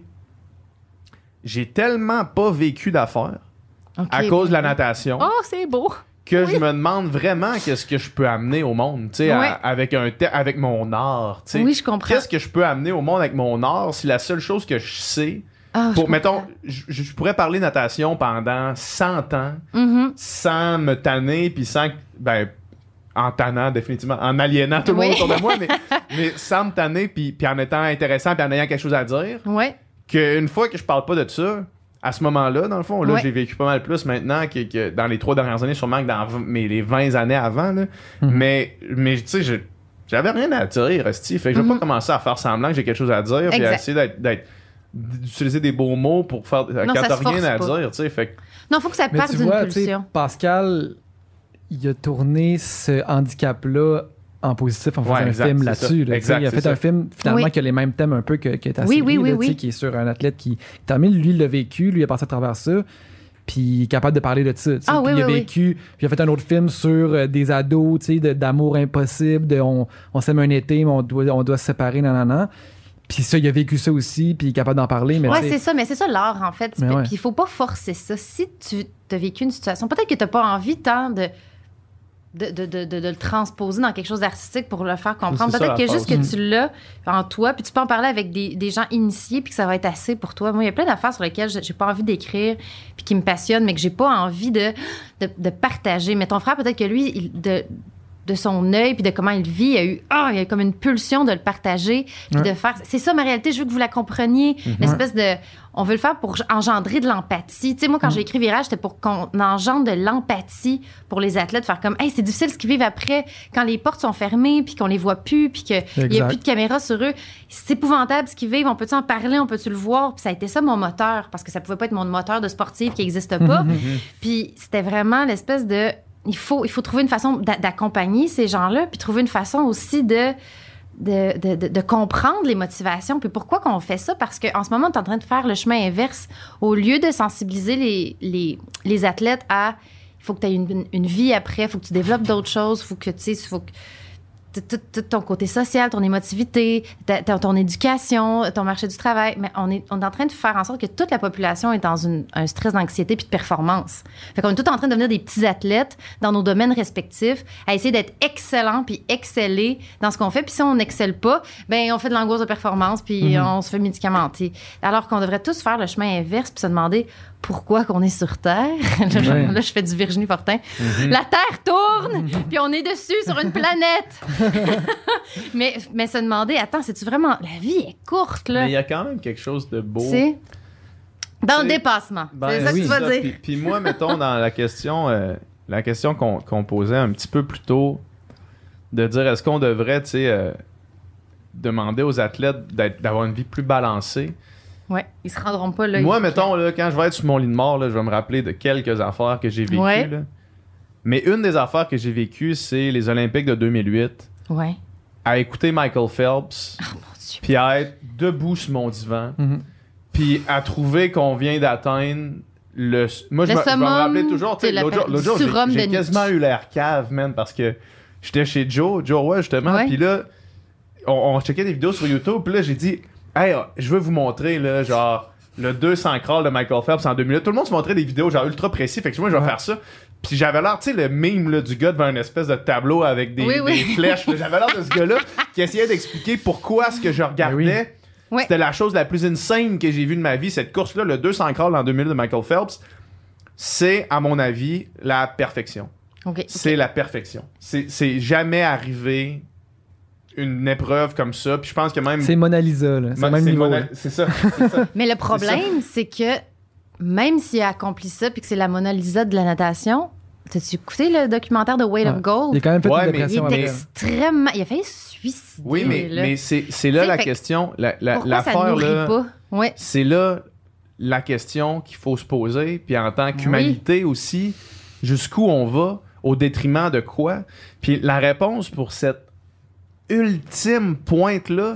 j'ai tellement pas vécu d'affaires ok, à cause de la bon. natation Oh, c'est beau. que oui. je me demande vraiment qu'est-ce que je peux amener au monde, tu sais, à- Ouais. avec un te- avec mon art, tu sais. Oui, je comprends. Qu'est-ce que je peux amener au monde avec mon art si la seule chose que je sais, Ah, je pour, comprends. mettons, je, je pourrais parler natation pendant cent ans Mhm. sans me tanner, puis sans, ben, en tannant définitivement, en aliénant tout le Oui. monde autour de moi, mais, mais sans me tanner, puis, puis en étant intéressant, puis en ayant quelque chose à dire, Ouais. qu'une fois que je parle pas de ça, à ce moment-là, dans le fond, là, Ouais. j'ai vécu pas mal plus maintenant que, que dans les trois dernières années, sûrement que dans v- mes, les vingt années avant, là. Mhm. mais, mais tu sais, je- j'avais rien à dire, hostie. Fait que je vais Mhm. pas commencer à faire semblant que j'ai quelque chose à dire, puis à Exact. essayer d'être, d'être- d'utiliser des beaux mots pour faire Non, quand ça t'as se rien force à pas. dire, tu sais. Fait que Non, faut que ça Mais parte tu d'une vois, tu sais, pulsion. Pascal, il a tourné ce handicap-là en positif en faisant Ouais, un exact, film c'est là-dessus. ça. là, tu sais. Exact, il a c'est fait ça. un film finalement Oui. qui a les mêmes thèmes un peu que, que ta Oui, série, oui, oui, là, tu sais, oui. qui est sur un athlète qui, termine, lui, il l'a vécu, lui, il a passé à travers ça. Puis il est capable de parler de ça. tu sais. Ah, Puis oui, il a oui, vécu, puis il a fait un autre film sur euh, des ados, tu sais, de- d'amour impossible, de on, on s'aime un été, mais on doit, on doit se séparer, nanana. Puis ça, il a vécu ça aussi, puis il est capable d'en parler. Mais Ouais, tu sais, c'est ça, mais c'est ça l'art, en fait. Mais Puis ouais. il faut pas forcer ça. Si tu as vécu une situation, peut-être que tu n'as pas envie tant de, de, de, de, de- de le transposer dans quelque chose d'artistique pour le faire comprendre. C'est ça, Peut-être la que juste phase. que tu l'as en toi, puis tu peux en parler avec des, des gens initiés, puis que ça va être assez pour toi. Moi, il y a plein d'affaires sur lesquelles j'ai j'ai pas envie d'écrire, puis qui me passionnent, mais que j'ai pas envie de, de, de partager. Mais ton frère, peut-être que lui, il- de, de son œil puis de comment il vit, il a eu ah, il y a comme une pulsion de le partager puis Ouais. de faire c'est ça ma réalité, je veux que vous la compreniez, l'espèce de on veut le faire pour engendrer de l'empathie. Tu sais moi quand j'ai écrit Virage, c'était pour qu'on engendre de l'empathie pour les athlètes, faire comme hey, c'est difficile ce qu'ils vivent après quand les portes sont fermées puis qu'on les voit plus puis qu'il y a Exact. plus de caméras sur eux. C'est épouvantable ce qu'ils vivent, on peut-tu en parler, on peut-tu le voir? Puis ça a été ça mon moteur parce que ça pouvait pas être mon moteur de sportif qui existe pas. Puis c'était vraiment l'espèce de il faut, il faut trouver une façon d'a- d'accompagner ces gens-là, puis trouver une façon aussi de de, de, de, de comprendre les motivations. Puis pourquoi qu'on fait ça? Parce qu'en ce moment, on est en train de faire le chemin inverse. Au lieu de sensibiliser les, les, les athlètes à il faut que tu aies une, une vie après, il faut que tu développes d'autres choses, il faut que tu sais, faut que tout, tout ton côté social, ton émotivité, ta, ta, ton éducation, ton marché du travail. Mais on est, on est en train de faire en sorte que toute la population est dans une, un stress d'anxiété puis de performance. Fait qu'on est tous en train de devenir des petits athlètes dans nos domaines respectifs, à essayer d'être excellents puis exceller dans ce qu'on fait. Puis si on n'excelle pas, ben on fait de l'angoisse de performance puis mm-hmm. on se fait médicamenter. Alors qu'on devrait tous faire le chemin inverse puis se demander pourquoi qu'on est sur Terre. là, ouais. là, je fais du Virginie Fortin. Mm-hmm. La Terre tourne, mm-hmm. puis on est dessus sur une planète. mais, mais se demander, attends, c'est-tu vraiment... La vie est courte, là. Mais il y a quand même quelque chose de beau. C'est dans le dépassement. Ben, c'est ça oui, que tu vas ça. dire. Puis, puis moi, mettons, dans la question, euh, la question qu'on, qu'on posait un petit peu plus tôt, de dire, est-ce qu'on devrait, tu sais, euh, demander aux athlètes d'avoir une vie plus balancée? Ouais, ils se rendront pas là. Moi, mettons, là, quand je vais être sur mon lit de mort, là, je vais me rappeler de quelques affaires que j'ai vécues. Ouais. Là. Mais une des affaires que j'ai vécues, c'est les Olympiques de deux mille huit. Ouais. À écouter Michael Phelps. Oh mon Dieu. Puis à être debout sur mon divan. Mm-hmm. Puis à trouver qu'on vient d'atteindre le... Moi, je, le me, summum, je vais me rappeler toujours... L'autre jour, l'autre jour j'ai, j'ai quasiment eu l'air cave, man, parce que j'étais chez Joe, Joe Roy, justement. Ouais. Puis là, on, on checkait des vidéos sur YouTube. Puis là, j'ai dit... Hey, je veux vous montrer, là, genre, le deux cents crawl de Michael Phelps en deux minutes. Tout le monde se montrait des vidéos, genre, ultra précis. Fait que moi, je vais ouais. faire ça. Puis j'avais l'air, tu sais, le meme là, du gars devant une espèce de tableau avec des, oui, oui. des flèches. J'avais l'air de ce gars-là qui essayait d'expliquer pourquoi ce que je regardais, oui. c'était la chose la plus insane que j'ai vue de ma vie. Cette course-là, le deux cents crawl en deux minutes de Michael Phelps, c'est, à mon avis, la perfection. Okay, c'est okay. la perfection. C'est, c'est jamais arrivé... une épreuve comme ça, puis je pense que même... C'est Mona Lisa, là. C'est Ma- le même c'est niveau. Mona... C'est ça. C'est ça. Mais le problème, c'est, c'est que même s'il a accompli ça, puis que c'est la Mona Lisa de la natation, t'as-tu écouté le documentaire de Weight ouais. of Gold? Il a quand même fait ouais, une dépression. Il est après. extrêmement... Il a failli se suicider. Oui, mais, là. mais c'est, c'est là T'sais, la fait... question. La, la, Pourquoi l'affaire, ça nourrit là, pas? Ouais. C'est là la question qu'il faut se poser, puis en tant qu'humanité oui. aussi, jusqu'où on va, au détriment de quoi? Puis la réponse pour cette ultime pointe-là,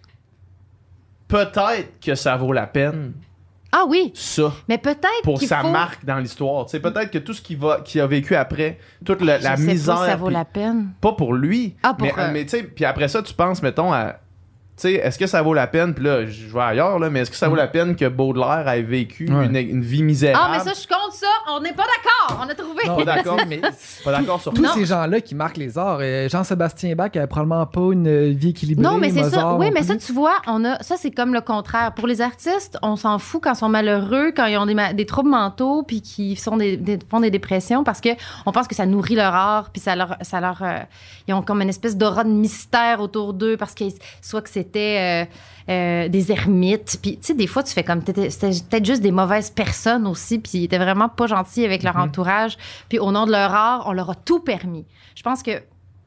peut-être que ça vaut la peine. Ah oui. Ça. Mais peut-être pour qu'il sa faut... marque dans l'histoire. T'sais, peut-être que tout ce qu'il, va, qu'il a vécu après, toute la, je la sais misère. Pas si ça vaut pis, la peine. Pas pour lui. Ah, pour mais, euh... mais tu sais, puis après ça, tu penses, mettons, à. Tu sais, est-ce que ça vaut la peine, puis là, je vais ailleurs, là, mais est-ce que ça vaut la peine que Baudelaire ait vécu ouais. une, une vie misérable? Ah, mais ça, je compte ça. On n'est pas d'accord. On a trouvé. Non, pas d'accord, mais pas d'accord sur tous non. ces gens-là qui marquent les arts. Euh, Jean-Sébastien Bach avait probablement pas une vie équilibrée. Non, mais c'est Mozart ça. Oui, mais plus. ça, tu vois, on a ça, c'est comme le contraire. Pour les artistes, on s'en fout quand ils sont malheureux, quand ils ont des, ma- des troubles mentaux, puis qu'ils sont des, des, font des dépressions, parce que on pense que ça nourrit leur art, puis ça leur, ça leur, euh, ils ont comme une espèce d'aura de mystère autour d'eux, parce que soit que c'était euh, euh, des ermites, puis tu sais, des fois, tu fais comme c'était peut-être juste des mauvaises personnes aussi, puis ils étaient vraiment pas gentils avec leur mm-hmm. entourage, puis au nom de leur art, on leur a tout permis. Je pense que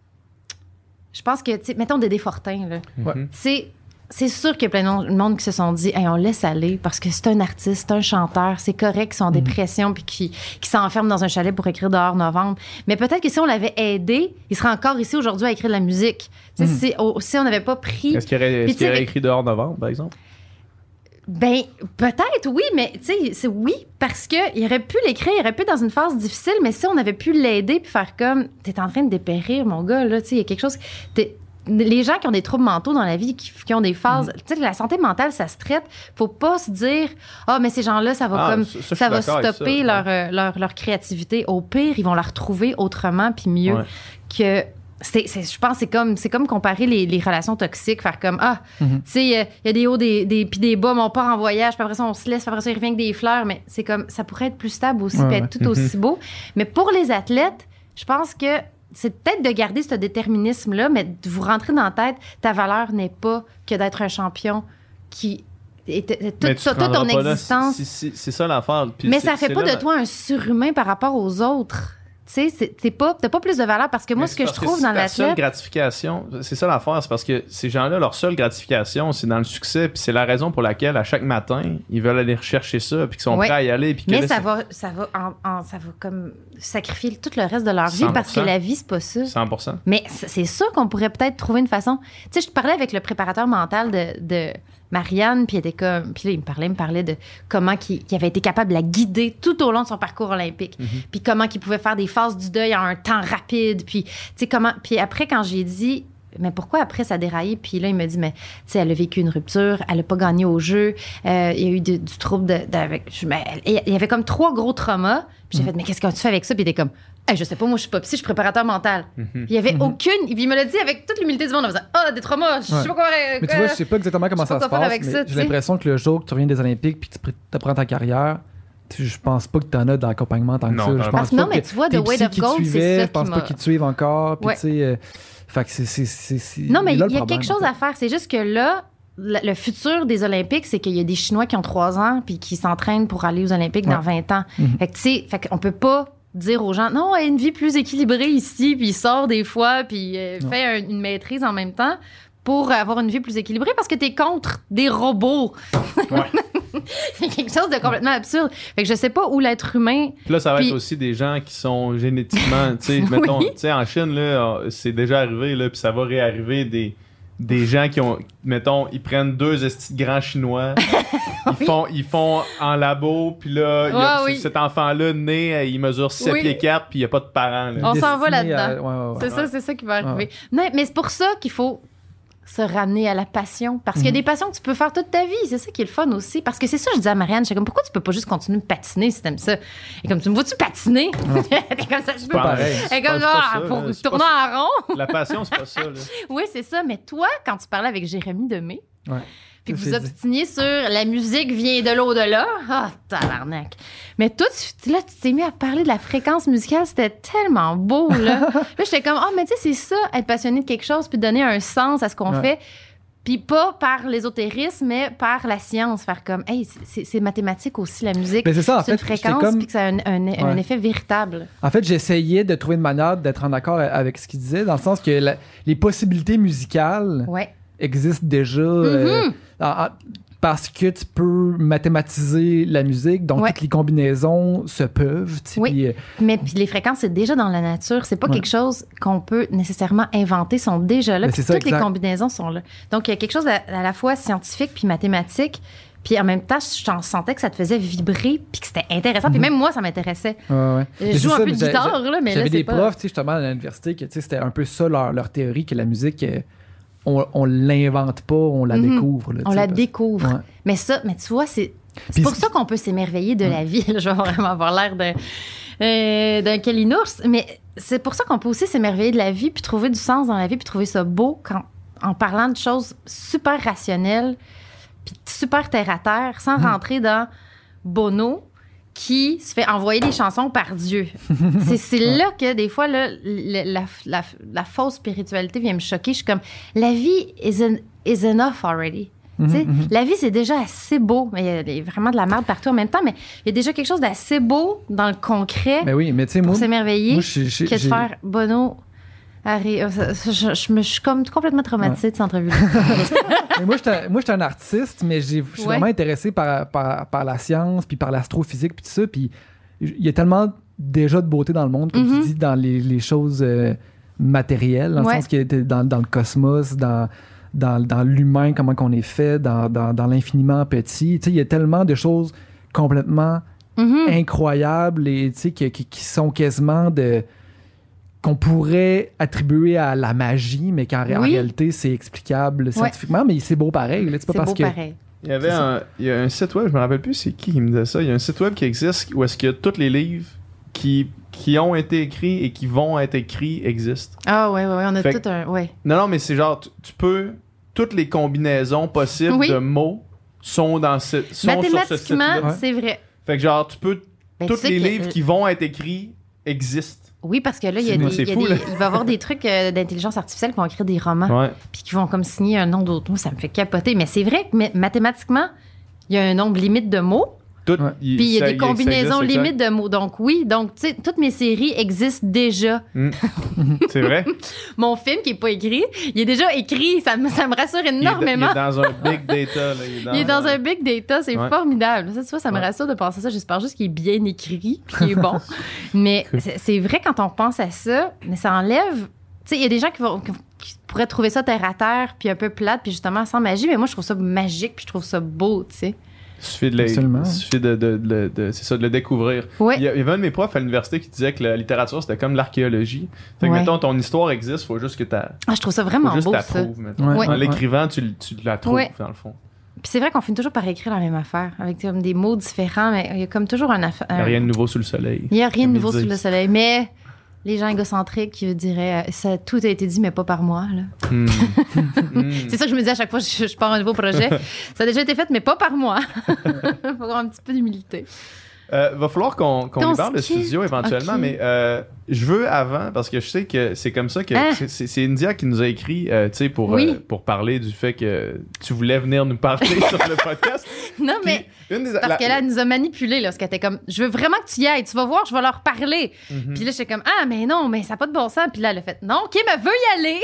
Je pense que, tu sais, mettons Dédé Fortin, là. Ouais. C'est, c'est sûr qu'il y a plein de monde qui se sont dit, hey, on laisse aller parce que c'est un artiste, c'est un chanteur, c'est correct qu'ils sont en Mm-hmm. dépression puis qu'ils, qu'ils s'enferment dans un chalet pour écrire dehors novembre. Mais peut-être que si on l'avait aidé, il serait encore ici aujourd'hui à écrire de la musique. Tu sais, Mm-hmm. si, oh, si on n'avait pas pris. Est-ce qu'il aurait, est-ce qu'il aurait avec... écrit dehors novembre, par exemple? Ben, peut-être, oui, mais tu sais, c'est oui, parce qu'il aurait pu l'écrire, il aurait pu être dans une phase difficile, mais si on avait pu l'aider puis faire comme, t'es en train de dépérir, mon gars, là, tu sais, il y a quelque chose. T'es, les gens qui ont des troubles mentaux dans la vie, qui, qui ont des phases, mm-hmm. tu sais, la santé mentale, ça se traite. Faut pas se dire, ah, oh, mais ces gens-là, ça va ah, comme, ça, ça, ça va stopper ça, ouais. leur, euh, leur, leur créativité. Au pire, ils vont la retrouver autrement puis mieux ouais. que. C'est, c'est, je pense que c'est comme, c'est comme comparer les, les relations toxiques, faire comme, ah, mm-hmm. tu sais, il y, y a des hauts, des, des, puis des bas, mais on part en voyage, puis après ça, on se laisse, puis après ça, il revient avec des fleurs, mais c'est comme, ça pourrait être plus stable aussi, ouais, puis être ouais. tout aussi beau. Mais pour les athlètes, je pense que c'est peut-être de garder ce déterminisme-là, mais de vous rentrer dans la tête, ta valeur n'est pas que d'être un champion qui... Et t- t- toute, toute ton existence. Là, c'est, c'est, c'est ça l'affaire. Puis mais c'est, ça fait c'est pas là, de toi un surhumain par rapport aux autres. Tu sais, t'es pas, t'as pas plus de valeur parce que moi, Mais ce que je parce trouve si dans ta seule l'athlète. gratification, c'est ça l'affaire, c'est parce que ces gens-là, leur seule gratification, c'est dans le succès, puis c'est la raison pour laquelle, à chaque matin, ils veulent aller rechercher ça, puis qu'ils sont Ouais. prêts à y aller. Puis que Mais là, ça c'est va, ça va, en, en- ça va comme sacrifier tout le reste de leur vie cent pour cent. parce que la vie, c'est pas ça. cent pour cent. Mais c- c'est sûr qu'on pourrait peut-être trouver une façon. Tu sais, je parlais avec le préparateur mental de, de Marianne, puis il était comme, puis là, il me parlait, il me parlait de comment qu'il il avait été capable de la guider tout au long de son parcours olympique, puis comment qu'il pouvait faire des phases du deuil en un temps rapide, puis tu sais comment. Puis après, quand j'ai dit mais pourquoi après ça a déraillé? Puis là, il me dit, mais tu sais, elle a vécu une rupture, elle a pas gagné au jeu, euh, il y a eu de- du trouble de, de- avec. je- mais elle- il y avait comme trois gros traumas. Puis j'ai fait, mais qu'est-ce que tu fais avec ça? Puis il était comme, hey, je sais pas, moi je suis pas psy, je suis préparateur mental. Puis il y avait aucune. Puis il me l'a dit avec toute l'humilité du monde en faisant, ah, des traumas, je sais Ouais. pas quoi. Mais tu vois, je sais pas exactement comment je sais ça pas se quoi faire passe, avec mais ça, tu j'ai sais. l'impression que le jour que tu reviens des Olympiques puis que tu apprends ta carrière, tu- je pense pas que tu en as d'accompagnement tant que Non, ça. t'en Je as pense Parce que non, pas mais que tu vois, The tes Weight psys of qui te Gold, c'est suivaient, ça je pense qui pas m'a- qu'ils te suivent encore. Puis Ouais. tu sais, euh, fait que c'est c'est c'est c'est- Non, mais est il y là a le problème, quelque chose en fait. à faire. C'est juste que là, le, le futur des Olympiques, c'est qu'il y a des Chinois qui ont trois ans puis qui s'entraînent pour aller aux Olympiques dans vingt ans. Mhm. Fait que, tu sais, fait qu'on peut pas dire aux gens, non, elle a une vie plus équilibrée ici, puis il sort des fois, puis euh, Non. fait un- une maîtrise en même temps pour avoir une vie plus équilibrée parce que t'es contre des robots. Il y a quelque chose de complètement absurde. Fait que je sais pas où l'être humain. Puis là, ça va Puis- être aussi des gens qui sont génétiquement, tu sais, mettons, Oui. tu sais, en Chine, là, c'est déjà arrivé, là, puis ça va réarriver des, des gens qui ont, mettons, ils prennent deux estis de grands chinois, ils, font, ils font en labo, puis là, il y a- Ah oui. cet enfant-là, né, euh, il mesure sept Oui. pieds quatre, puis il n'y a pas de parents. Là. On s'en va Destiné à- là-dedans. ouais, ouais, ouais. C'est ça, c'est ça qui va arriver. Non, mais c'est pour ça qu'il faut se ramener à la passion. Parce qu'il y a Mhm. des passions que tu peux faire toute ta vie. C'est ça qui est le fun aussi. Parce que c'est ça, je disais à Marianne, je comme, pourquoi tu peux pas juste continuer de patiner si t'aimes ça? Et comme, tu me vois-tu patiner? T'es comme ça, je peux pas pas. pareil. Et comme C'est pas ça, ça, pour là. C'est pas tourner en rond. La passion, c'est pas ça. Là. Oui, c'est ça. Mais toi, quand tu parlais avec Jérémy Demé, Ouais. puis que Je vous sais dire. obstiniez sur la musique vient de l'au-delà, ah, tabarnak. Mais toi, tu, là, tu t'es mis à parler de la fréquence musicale, c'était tellement beau, là. Là, j'étais comme, oh, mais tu sais, c'est ça, être passionné de quelque chose, puis donner un sens à ce qu'on Ouais. fait. Puis pas par l'ésotérisme, mais par la science. Faire comme, hey, c'est, c'est mathématique aussi, la musique. Mais c'est ça, en c'est une fait. j'étais fréquence, comme- puis que ça a un, un- un Ouais. effet véritable. En fait, j'essayais de trouver une manière d'être en accord avec ce qu'il disait, dans le sens que la- les possibilités musicales Ouais. existent déjà euh, Mhm. en- en- parce que tu peux mathématiser la musique, donc Ouais. toutes les combinaisons se peuvent. tu sais, Oui. puis, euh, Mais puis les fréquences, c'est déjà dans la nature. C'est pas Ouais. quelque chose qu'on peut nécessairement inventer. Ils sont déjà là. Mais Puis c'est ça, toutes les exact. combinaisons sont là. Donc, il y a quelque chose à, à la fois scientifique puis mathématique. Puis en même temps, je t'en sentais que ça te faisait vibrer puis que c'était intéressant. Puis Mhm. même moi, ça m'intéressait. ouais, ouais. Je Mais c'est joue un ça, peu de mais j'a- guitare, là, mais là, J'avais c'est des pas... profs, tu sais, justement, à l'université, que tu sais, c'était un peu ça leur, leur théorie, que la musique, euh, on, on l'invente pas, on la Mhm. découvre. là, tu On sais, la parce- découvre. Ouais. Mais ça, mais tu vois, c'est... C'est Puis pour c'est- ça qu'on peut s'émerveiller de la vie. Là, je vais vraiment avoir l'air d'un, euh, d'un calinours. Mais c'est pour ça qu'on peut aussi s'émerveiller de la vie, puis trouver du sens dans la vie, puis trouver ça beau quand, en parlant de choses super rationnelles, puis super terre-à-terre, sans Mm. rentrer dans Bono, qui se fait envoyer des chansons par Dieu. c'est c'est Ouais. là que, des fois, là, le- la, la, la fausse spiritualité vient me choquer. Je suis comme, la vie is, en- is enough already. Mhm, Tu sais, mhm. La vie, c'est déjà assez beau. Mais il y a des- vraiment de la merde partout en même temps, mais il y a déjà quelque chose d'assez beau dans le concret Mais oui, mais tu sais, pour moi, s'émerveiller moi, j'ai- j'ai- que de j'ai- faire Bono. Harry, euh, ça- ça- je, je me je suis comme complètement traumatisée de cette entrevue. mais moi, j'étais un- moi, j'étais un artiste, mais j'ai- je suis Ouais. vraiment intéressé par, par, par la science, puis par l'astrophysique, puis tout ça. Puis il y a tellement déjà de beauté dans le monde, comme Mhm. tu dis, dans les, les choses euh, matérielles, dans Ouais. le sens qu'il y a dans, dans le cosmos, dans, dans, dans l'humain, comment qu'on est fait, dans, dans, dans l'infiniment petit. Tu sais, il y a tellement de choses complètement Mhm. incroyables et tu sais, qui, qui, qui sont quasiment de qu'on pourrait attribuer à la magie, mais qu'en ré- en Oui. réalité, c'est explicable scientifiquement, mais c'est beau pareil. Là. C'est pas C'est parce beau que... pareil. Il y avait C'est ça. un, il y a un site web, je me rappelle plus c'est qui qui me disait ça. Il y a un site web qui existe où est-ce que tous les livres qui, qui ont été écrits et qui vont être écrits existent. Ah ouais, ouais, ouais, on a Fait tout un... Ouais. Non, non, mais c'est genre, tu, tu peux... Toutes les combinaisons possibles Oui. de mots sont dans ce, sont sur ce Mathématiquement, site-là. Ouais. c'est vrai. Fait que genre, tu peux... Ben, tu tous sais les que- livres qui vont être écrits existent. Oui, parce que là, il y a C'est- des, c'est il y a fou, des- là. il va y avoir des trucs euh, d'intelligence artificielle qui vont écrire des romans, Ouais. puis qui vont comme signer un nom d'autre. Moi, ça me fait capoter. Mais c'est vrai que mais, mathématiquement, il y a un nombre limite de mots. Tout, Ouais. il- Puis il y a ça- des il- combinaisons ça existe, limites de mots. Donc oui, donc tu sais, toutes mes séries existent déjà. exact. Mm. C'est vrai. Mon film qui est pas écrit, il est déjà écrit. Ça me, ça me rassure Il est, énormément. il est dans un big data. Là. Il est dans, Il est dans un big data, c'est Ouais. formidable. Ça, tu vois, ça me Ouais. rassure de penser ça. J'espère juste qu'il est bien écrit, puis qu'il est bon. Mais Cool. c'est c'est vrai quand on pense à ça, mais ça enlève. Tu sais, il y a des gens qui, vont, qui pourraient trouver ça terre à terre, puis un peu plate, puis justement sans magie. Mais moi, je trouve ça magique, puis je trouve ça beau, tu sais. Il suffit de, le- Absolument. il suffit de, de, de, de- c'est ça, de le découvrir. Ouais. Il y a- il y avait un de mes profs à l'université qui disait que la littérature, c'était comme l'archéologie. Fait que, Ouais. mettons, ton histoire existe, faut juste que tu Ah, je trouve ça vraiment juste beau, la ça. trouves, mettons. Ouais, Ouais. En ouais, l'écrivant, tu, l- tu la trouves, Ouais. dans le fond. Puis c'est vrai qu'on finit toujours par écrire la même affaire, avec comme des mots différents, mais il y a comme toujours un affaire. Il n'y a rien de nouveau sous le soleil. Il n'y a rien de Comme ils nouveau sous disent. le soleil. Mais les gens égocentriques qui diraient euh, ça, tout a été dit, mais pas par moi. Là. Hmm. Hmm. C'est ça que je me dis à chaque fois que je, je pars un nouveau projet. Ça a déjà été fait, mais pas par moi. Il faut avoir un petit peu d'humilité. Euh, va falloir qu'on qu'on Ton lui parle de skill. studio éventuellement, Ok. mais euh, je veux avant, parce que je sais que c'est comme ça que Ah. c'est- c'est c'est India qui nous a écrit, euh, tu sais, pour, Oui. euh, pour parler du fait que tu voulais venir nous parler sur le podcast. Non, Puis, mais une des- parce la- qu'elle elle nous a manipulés, là, parce qu'elle était comme, je veux vraiment que tu y ailles, tu vas voir, je vais leur parler. Mhm. Puis là, j'étais comme, ah, mais non, mais ça n'a pas de bon sens. Puis là, elle a fait, non, Kim, elle veut y aller.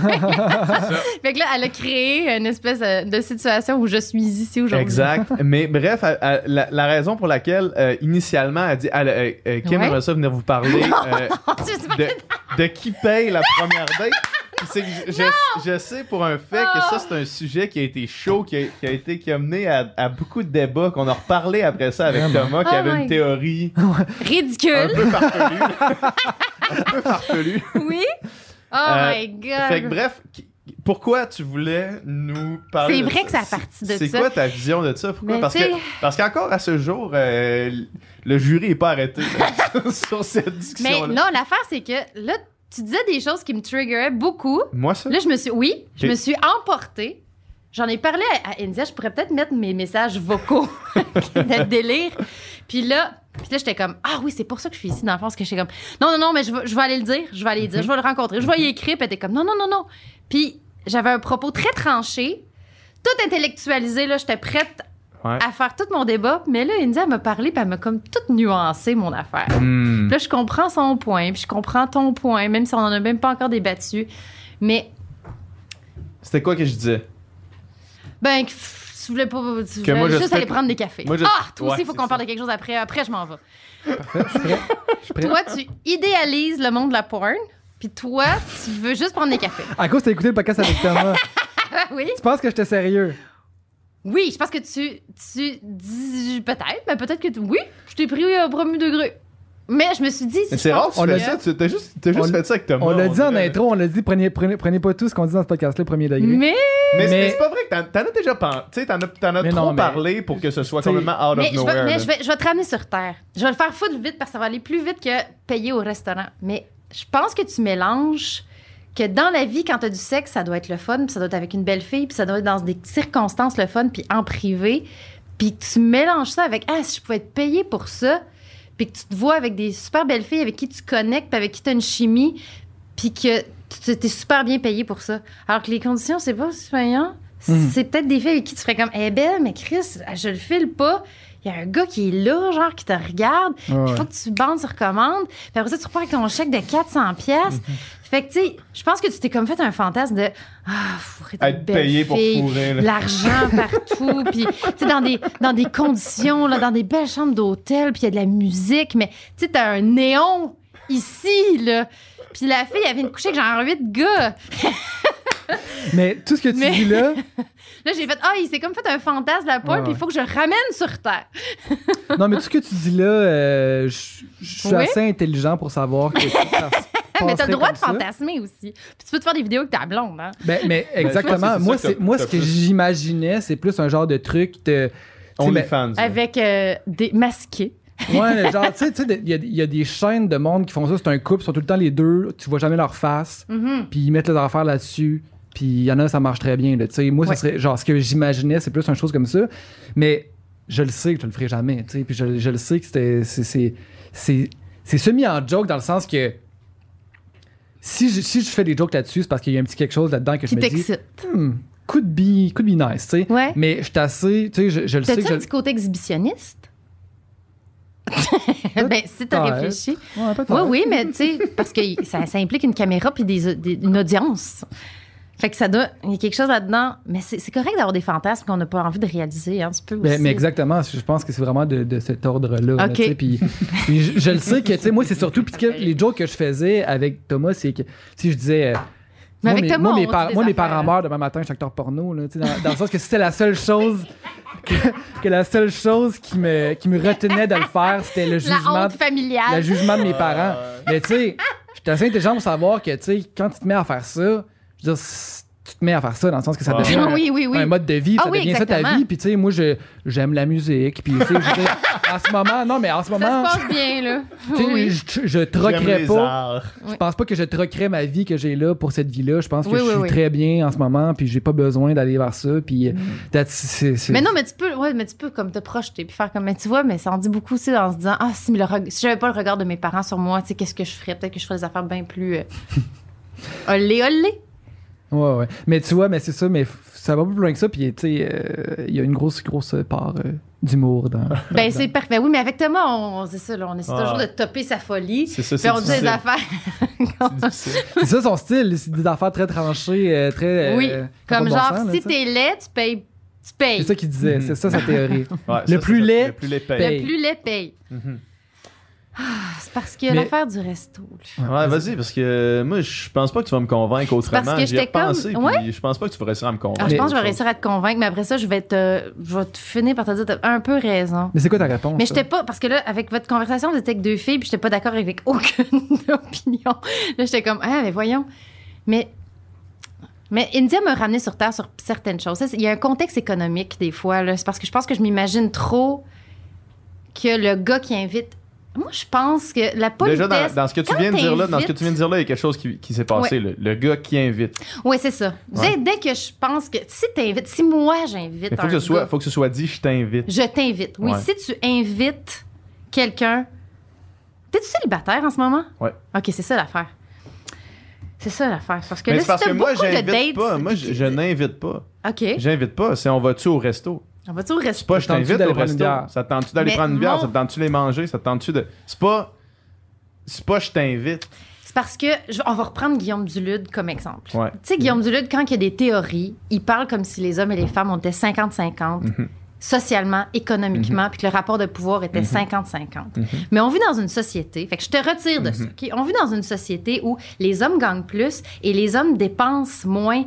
Fait que là, elle a créé une espèce euh, de situation où je suis ici aujourd'hui. Exact. Mais bref, elle- elle- la, la raison pour laquelle, euh, initialement, elle dit elle, euh, euh, Kim Ouais. aimerait ça venir vous parler euh, Je sais pas- de, de qui paye la première date. Puis c'est que je, je, je sais pour un fait que ça, c'est un sujet qui a été chaud, qui a, qui a été qui a mené à, à beaucoup de débats, qu'on a reparlé après ça avec Vraiment. Thomas, qui Oh avait my une théorie un Ridicule. peu farfelue. un peu farfelue. Oui. Oh Euh, my God. Fait que bref, qui- pourquoi tu voulais nous parler C'est de vrai ça? que ça a parti de C'est ça. quoi ta vision de ça? Pourquoi? Mais Parce, tu sais- que, parce qu'encore à ce jour, euh, le jury n'est pas arrêté là, sur cette Mais discussion-là. non, l'affaire, c'est que là, tu disais des choses qui me triggeraient beaucoup. Moi, ça? Là, je me suis. Oui, je Ok. me suis emportée. J'en ai parlé à, à India. Je pourrais peut-être mettre mes messages vocaux de délire. Puis là, puis là j'étais comme, ah oui, c'est pour ça que je suis ici, dans le fond. Parce que j'étais comme, non, non, non, mais je vais, je vais aller le dire. Je vais aller le dire. Je vais le rencontrer. Je vais y écrire. Puis elle était comme, non, non, non, non. Puis j'avais un propos très tranché, tout intellectualisé. Là, j'étais prête Ouais. à faire tout mon débat. Mais là, India elle m'a parlé. Puis elle m'a comme toute nuancé mon affaire. Hmm. Puis là, je comprends son point, puis je comprends ton point, même si on n'en a même pas encore débattu. Mais, C'était quoi que je disais? ben, pff, tu voulais pas. Tu Que voulais moi, je juste sais- aller prendre des cafés. Moi, je- Ah, toi Ouais, aussi, il faut c'est qu'on ça. parle de quelque chose après. Après, je m'en vais. Je suis prêt. Je suis prêt. Toi, tu idéalises le monde de la porn, puis toi, tu veux juste prendre des cafés. À cause, t'as écouté le podcast avec Thomas. Ah oui? Tu penses que j'étais sérieux? Oui, je pense que tu, tu dis. Peut-être, mais peut-être que. tu- Oui, je t'ai pris au premier degré. Mais je me suis dit. si Mais je c'est rare, pense tu on fais l'a- ça. Tu t'as juste, t'as juste on- fait ça avec Thomas. On l'a dit en dirait. intro, on l'a dit, prenez, prenez, prenez pas tout ce qu'on dit dans ce podcast-là, premier degré. Mais. Mais, c'est- Mais- c'est pas vrai que t'en, t'en as déjà pensé. Tu sais, t'en as, t'en as Mais trop non, mais- parlé pour que ce soit T'sais- complètement out Mais, of je nowhere. vais, mais là. je, vais, je vais te ramener sur Terre. Je vais le faire foutre vite parce que ça va aller plus vite que payer au restaurant. Mais je pense que tu mélanges que dans la vie, quand tu as du sexe, ça doit être le fun, puis ça doit être avec une belle fille, puis ça doit être dans des circonstances le fun, puis en privé. Puis tu mélanges ça avec « Ah, si je pouvais être payé pour ça », puis que tu te vois avec des super belles filles avec qui tu connectes, puis avec qui tu as une chimie, puis que tu es super bien payé pour ça. Alors que les conditions, c'est pas si payant. Mhm. C'est peut-être des filles avec qui tu ferais comme « Elle est belle, mais Chris, je le file pas. » Il y a un gars qui est là, genre, qui te regarde. Ouais, Il ouais. faut que tu bandes sur commande. Puis après ça, tu repars avec ton chèque de quatre cents pièces. Fait que, tu sais, je pense que tu t'es comme fait un fantasme de « Ah, fourrer des Être belles payé pour filles, fourrer, là. l'argent partout. » Puis, tu sais, dans des, dans des conditions, là, dans des belles chambres d'hôtel, puis il y a de la musique. Mais, tu sais, t'as un néon ici, là. Puis la fille, elle vient de coucher avec genre huit gars. Mais tout ce que tu Mais- dis là, Là, j'ai fait « Ah, il s'est comme fait un fantasme de la poêle, Ouais, puis il ouais. faut que je le ramène sur Terre. » non, mais tout ce que tu dis là, euh, je je suis Oui? assez intelligent pour savoir que ça se Mais t'as passerait le droit comme de ça. fantasmer aussi. Puis tu peux te faire des vidéos avec ta blonde, hein. Ben, mais je pense exactement. que c'est moi, ça que c'est, moi t'as ce que plus- j'imaginais, c'est plus un genre de truc de. tu sais, ben, OnlyFans. là. Avec euh, des masqués. ouais, genre, tu sais, tu sais, il y, a- il y a des chaînes de monde qui font ça. C'est un couple, ils sont tout le temps les deux. Tu vois jamais leur face. Mhm. Puis ils mettent leurs affaires là-dessus. Puis il y en a, ça marche très bien. Là, tu sais. Moi, Ouais. ça serait, genre, ce que j'imaginais, c'est plus une chose comme ça. Mais je le sais que je le ferai jamais. Tu sais. Puis je, je le sais que c'était, c'est, c'est, c'est, c'est semi en joke dans le sens que si je, si je fais des jokes là-dessus, c'est parce qu'il y a un petit quelque chose là-dedans que Qui je me dis. t'excite. Hmm, could be, could be nice, tu sais. Ouais. Mais je suis assez, tu sais, je, je le sais T'as-tu que un je, petit côté exhibitionniste? Ben, si t'as Peut-être. réfléchi. Ouais, peut-être. Oui, oui, mais tu sais, parce que ça, ça implique une caméra puis des, des- une audience. Fait que ça doit. Il y a quelque chose là-dedans. Mais c'est c'est correct d'avoir des fantasmes qu'on n'a pas envie de réaliser. Hein, tu peux Mais, aussi. mais exactement, je pense que c'est vraiment de, de cet ordre-là. là, Ok. tu sais, Puis puis je, je le sais que, tu sais, moi, c'est surtout. Puis que les jokes que je faisais avec Thomas, c'est que, si je disais. euh, Mais moi, avec mes, Thomas, moi, on mes, dit par- des moi, mes affaires, parents là. meurent demain matin, je suis acteur porno, là, tu sais, dans, dans le sens que c'était la seule chose. Que, que la seule chose qui me, qui me retenait de le faire, c'était le La jugement, honte familiale. le jugement de mes parents. Mais tu sais, je suis assez intelligent pour savoir que, tu sais, quand tu te mets à faire ça, je veux dire, c- tu te mets à faire ça dans le sens que ça Ouais. devient un, Oui, oui, oui. un mode de vie, Ah ça oui, devient ça ta exactement. vie. Puis tu sais, moi, je, j'aime la musique. Puis tu sais, je veux dire, en ce moment, non, mais en ce Ça moment, se passe bien, là. tu sais, Oui. je, je J'aime troquerais les pas. arts. Je pense pas que je troquerais ma vie que j'ai là pour cette vie-là. Je pense que Oui, je oui, suis oui. très bien en ce moment, puis j'ai pas besoin d'aller vers ça. Puis euh, that's- c'est, c'est- Mais non, mais tu peux, ouais, mais tu peux comme te projeter puis faire comme, mais tu vois, mais ça en dit beaucoup aussi en se disant, ah, si, mais le reg- si j'avais pas le regard de mes parents sur moi, tu sais, qu'est-ce que je ferais? Peut-être que je ferais des affaires bien plus. Euh... olé, olé. Ouais, ouais. Mais tu vois, mais c'est ça, mais f- ça va plus loin que ça. Puis tu sais, euh, il y a une grosse, grosse part euh, d'humour dans. Ben, dans- c'est parfait. Oui, mais avec Thomas, on, c'est ça, là, on essaie Ah. toujours de topper sa folie. C'est ça, Puis c'est on dit des difficile. affaires. C'est difficile. C'est ça son style, c'est des affaires très tranchées, euh, très. euh, Oui, pas comme de bon genre, sens, là, si tu sais. t'es laid, tu payes. Tu payes. C'est ça qu'il disait, c'est ça sa théorie. Ouais, Le ça, plus c'est ça. laid, Le plus laid paye. paye. Le plus laid paye. Mhm. C'est parce que Mais- l'affaire du resto. là. Ouais, vas-y, parce que moi, je pense pas que tu vas me convaitre autrement. parce que J'y ai j'étais comme- repensé, puis Ouais. je pense pas que tu vas réussir à me convaincre. Alors, je pense que je vais autre réussir à te convaincre, mais après ça, je vais te, je vais te finir par te dire, t'as un peu raison. Mais c'est quoi ta réponse? Mais ça? j'étais pas, parce que là, avec votre conversation, vous étiez avec deux filles, puis j'étais pas d'accord avec aucune opinion. Là, j'étais comme, ah, mais voyons. Mais, mais India m'a ramené sur terre sur certaines choses. Ça, c'est- Il y a un contexte économique, des fois, là. C'est parce que je pense que je m'imagine trop que le gars qui invite. Moi, je pense que la politesse. Déjà, dans, dans ce que tu quand viens de dire là, dans ce que t'invites- tu viens de dire là, il y a quelque chose qui, qui s'est passé. Le, le gars qui invite. Oui, c'est ça. Dès, Ouais. dès que je pense que si t'invites, si moi j'invite Il faut un que, ce soit, gars, faut que ce soit dit, je t'invite. je t'invite. Oui, Ouais. si tu invites quelqu'un. T'es-tu célibataire en ce moment? Ouais. OK, c'est ça l'affaire. C'est ça l'affaire. Parce que Mais là, c'est si parce t'as que moi, beaucoup de j'invite dates. pas. Moi, je, puis- je n'invite pas. OK. J'invite pas. C'est on va-tu au resto? On va-tu au C'est resto? pas je Ça te tente-tu t'invite d'aller au prendre une resto. bière? Ça te tente-tu d'aller Mais prendre une bière? mon- Ça te tente-tu les manger? Ça te tente-tu de. C'est pas. C'est pas je t'invite. C'est parce que, je- on va reprendre Guillaume Dulude comme exemple. Ouais. Tu sais, Guillaume Dulude, quand il y a des théories, il parle comme si les hommes et les femmes, on était cinquante cinquante, Mhm. socialement, économiquement, puis que le rapport de pouvoir était cinquante cinquante. Mais on vit dans une société, fait que je te retire de ça, OK? On vit dans une société où les hommes gagnent plus et les hommes dépensent moins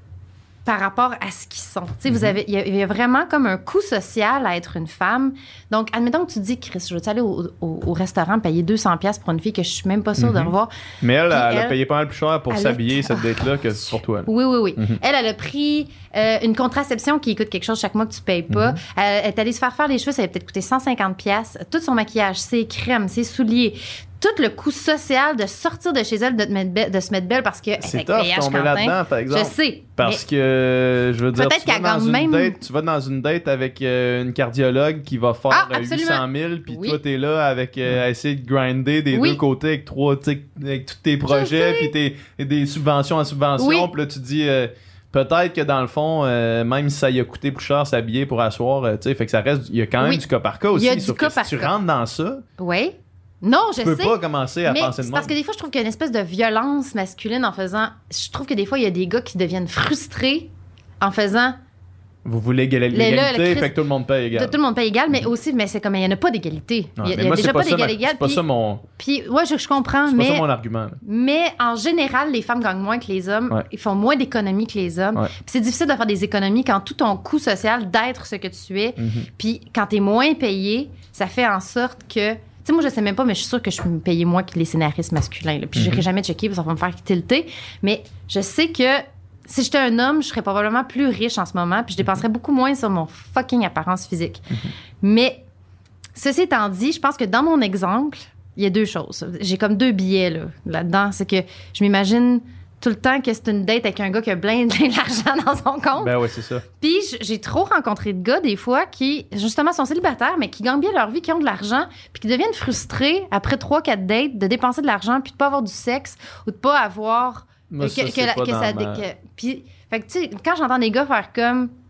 par rapport à ce qu'ils sont. Tu sais, vous avez, il y, a- il y a vraiment comme un coût social à être une femme. Donc, admettons que tu dis, Chris, je veux aller au, au- au restaurant payer deux cents pièces pour une fille que je suis même pas sûre de revoir. Mais elle, Puis elle, a elle- payé pas mal plus cher pour elle a- s'habiller cette date-là que pour toi. là. Oui, oui, oui. Mhm. Elle, elle a pris euh, une contraception qui coûte quelque chose chaque mois que tu payes pas. Elle est allée se faire faire les cheveux, ça avait peut-être coûté cent cinquante pièces. Tout son maquillage, ses crèmes, ses souliers, tout le coût social de sortir de chez elle, de, te mettre belle- de se mettre belle parce que C'est avec tough P H tomber Quentin, là-dedans, par exemple. je sais. Parce que, je veux dire, Peut-être tu vas, qu'elle dans gagne une même- date, tu vas dans une date avec euh, une cardiologue qui va faire Ah, euh, absolument. huit cent mille, puis Oui. toi, t'es là avec, euh, à essayer de grinder des Oui. deux côtés avec trois, tu sais, avec tous tes projets, puis tes, et des subventions à subventions, Oui. puis là, tu dis, euh, peut-être que dans le fond, euh, même si ça y a coûté plus cher s'habiller pour asseoir, euh, tu sais, fait que ça reste, il y a quand même Oui. du cas par cas Il aussi. y a du sauf cas que si par tu cas. rentres dans ça, Oui. Non, je tu peux sais. pas commencer à mais penser de c'est même. parce que des fois, je trouve qu'il y a une espèce de violence masculine en faisant. Je trouve que des fois, il y a des gars qui deviennent frustrés en faisant. Vous voulez égal- là, l'égalité, le Christ- fait que tout le monde paye égal. Tout le monde paye égal, mais aussi, mais c'est comme il n'y en a pas d'égalité. Ouais, Il y a, mais il y a moi, déjà c'est pas pas ça d'égal ma- égal. C'est pas Puis, ça mon, puis, ouais, je, je comprends, c'est pas ça mais, mon argument. là. mais en général, les femmes gagnent moins que les hommes. Ouais. Ils font moins d'économies que les hommes. Ouais. Puis c'est difficile de faire des économies quand tout ton coût social d'être ce que tu es, Mhm. puis quand tu es moins payé, ça fait en sorte que. Tu sais, moi, je sais même pas, mais je suis sûre que je suis payée moins que les scénaristes masculins. Là. Puis, Mhm. j'irai jamais checker, parce que ça va me faire tilter. Mais je sais que si j'étais un homme, je serais probablement plus riche en ce moment, puis je dépenserais beaucoup moins sur mon fucking apparence physique. Mais, ceci étant dit, je pense que dans mon exemple, il y a deux choses. J'ai comme deux billets là, là-dedans. C'est que je m'imagine tout le temps que c'est une date avec un gars qui a plein de l'argent dans son compte. Ben ouais, c'est ça. Puis j- j'ai trop rencontré de gars, des fois, qui, justement, sont célibataires, mais qui gagnent bien leur vie, qui ont de l'argent, puis qui deviennent frustrés après trois, quatre dates de dépenser de l'argent, puis de pas avoir du sexe, ou de pas avoir... Moi, euh, ça, que- c'est que la- pas que dans ça ma- dé- que- Puis, fait que, tu sais, quand j'entends des gars faire comme...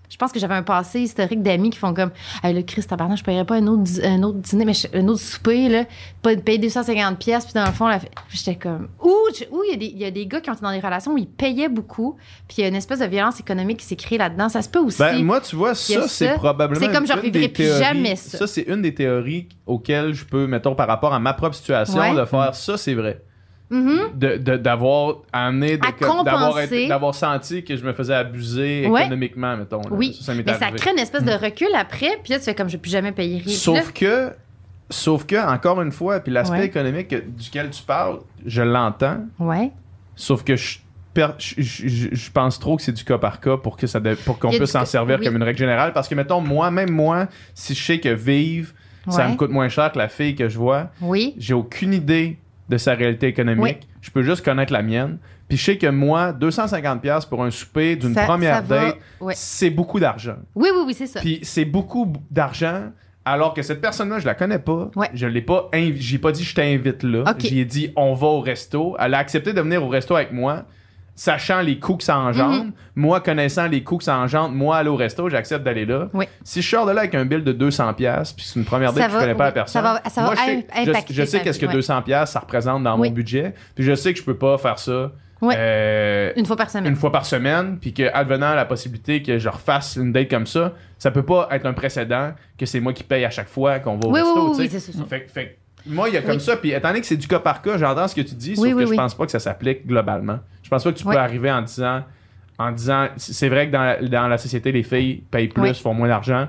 Je pense que j'avais un passé historique d'amis qui font comme hey, « Là, Chris, tabarnak, je paierais pas un autre, un autre dîner, mais je, un autre souper, là, pas de payer deux cent cinquante pièces puis dans le fond, là, j'étais comme... Ou il y, a des, y a des gars qui ont été dans des relations où ils payaient beaucoup, puis il y a une espèce de violence économique qui s'est créée là-dedans. Ça se peut aussi. Ben, moi, tu vois, ça, c'est ça. probablement... C'est comme je une revivrai des plus théories- jamais ça. Ça, c'est une des théories auxquelles je peux, mettons, par rapport à ma propre situation, Ouais. de faire ça, c'est vrai. Mm-hmm. De, de- d'avoir amené, de- À que- d'avoir, compenser. été- d'avoir senti que je me faisais abuser Ouais. économiquement, mettons. là. Oui, ça, ça m'est mais ça arrivé. crée une espèce de recul après, puis là, tu fais comme je vais plus jamais payer rien. Puis Sauf là, que, sauf que, encore une fois, puis l'aspect Ouais. économique que- duquel tu parles, je l'entends, ouais. sauf que je, per- je, je- je- je pense trop que c'est du cas par cas pour, que ça de- pour qu'on Il y a puisse du s'en cas- servir oui. comme une règle générale. Parce que, mettons, moi, même moi, si je sais que vivre, ça Ouais. me coûte moins cher que la fille que je vois, Oui. j'ai aucune idée de sa réalité économique. Oui. Je peux juste connaître la mienne. Puis je sais que moi, deux cent cinquante dollars pour un souper d'une Ça- première ça va, date, ouais. c'est beaucoup d'argent. Oui, oui, oui, c'est ça. Puis c'est beaucoup d'argent, alors que cette personne-là, je la connais pas. Ouais. Je l'ai pas invi- j'ai pas dit je t'invite là. Ok. J'ai dit on va au resto. Elle a accepté de venir au resto avec moi, sachant les coûts que ça engendre. Mhm. Moi, connaissant les coûts que ça engendre, moi, aller au resto, j'accepte d'aller là. Oui. Si je sors de là avec un bill de deux cents dollars, puis c'est une première Ça date que je va, connais pas oui. la personne, Ça va- ça va moi, je sais, im- je- impacter je sais ta qu'est-ce que vie, deux cents dollars ça représente dans Oui. mon budget. Puis je sais que je peux pas faire ça Ouais. euh, Une fois par semaine. une fois par semaine, puis que advenant la possibilité que je refasse une date comme ça, ça peut pas être un précédent que c'est moi qui paye à chaque fois qu'on va au Oui, oui, resto. oui, tu sais. oui, c'est ça, ça. Fait, que- fait que moi, il y a comme Oui. ça, puis étant donné que c'est du cas par cas, j'entends ce que tu dis, sauf Oui, que oui, je oui. pense pas que ça s'applique globalement. Je pense pas que tu Oui. peux arriver en disant, en disant, c'est vrai que dans la, dans la société, les filles payent plus, Oui. font moins d'argent.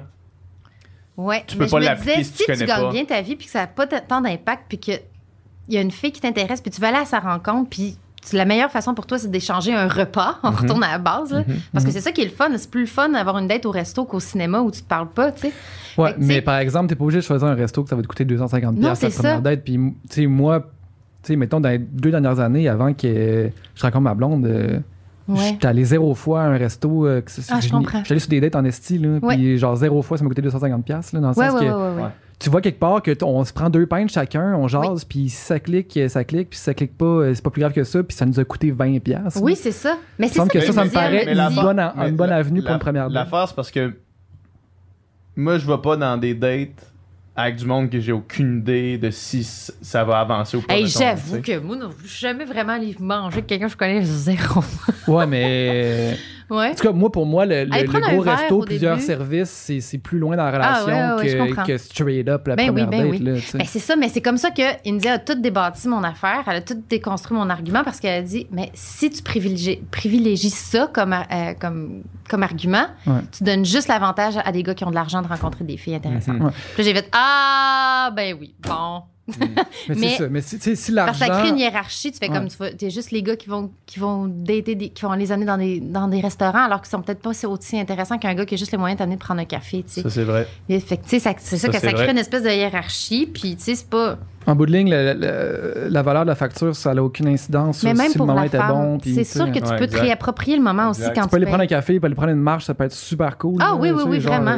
Ouais. Tu peux Mais pas je me l'appliquer disais, si tu si tu connais gagnes pas. bien ta vie puis que ça n'a pas t- tant d'impact puis qu'il y a une fille qui t'intéresse puis tu vas aller à sa rencontre puis tu- la meilleure façon pour toi, c'est d'échanger un repas. On Mhm. retourne à la base, là. Mhm. Parce que c'est ça qui est le fun. C'est plus le fun d'avoir une date au resto qu'au cinéma où tu te parles pas, tu sais. Ouais, Fait que, tu mais sais- par exemple, t'es pas obligé de choisir un resto que ça va te coûter deux cent cinquante Non, dollars c'est la première ça. date. Puis, tu sais, moi, tu sais, mettons, dans les deux dernières années, avant que je rencontre ma blonde, euh, Ouais. j'étais allé zéro fois à un resto. euh, que c'est- Ah, je j'ai- comprends. J'étais allé sur des dates en esti, là. Ouais. Puis, genre, zéro fois, ça m'a coûté deux cent cinquante dollars, là, dans le Ouais, sens ouais, que ouais, ouais, ouais. Ouais. tu vois quelque part que t- on se prend deux pintes chacun, on jase, puis si ça clique, euh, ça clique, puis si ça clique pas, euh, c'est pas plus grave que ça, puis ça nous a coûté vingt dollars. Oui, c'est ça. Mais Il c'est semble ça que que ça, je ça me disais, paraît elle une me dit- bonne, Mais une bonne la- avenue pour la- une première date. L'affaire, c'est parce que moi, je vais pas dans des dates avec du monde que j'ai aucune idée de si c- ça va avancer ou pas. Hey, mettons, j'avoue tu sais. que moi, non, je suis jamais vraiment allé manger avec quelqu'un que je connais zéro. Ouais, mais. Ouais. En tout cas, moi, pour moi, le, le- Allez le prendre un gros verre resto, au plusieurs début. services, c'est, c'est plus loin dans la Ah, relation ouais, ouais, ouais, je comprends. que, que straight up la Ben oui, première ben date. oui. Là, tu sais. Ben, c'est ça, mais c'est comme ça que India a tout débâti mon affaire. Elle a tout déconstruit mon argument parce qu'elle a dit mais si tu privilégies, privilégies ça comme, euh, comme, comme argument, Ouais. tu donnes juste l'avantage à des gars qui ont de l'argent de rencontrer des filles intéressantes. Mhm. Ouais. Puis là, j'ai fait ah, ben oui, bon. mais, mais- c'est ça. Mais si, tu sais, si Parce que ça crée l'argent. une hiérarchie. Tu fais Ouais. comme tu vas, t'es juste les gars qui vont, qui vont dater, des- qui vont les amener dans des, dans des restaurants alors qu'ils sont peut-être pas aussi intéressants qu'un gars qui a juste les moyens de t'amener de prendre un café, tu sais. Ça, c'est vrai. Et fait que, tu sais, ça- c'est ça, Ça, que c'est ça crée vrai. une espèce de hiérarchie. Puis, tu sais, c'est pas. En bout de ligne, la, la- la valeur de la facture, ça n'a aucune incidence Mais sur même si pour le moment la était femme, bon. puis, c'est tu sais, sûr que tu Ouais, peux te exact. réapproprier le moment aussi Exact. quand Tu tu, peux aller payes. prendre un café, tu peux aller prendre une marche, ça peut être super cool. Ah là, oui, oui, tu sais, oui, genre, vraiment. euh,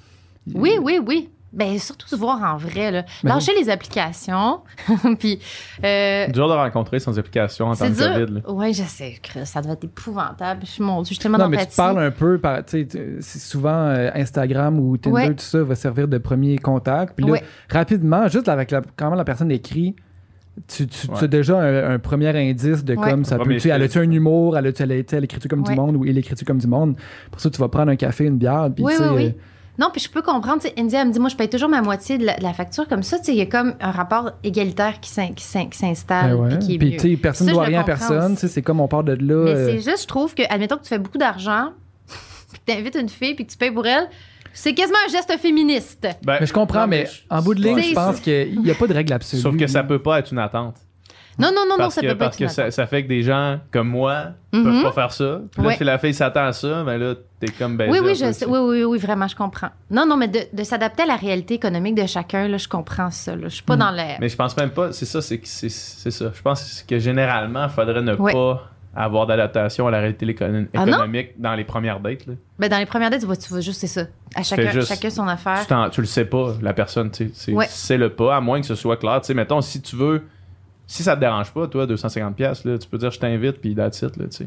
Oui, oui, oui. Ben, surtout se voir en vrai, là. Ben Lâcher les applications. Puis, euh, Dur de rencontrer sans application en temps c'est de COVID. dur. là. Oui, je sais, Chris, ça devait être épouvantable. Je suis, mon Dieu, je suis tellement Non, mais tu d'empathie. parles un peu, par, tu sais, tu- c'est souvent euh, Instagram ou Tinder, Ouais. tout ça va servir de premier contact. Puis là, Ouais. rapidement, juste avec la, quand la personne écrit, tu, tu, Ouais. tu as déjà un, un premier indice de Ouais. comme ça Un peut. premier Tu sais, elle filtre. a-tu un humour, elle a-tu elle, a- elle écrit-tu comme Ouais. du monde ou il écrit-tu comme du monde. Pour ça, tu vas prendre un café, une bière. Puis, Oui, tu sais, oui, oui. euh, Non, puis je peux comprendre. Tu sais, India, elle me dit, moi, je paye toujours ma moitié de la, de la facture. Comme ça, tu sais, il y a comme un rapport égalitaire qui s'in- qui s'in- qui s'installe. ben ouais. Puis qui est Puis, mieux. tu sais, personne Ça, ne je doit le rien à comprends personne. aussi. Tu sais, c'est comme on part de là. Mais euh, c'est juste, je trouve que, admettons que tu fais beaucoup d'argent, puis que tu invites une fille, puis que tu payes pour elle, c'est quasiment un geste féministe. Ben, mais je comprends, non, mais je- en bout de ligne, C'est- je pense qu'il n'y a pas de règle absolue. Sauf que ça peut pas être une attente. Non, non, non, non, Parce ça que, peut pas parce être que une ça, attente. ça fait que des gens comme moi Mhm. peuvent pas faire ça. Puis là, Ouais. si la fille s'attend à ça, ben là, t'es comme baisé Oui, oui, un je peu, sais. tu Oui, oui, oui, vraiment, je comprends. Non, non, mais de, de s'adapter à la réalité économique de chacun, là, je comprends ça. Là. Je suis pas Mm. dans l'air. Mais je pense même pas, c'est ça, c'est que c'est c'est ça. Je pense que généralement, il faudrait ne Ouais. pas avoir d'adaptation à la réalité écono- Ah non? économique dans les premières dates. Là. Ben, dans les premières dates, tu vas, tu vas juste, c'est ça. À chacun, juste- chacun son affaire. Tu, t'en- tu le sais pas, la personne, tu sais. C'est Ouais. c'est le pas, à moins que ce soit clair. Tu sais, mettons, si tu veux, si ça te dérange pas, toi, deux cent cinquante pièces là, tu peux dire je t'invite, puis that's it, là, tu sais.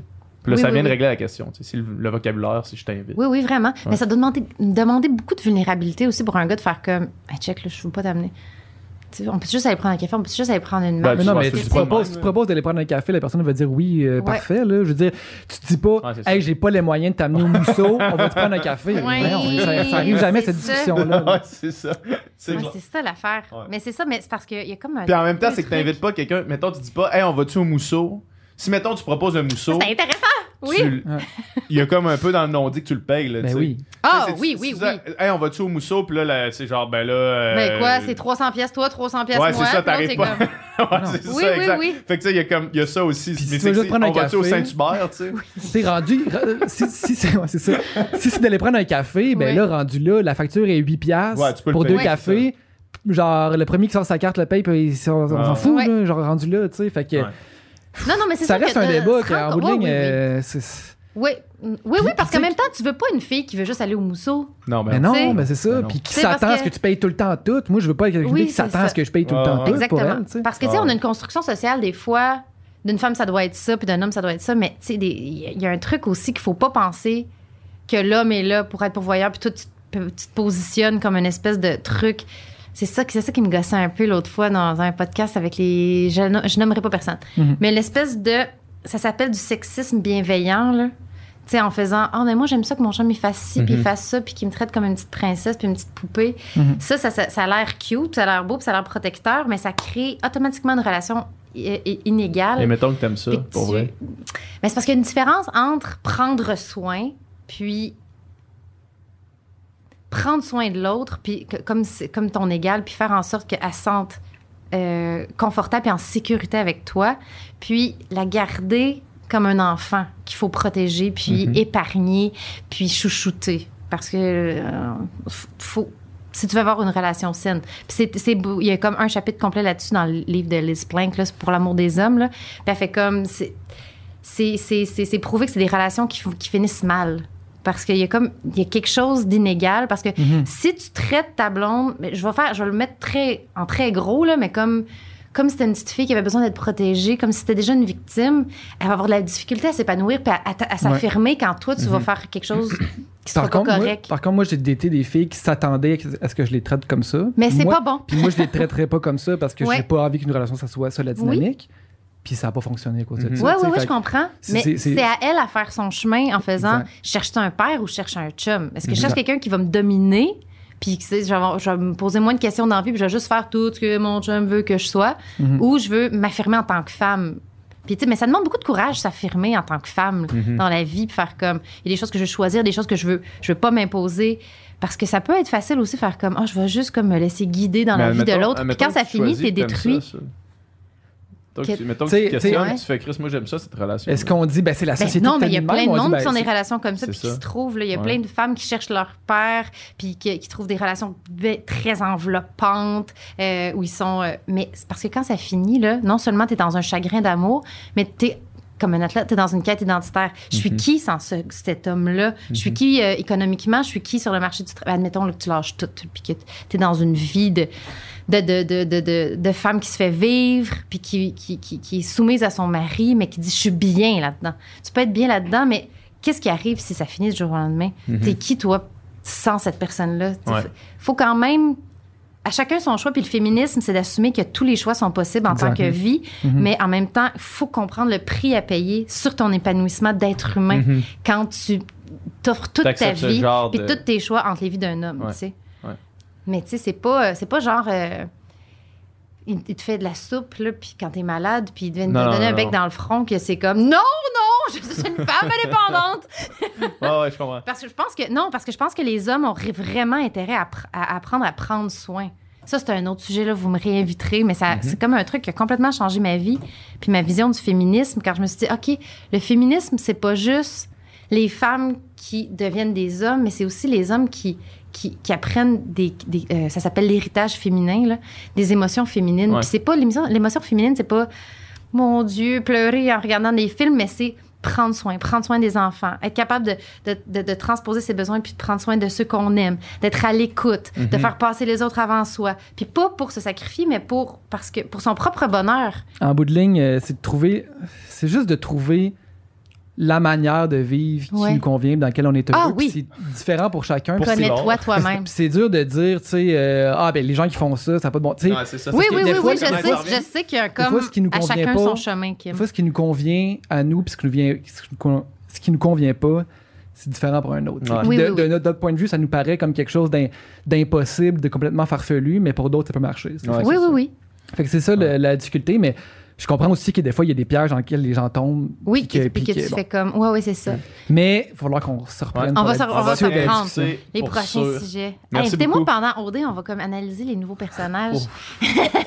Puis là, Oui, ça oui, vient de oui. régler la question. Tu sais, si le, le vocabulaire, si je t'invite. Oui, oui, vraiment. Ouais. Mais ça doit demander, demander beaucoup de vulnérabilité aussi pour un gars de faire comme, hey, check, là, je veux pas t'amener. Tu sais, on peut juste aller prendre un café, on peut juste aller prendre une Ben, marche. Mais non, vois mais ce que tu je dis pas de proposes, même, tu là. proposes d'aller prendre un café, la personne va dire oui, euh, Ouais. parfait. Là. Je veux dire, tu te dis pas, Ouais, c'est ça. hey, j'ai pas les moyens de t'amener au mousseau, on va te prendre un café. Oui, Voyons, ça, ça arrive jamais, c'est cette ça. discussion-là. Ouais, c'est ça. C'est Ouais, clair. c'est ça l'affaire. Ouais. Mais c'est ça, mais c'est parce qu'il y a comme un. Puis en même temps, un c'est que truc. t'invites pas quelqu'un. Mettons, tu dis pas, hey, on va-tu au mousseau? Si, mettons, tu proposes un mousseau. C'est intéressant! Oui! tu- Il y a comme un peu dans le non-dit que tu le payes, là. Ben tu sais. oui. Ah, Tu sais, c'est- oui, c'est- oui, c'est oui. ça, hey, on va-tu au mousseau? Puis là, là, c'est genre, ben là. euh, Ben quoi, c'est trois cents pièces toi, trois cents pièces Ouais, moi. c'est ça, puis là, t'arrives c'est pas. comme- Ouais, c'est Oui, ça, oui, exact. oui. Fait que tu sais, il y a comme, il y a ça aussi. Puis si Mais tu c'est veux que juste c'est- prendre un on va-tu au café- Saint-Hubert, tu sais? C'est rendu. re- Si, si, c'est, ouais, c'est ça. Si c'est d'aller prendre un café, ben Ouais. là, rendu là, la facture est huit piastres Ouais, tu peux le pour payer, deux c'est cafés. Genre, le premier qui sort sa carte le paye, puis on, on s'en Ouais. fout, Ouais. là, genre rendu là, tu sais. Fait que Ouais. Non, non, mais c'est ça ça. reste que un de débat se qu'en rendre- bout de Ouais, ligne, oui, oui. euh, c'est. Oui, oui, oui, Puis, parce tu qu'en sais même temps, tu veux pas une fille qui veut juste aller au mousseau. Non, Mais ben non, T'sais. mais c'est ça. Ben non. Puis qui T'sais, parce s'attend à ce que- que tu payes tout le temps tout. Moi, je veux pas quelqu'un Oui, qui c'est s'attend à ce ça. que je paye tout le Ouais, temps ouais. tout Exactement. pour elle, tu sais. Parce que, tu sais, Ah on a ouais. une construction sociale, des fois, d'une femme, ça doit être ça, puis d'un homme, ça doit être ça. Mais, tu sais, des- il y a un truc aussi qu'il faut pas penser que l'homme est là pour être pourvoyeur, puis toi, tu, te- tu te positionnes comme une espèce de truc. C'est ça, c'est ça qui me gossait un peu l'autre fois dans un podcast avec les. Je, no- je nommerai pas personne. Mhm. Mais l'espèce de. Ça s'appelle du sexisme bienveillant, là. Tu sais, en faisant Ah, mais moi, j'aime ça que mon chum, il fasse ci, puis il Mhm. fasse ça, puis qu'il me traite comme une petite princesse, puis une petite poupée. Mhm. Ça, ça, ça, ça a l'air cute, ça a l'air beau, puis ça a l'air protecteur, mais ça crée automatiquement une relation i- i- inégale. Et mettons que t'aimes ça, Puis que pour tu- vrai. Mais c'est parce qu'il y a une différence entre prendre soin, puis prendre soin de l'autre, puis que- comme, c'est- comme ton égal, puis faire en sorte qu'elle se sente euh, confortable et en sécurité avec toi, puis la garder comme un enfant qu'il faut protéger, puis Mhm. épargner, puis chouchouter. Parce que euh, f- faut... Si tu veux avoir une relation saine. Puis c'est, c'est beau. Il y a comme un chapitre complet là-dessus dans le livre de Liz Plank, là, c'est pour l'amour des hommes. Là. Puis elle fait comme... C'est, c'est, c'est, c'est, c'est prouvé que c'est des relations qui, qui finissent mal. Parce qu'il y a comme... Il y a quelque chose d'inégal. Parce que Mhm. si tu traites ta blonde... Mais je vais faire... Je vais le mettre très, en très gros, là, mais comme... Comme si c'était une petite fille qui avait besoin d'être protégée, comme si c'était déjà une victime, elle va avoir de la difficulté à s'épanouir puis à, à- à s'affirmer quand toi, tu vas faire quelque chose qui sera Par pas contre, moi, correct. par contre, moi, j'ai daté des filles qui s'attendaient à ce que je les traite comme ça. Mais c'est Moi- pas bon. Puis moi, je les traiterais pas comme ça parce que Ouais. j'ai pas envie qu'une relation, ça soit ça la dynamique. Puis ça a pas fonctionné à cause de Mhm. ça. Oui, tu sais, oui, oui, fait je que- comprends. c'est- Mais c'est- c'est, c'est- à elle à faire son chemin en faisant Exact. je cherche un père ou je cherche un chum? Est-ce que je Exact. cherche quelqu'un qui va me dominer? Puis, tu sais, je vais, je vais me poser moins de questions dans la vie, puis je vais juste faire tout ce que mon chum veut que je sois, Mhm. ou je veux m'affirmer en tant que femme. Puis, tu sais, mais ça demande beaucoup de courage, s'affirmer en tant que femme Mhm. dans la vie, puis faire comme. Il y a des choses que je veux choisir, des choses que je veux, je veux pas m'imposer. Parce que ça peut être facile aussi, faire comme, ah, je vais juste comme me laisser guider dans la Mais vie de admettons- l'autre. Puis admettons quand ça que tu finit, choisis t'es que t'aimes détruit. ça, ça. Mettons que Que- tu- Mettons que T'sais- tu te questionnes, t'sais, tu fais Chris, moi j'aime ça, cette relation. Est-ce qu'on dit, ben c'est la Ben société non, mais il y a de plein de on dit, monde ben, qui ont des c'est- relations comme ça c'est puis qui ça. se trouvent. Là. Il y a Ouais. plein de femmes qui cherchent leur père puis qui, qui trouvent des relations be- très enveloppantes euh, où ils sont... euh, mais c'est parce que quand ça finit, là, non seulement tu es dans un chagrin d'amour, mais tu es... Comme un athlète, tu es dans une quête identitaire. Je suis Mhm. qui sans ce- cet homme-là? Je suis Mhm. qui euh, économiquement? Je suis qui sur le marché du travail? Admettons là, que tu lâches tout, puis que tu es dans une vie de, de, de, de, de, de, de femme qui se fait vivre, puis qui, qui, qui, qui est soumise à son mari, mais qui dit « je suis bien là-dedans ». Tu peux être bien là-dedans, mais qu'est-ce qui arrive si ça finit du jour au lendemain? Mhm. T'es qui, toi, sans cette personne-là? Il Ouais. faut quand même... À chacun son choix, puis le féminisme, c'est d'assumer que tous les choix sont possibles en Exact. tant que vie, Mhm. mais en même temps, il faut comprendre le prix à payer sur ton épanouissement d'être humain Mhm. quand tu t'offres toute ta T'acceptes ce vie genre puis de- tous tes choix entre les vies d'un homme, Ouais. tu sais. Ouais. Mais tu sais, c'est pas, c'est pas genre... euh, il, il te fait de la soupe, là, puis quand t'es malade, puis il te vient de te Non, donner non, un bec non. dans le front, que c'est comme « Non, non, je suis une femme indépendante! » Ouais, ouais, je comprends. Parce que je pense que... Non, parce que je pense que les hommes ont ré- vraiment intérêt à, pr- à apprendre à prendre soin. Ça, c'est un autre sujet, là, vous me réinviterez, mais ça, Mhm. c'est comme un truc qui a complètement changé ma vie. Puis ma vision du féminisme, quand je me suis dit, OK, le féminisme, c'est pas juste les femmes qui deviennent des hommes, mais c'est aussi les hommes qui, qui, qui apprennent des... des euh, ça s'appelle l'héritage féminin, là, des émotions féminines. Ouais. Puis c'est pas... L'émotion, l'émotion féminine, c'est pas, mon Dieu, pleurer en regardant des films, mais c'est prendre soin, prendre soin des enfants, être capable de, de, de, de transposer ses besoins puis de prendre soin de ceux qu'on aime, d'être à l'écoute, de Mhm. faire passer les autres avant soi. Puis pas pour se sacrifier, mais pour, parce que, pour son propre bonheur. En bout de ligne, euh, c'est de trouver. C'est juste de trouver la manière de vivre qui Ouais. nous convient, dans laquelle on est heureux. Ah, oui. Puis c'est différent pour chacun. Pour Puis c'est- Connais-toi toi-même. puis c'est dur de dire, tu sais, euh, ah, ben les gens qui font ça, ça n'a pas de bon. Tu sais, Ouais, c'est ça. Oui, Parce oui, que oui, des fois, oui, je comment sais, ça revient? je sais qu'il y a fois, comme ce qui nous à convient chacun pas, son chemin, Kim. des fois, ce qui nous convient à nous, puis ce qui nous, vient, ce qui nous con- ce qui nous convient pas, c'est différent pour un autre. Ouais. Puis Oui, de, oui, oui. de notre, notre point de vue, ça nous paraît comme quelque chose d'im- d'impossible, de complètement farfelu, mais pour d'autres, ça peut marcher. C'est Ouais, ça. Oui, c'est oui, ça. oui. Fait que c'est ça le- la difficulté, mais je comprends aussi que des fois, il y a des pièges dans lesquels les gens tombent. Oui, puis que- puis que tu bon. fais comme. Ouais, oui, c'est ça. Mais il va falloir qu'on se reprenne. Ouais. pour On va la se- on va discussion. se reprendre. discuter Les pour prochains sûr. sujets. Merci Hey, Invitez-moi beaucoup. pendant O D, on va comme analyser les nouveaux personnages. Oh.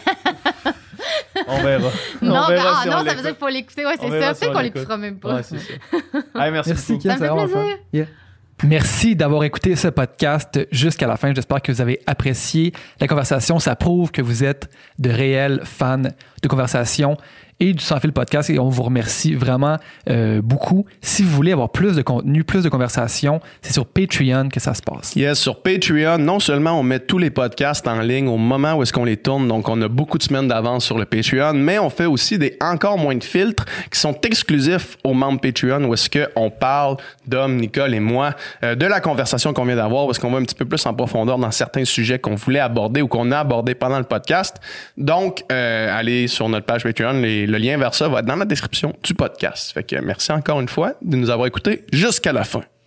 On verra. Non, On ben, verra ah, si on non, ça veut l'écoute. dire qu'il faut l'écouter. Ouais, On c'est verra ça. si Peut-être on qu'on l'écoute. l'écoutera même pas. Ouais, c'est ça. Hey, merci, Merci, beaucoup. Kim, Ça me c'est fait vraiment plaisir. fun. Yeah. Merci d'avoir écouté ce podcast jusqu'à la fin. J'espère que vous avez apprécié la conversation. Ça prouve que vous êtes de réels fans de conversation et du Sans Fil Podcast et on vous remercie vraiment euh, beaucoup. Si vous voulez avoir plus de contenu, plus de conversation, c'est sur Patreon que ça se passe. Yes, sur Patreon, non seulement on met tous les podcasts en ligne au moment où est-ce qu'on les tourne, donc on a beaucoup de semaines d'avance sur le Patreon, mais on fait aussi des encore moins de filtres qui sont exclusifs aux membres Patreon où est-ce qu'on parle, Dom, Nicole et moi, euh, de la conversation qu'on vient d'avoir, où est-ce qu'on va un petit peu plus en profondeur dans certains sujets qu'on voulait aborder ou qu'on a abordé pendant le podcast. Donc, euh, allez sur notre page Patreon, les, le lien vers ça va être dans la description du podcast. Fait que merci encore une fois de nous avoir écoutés jusqu'à la fin.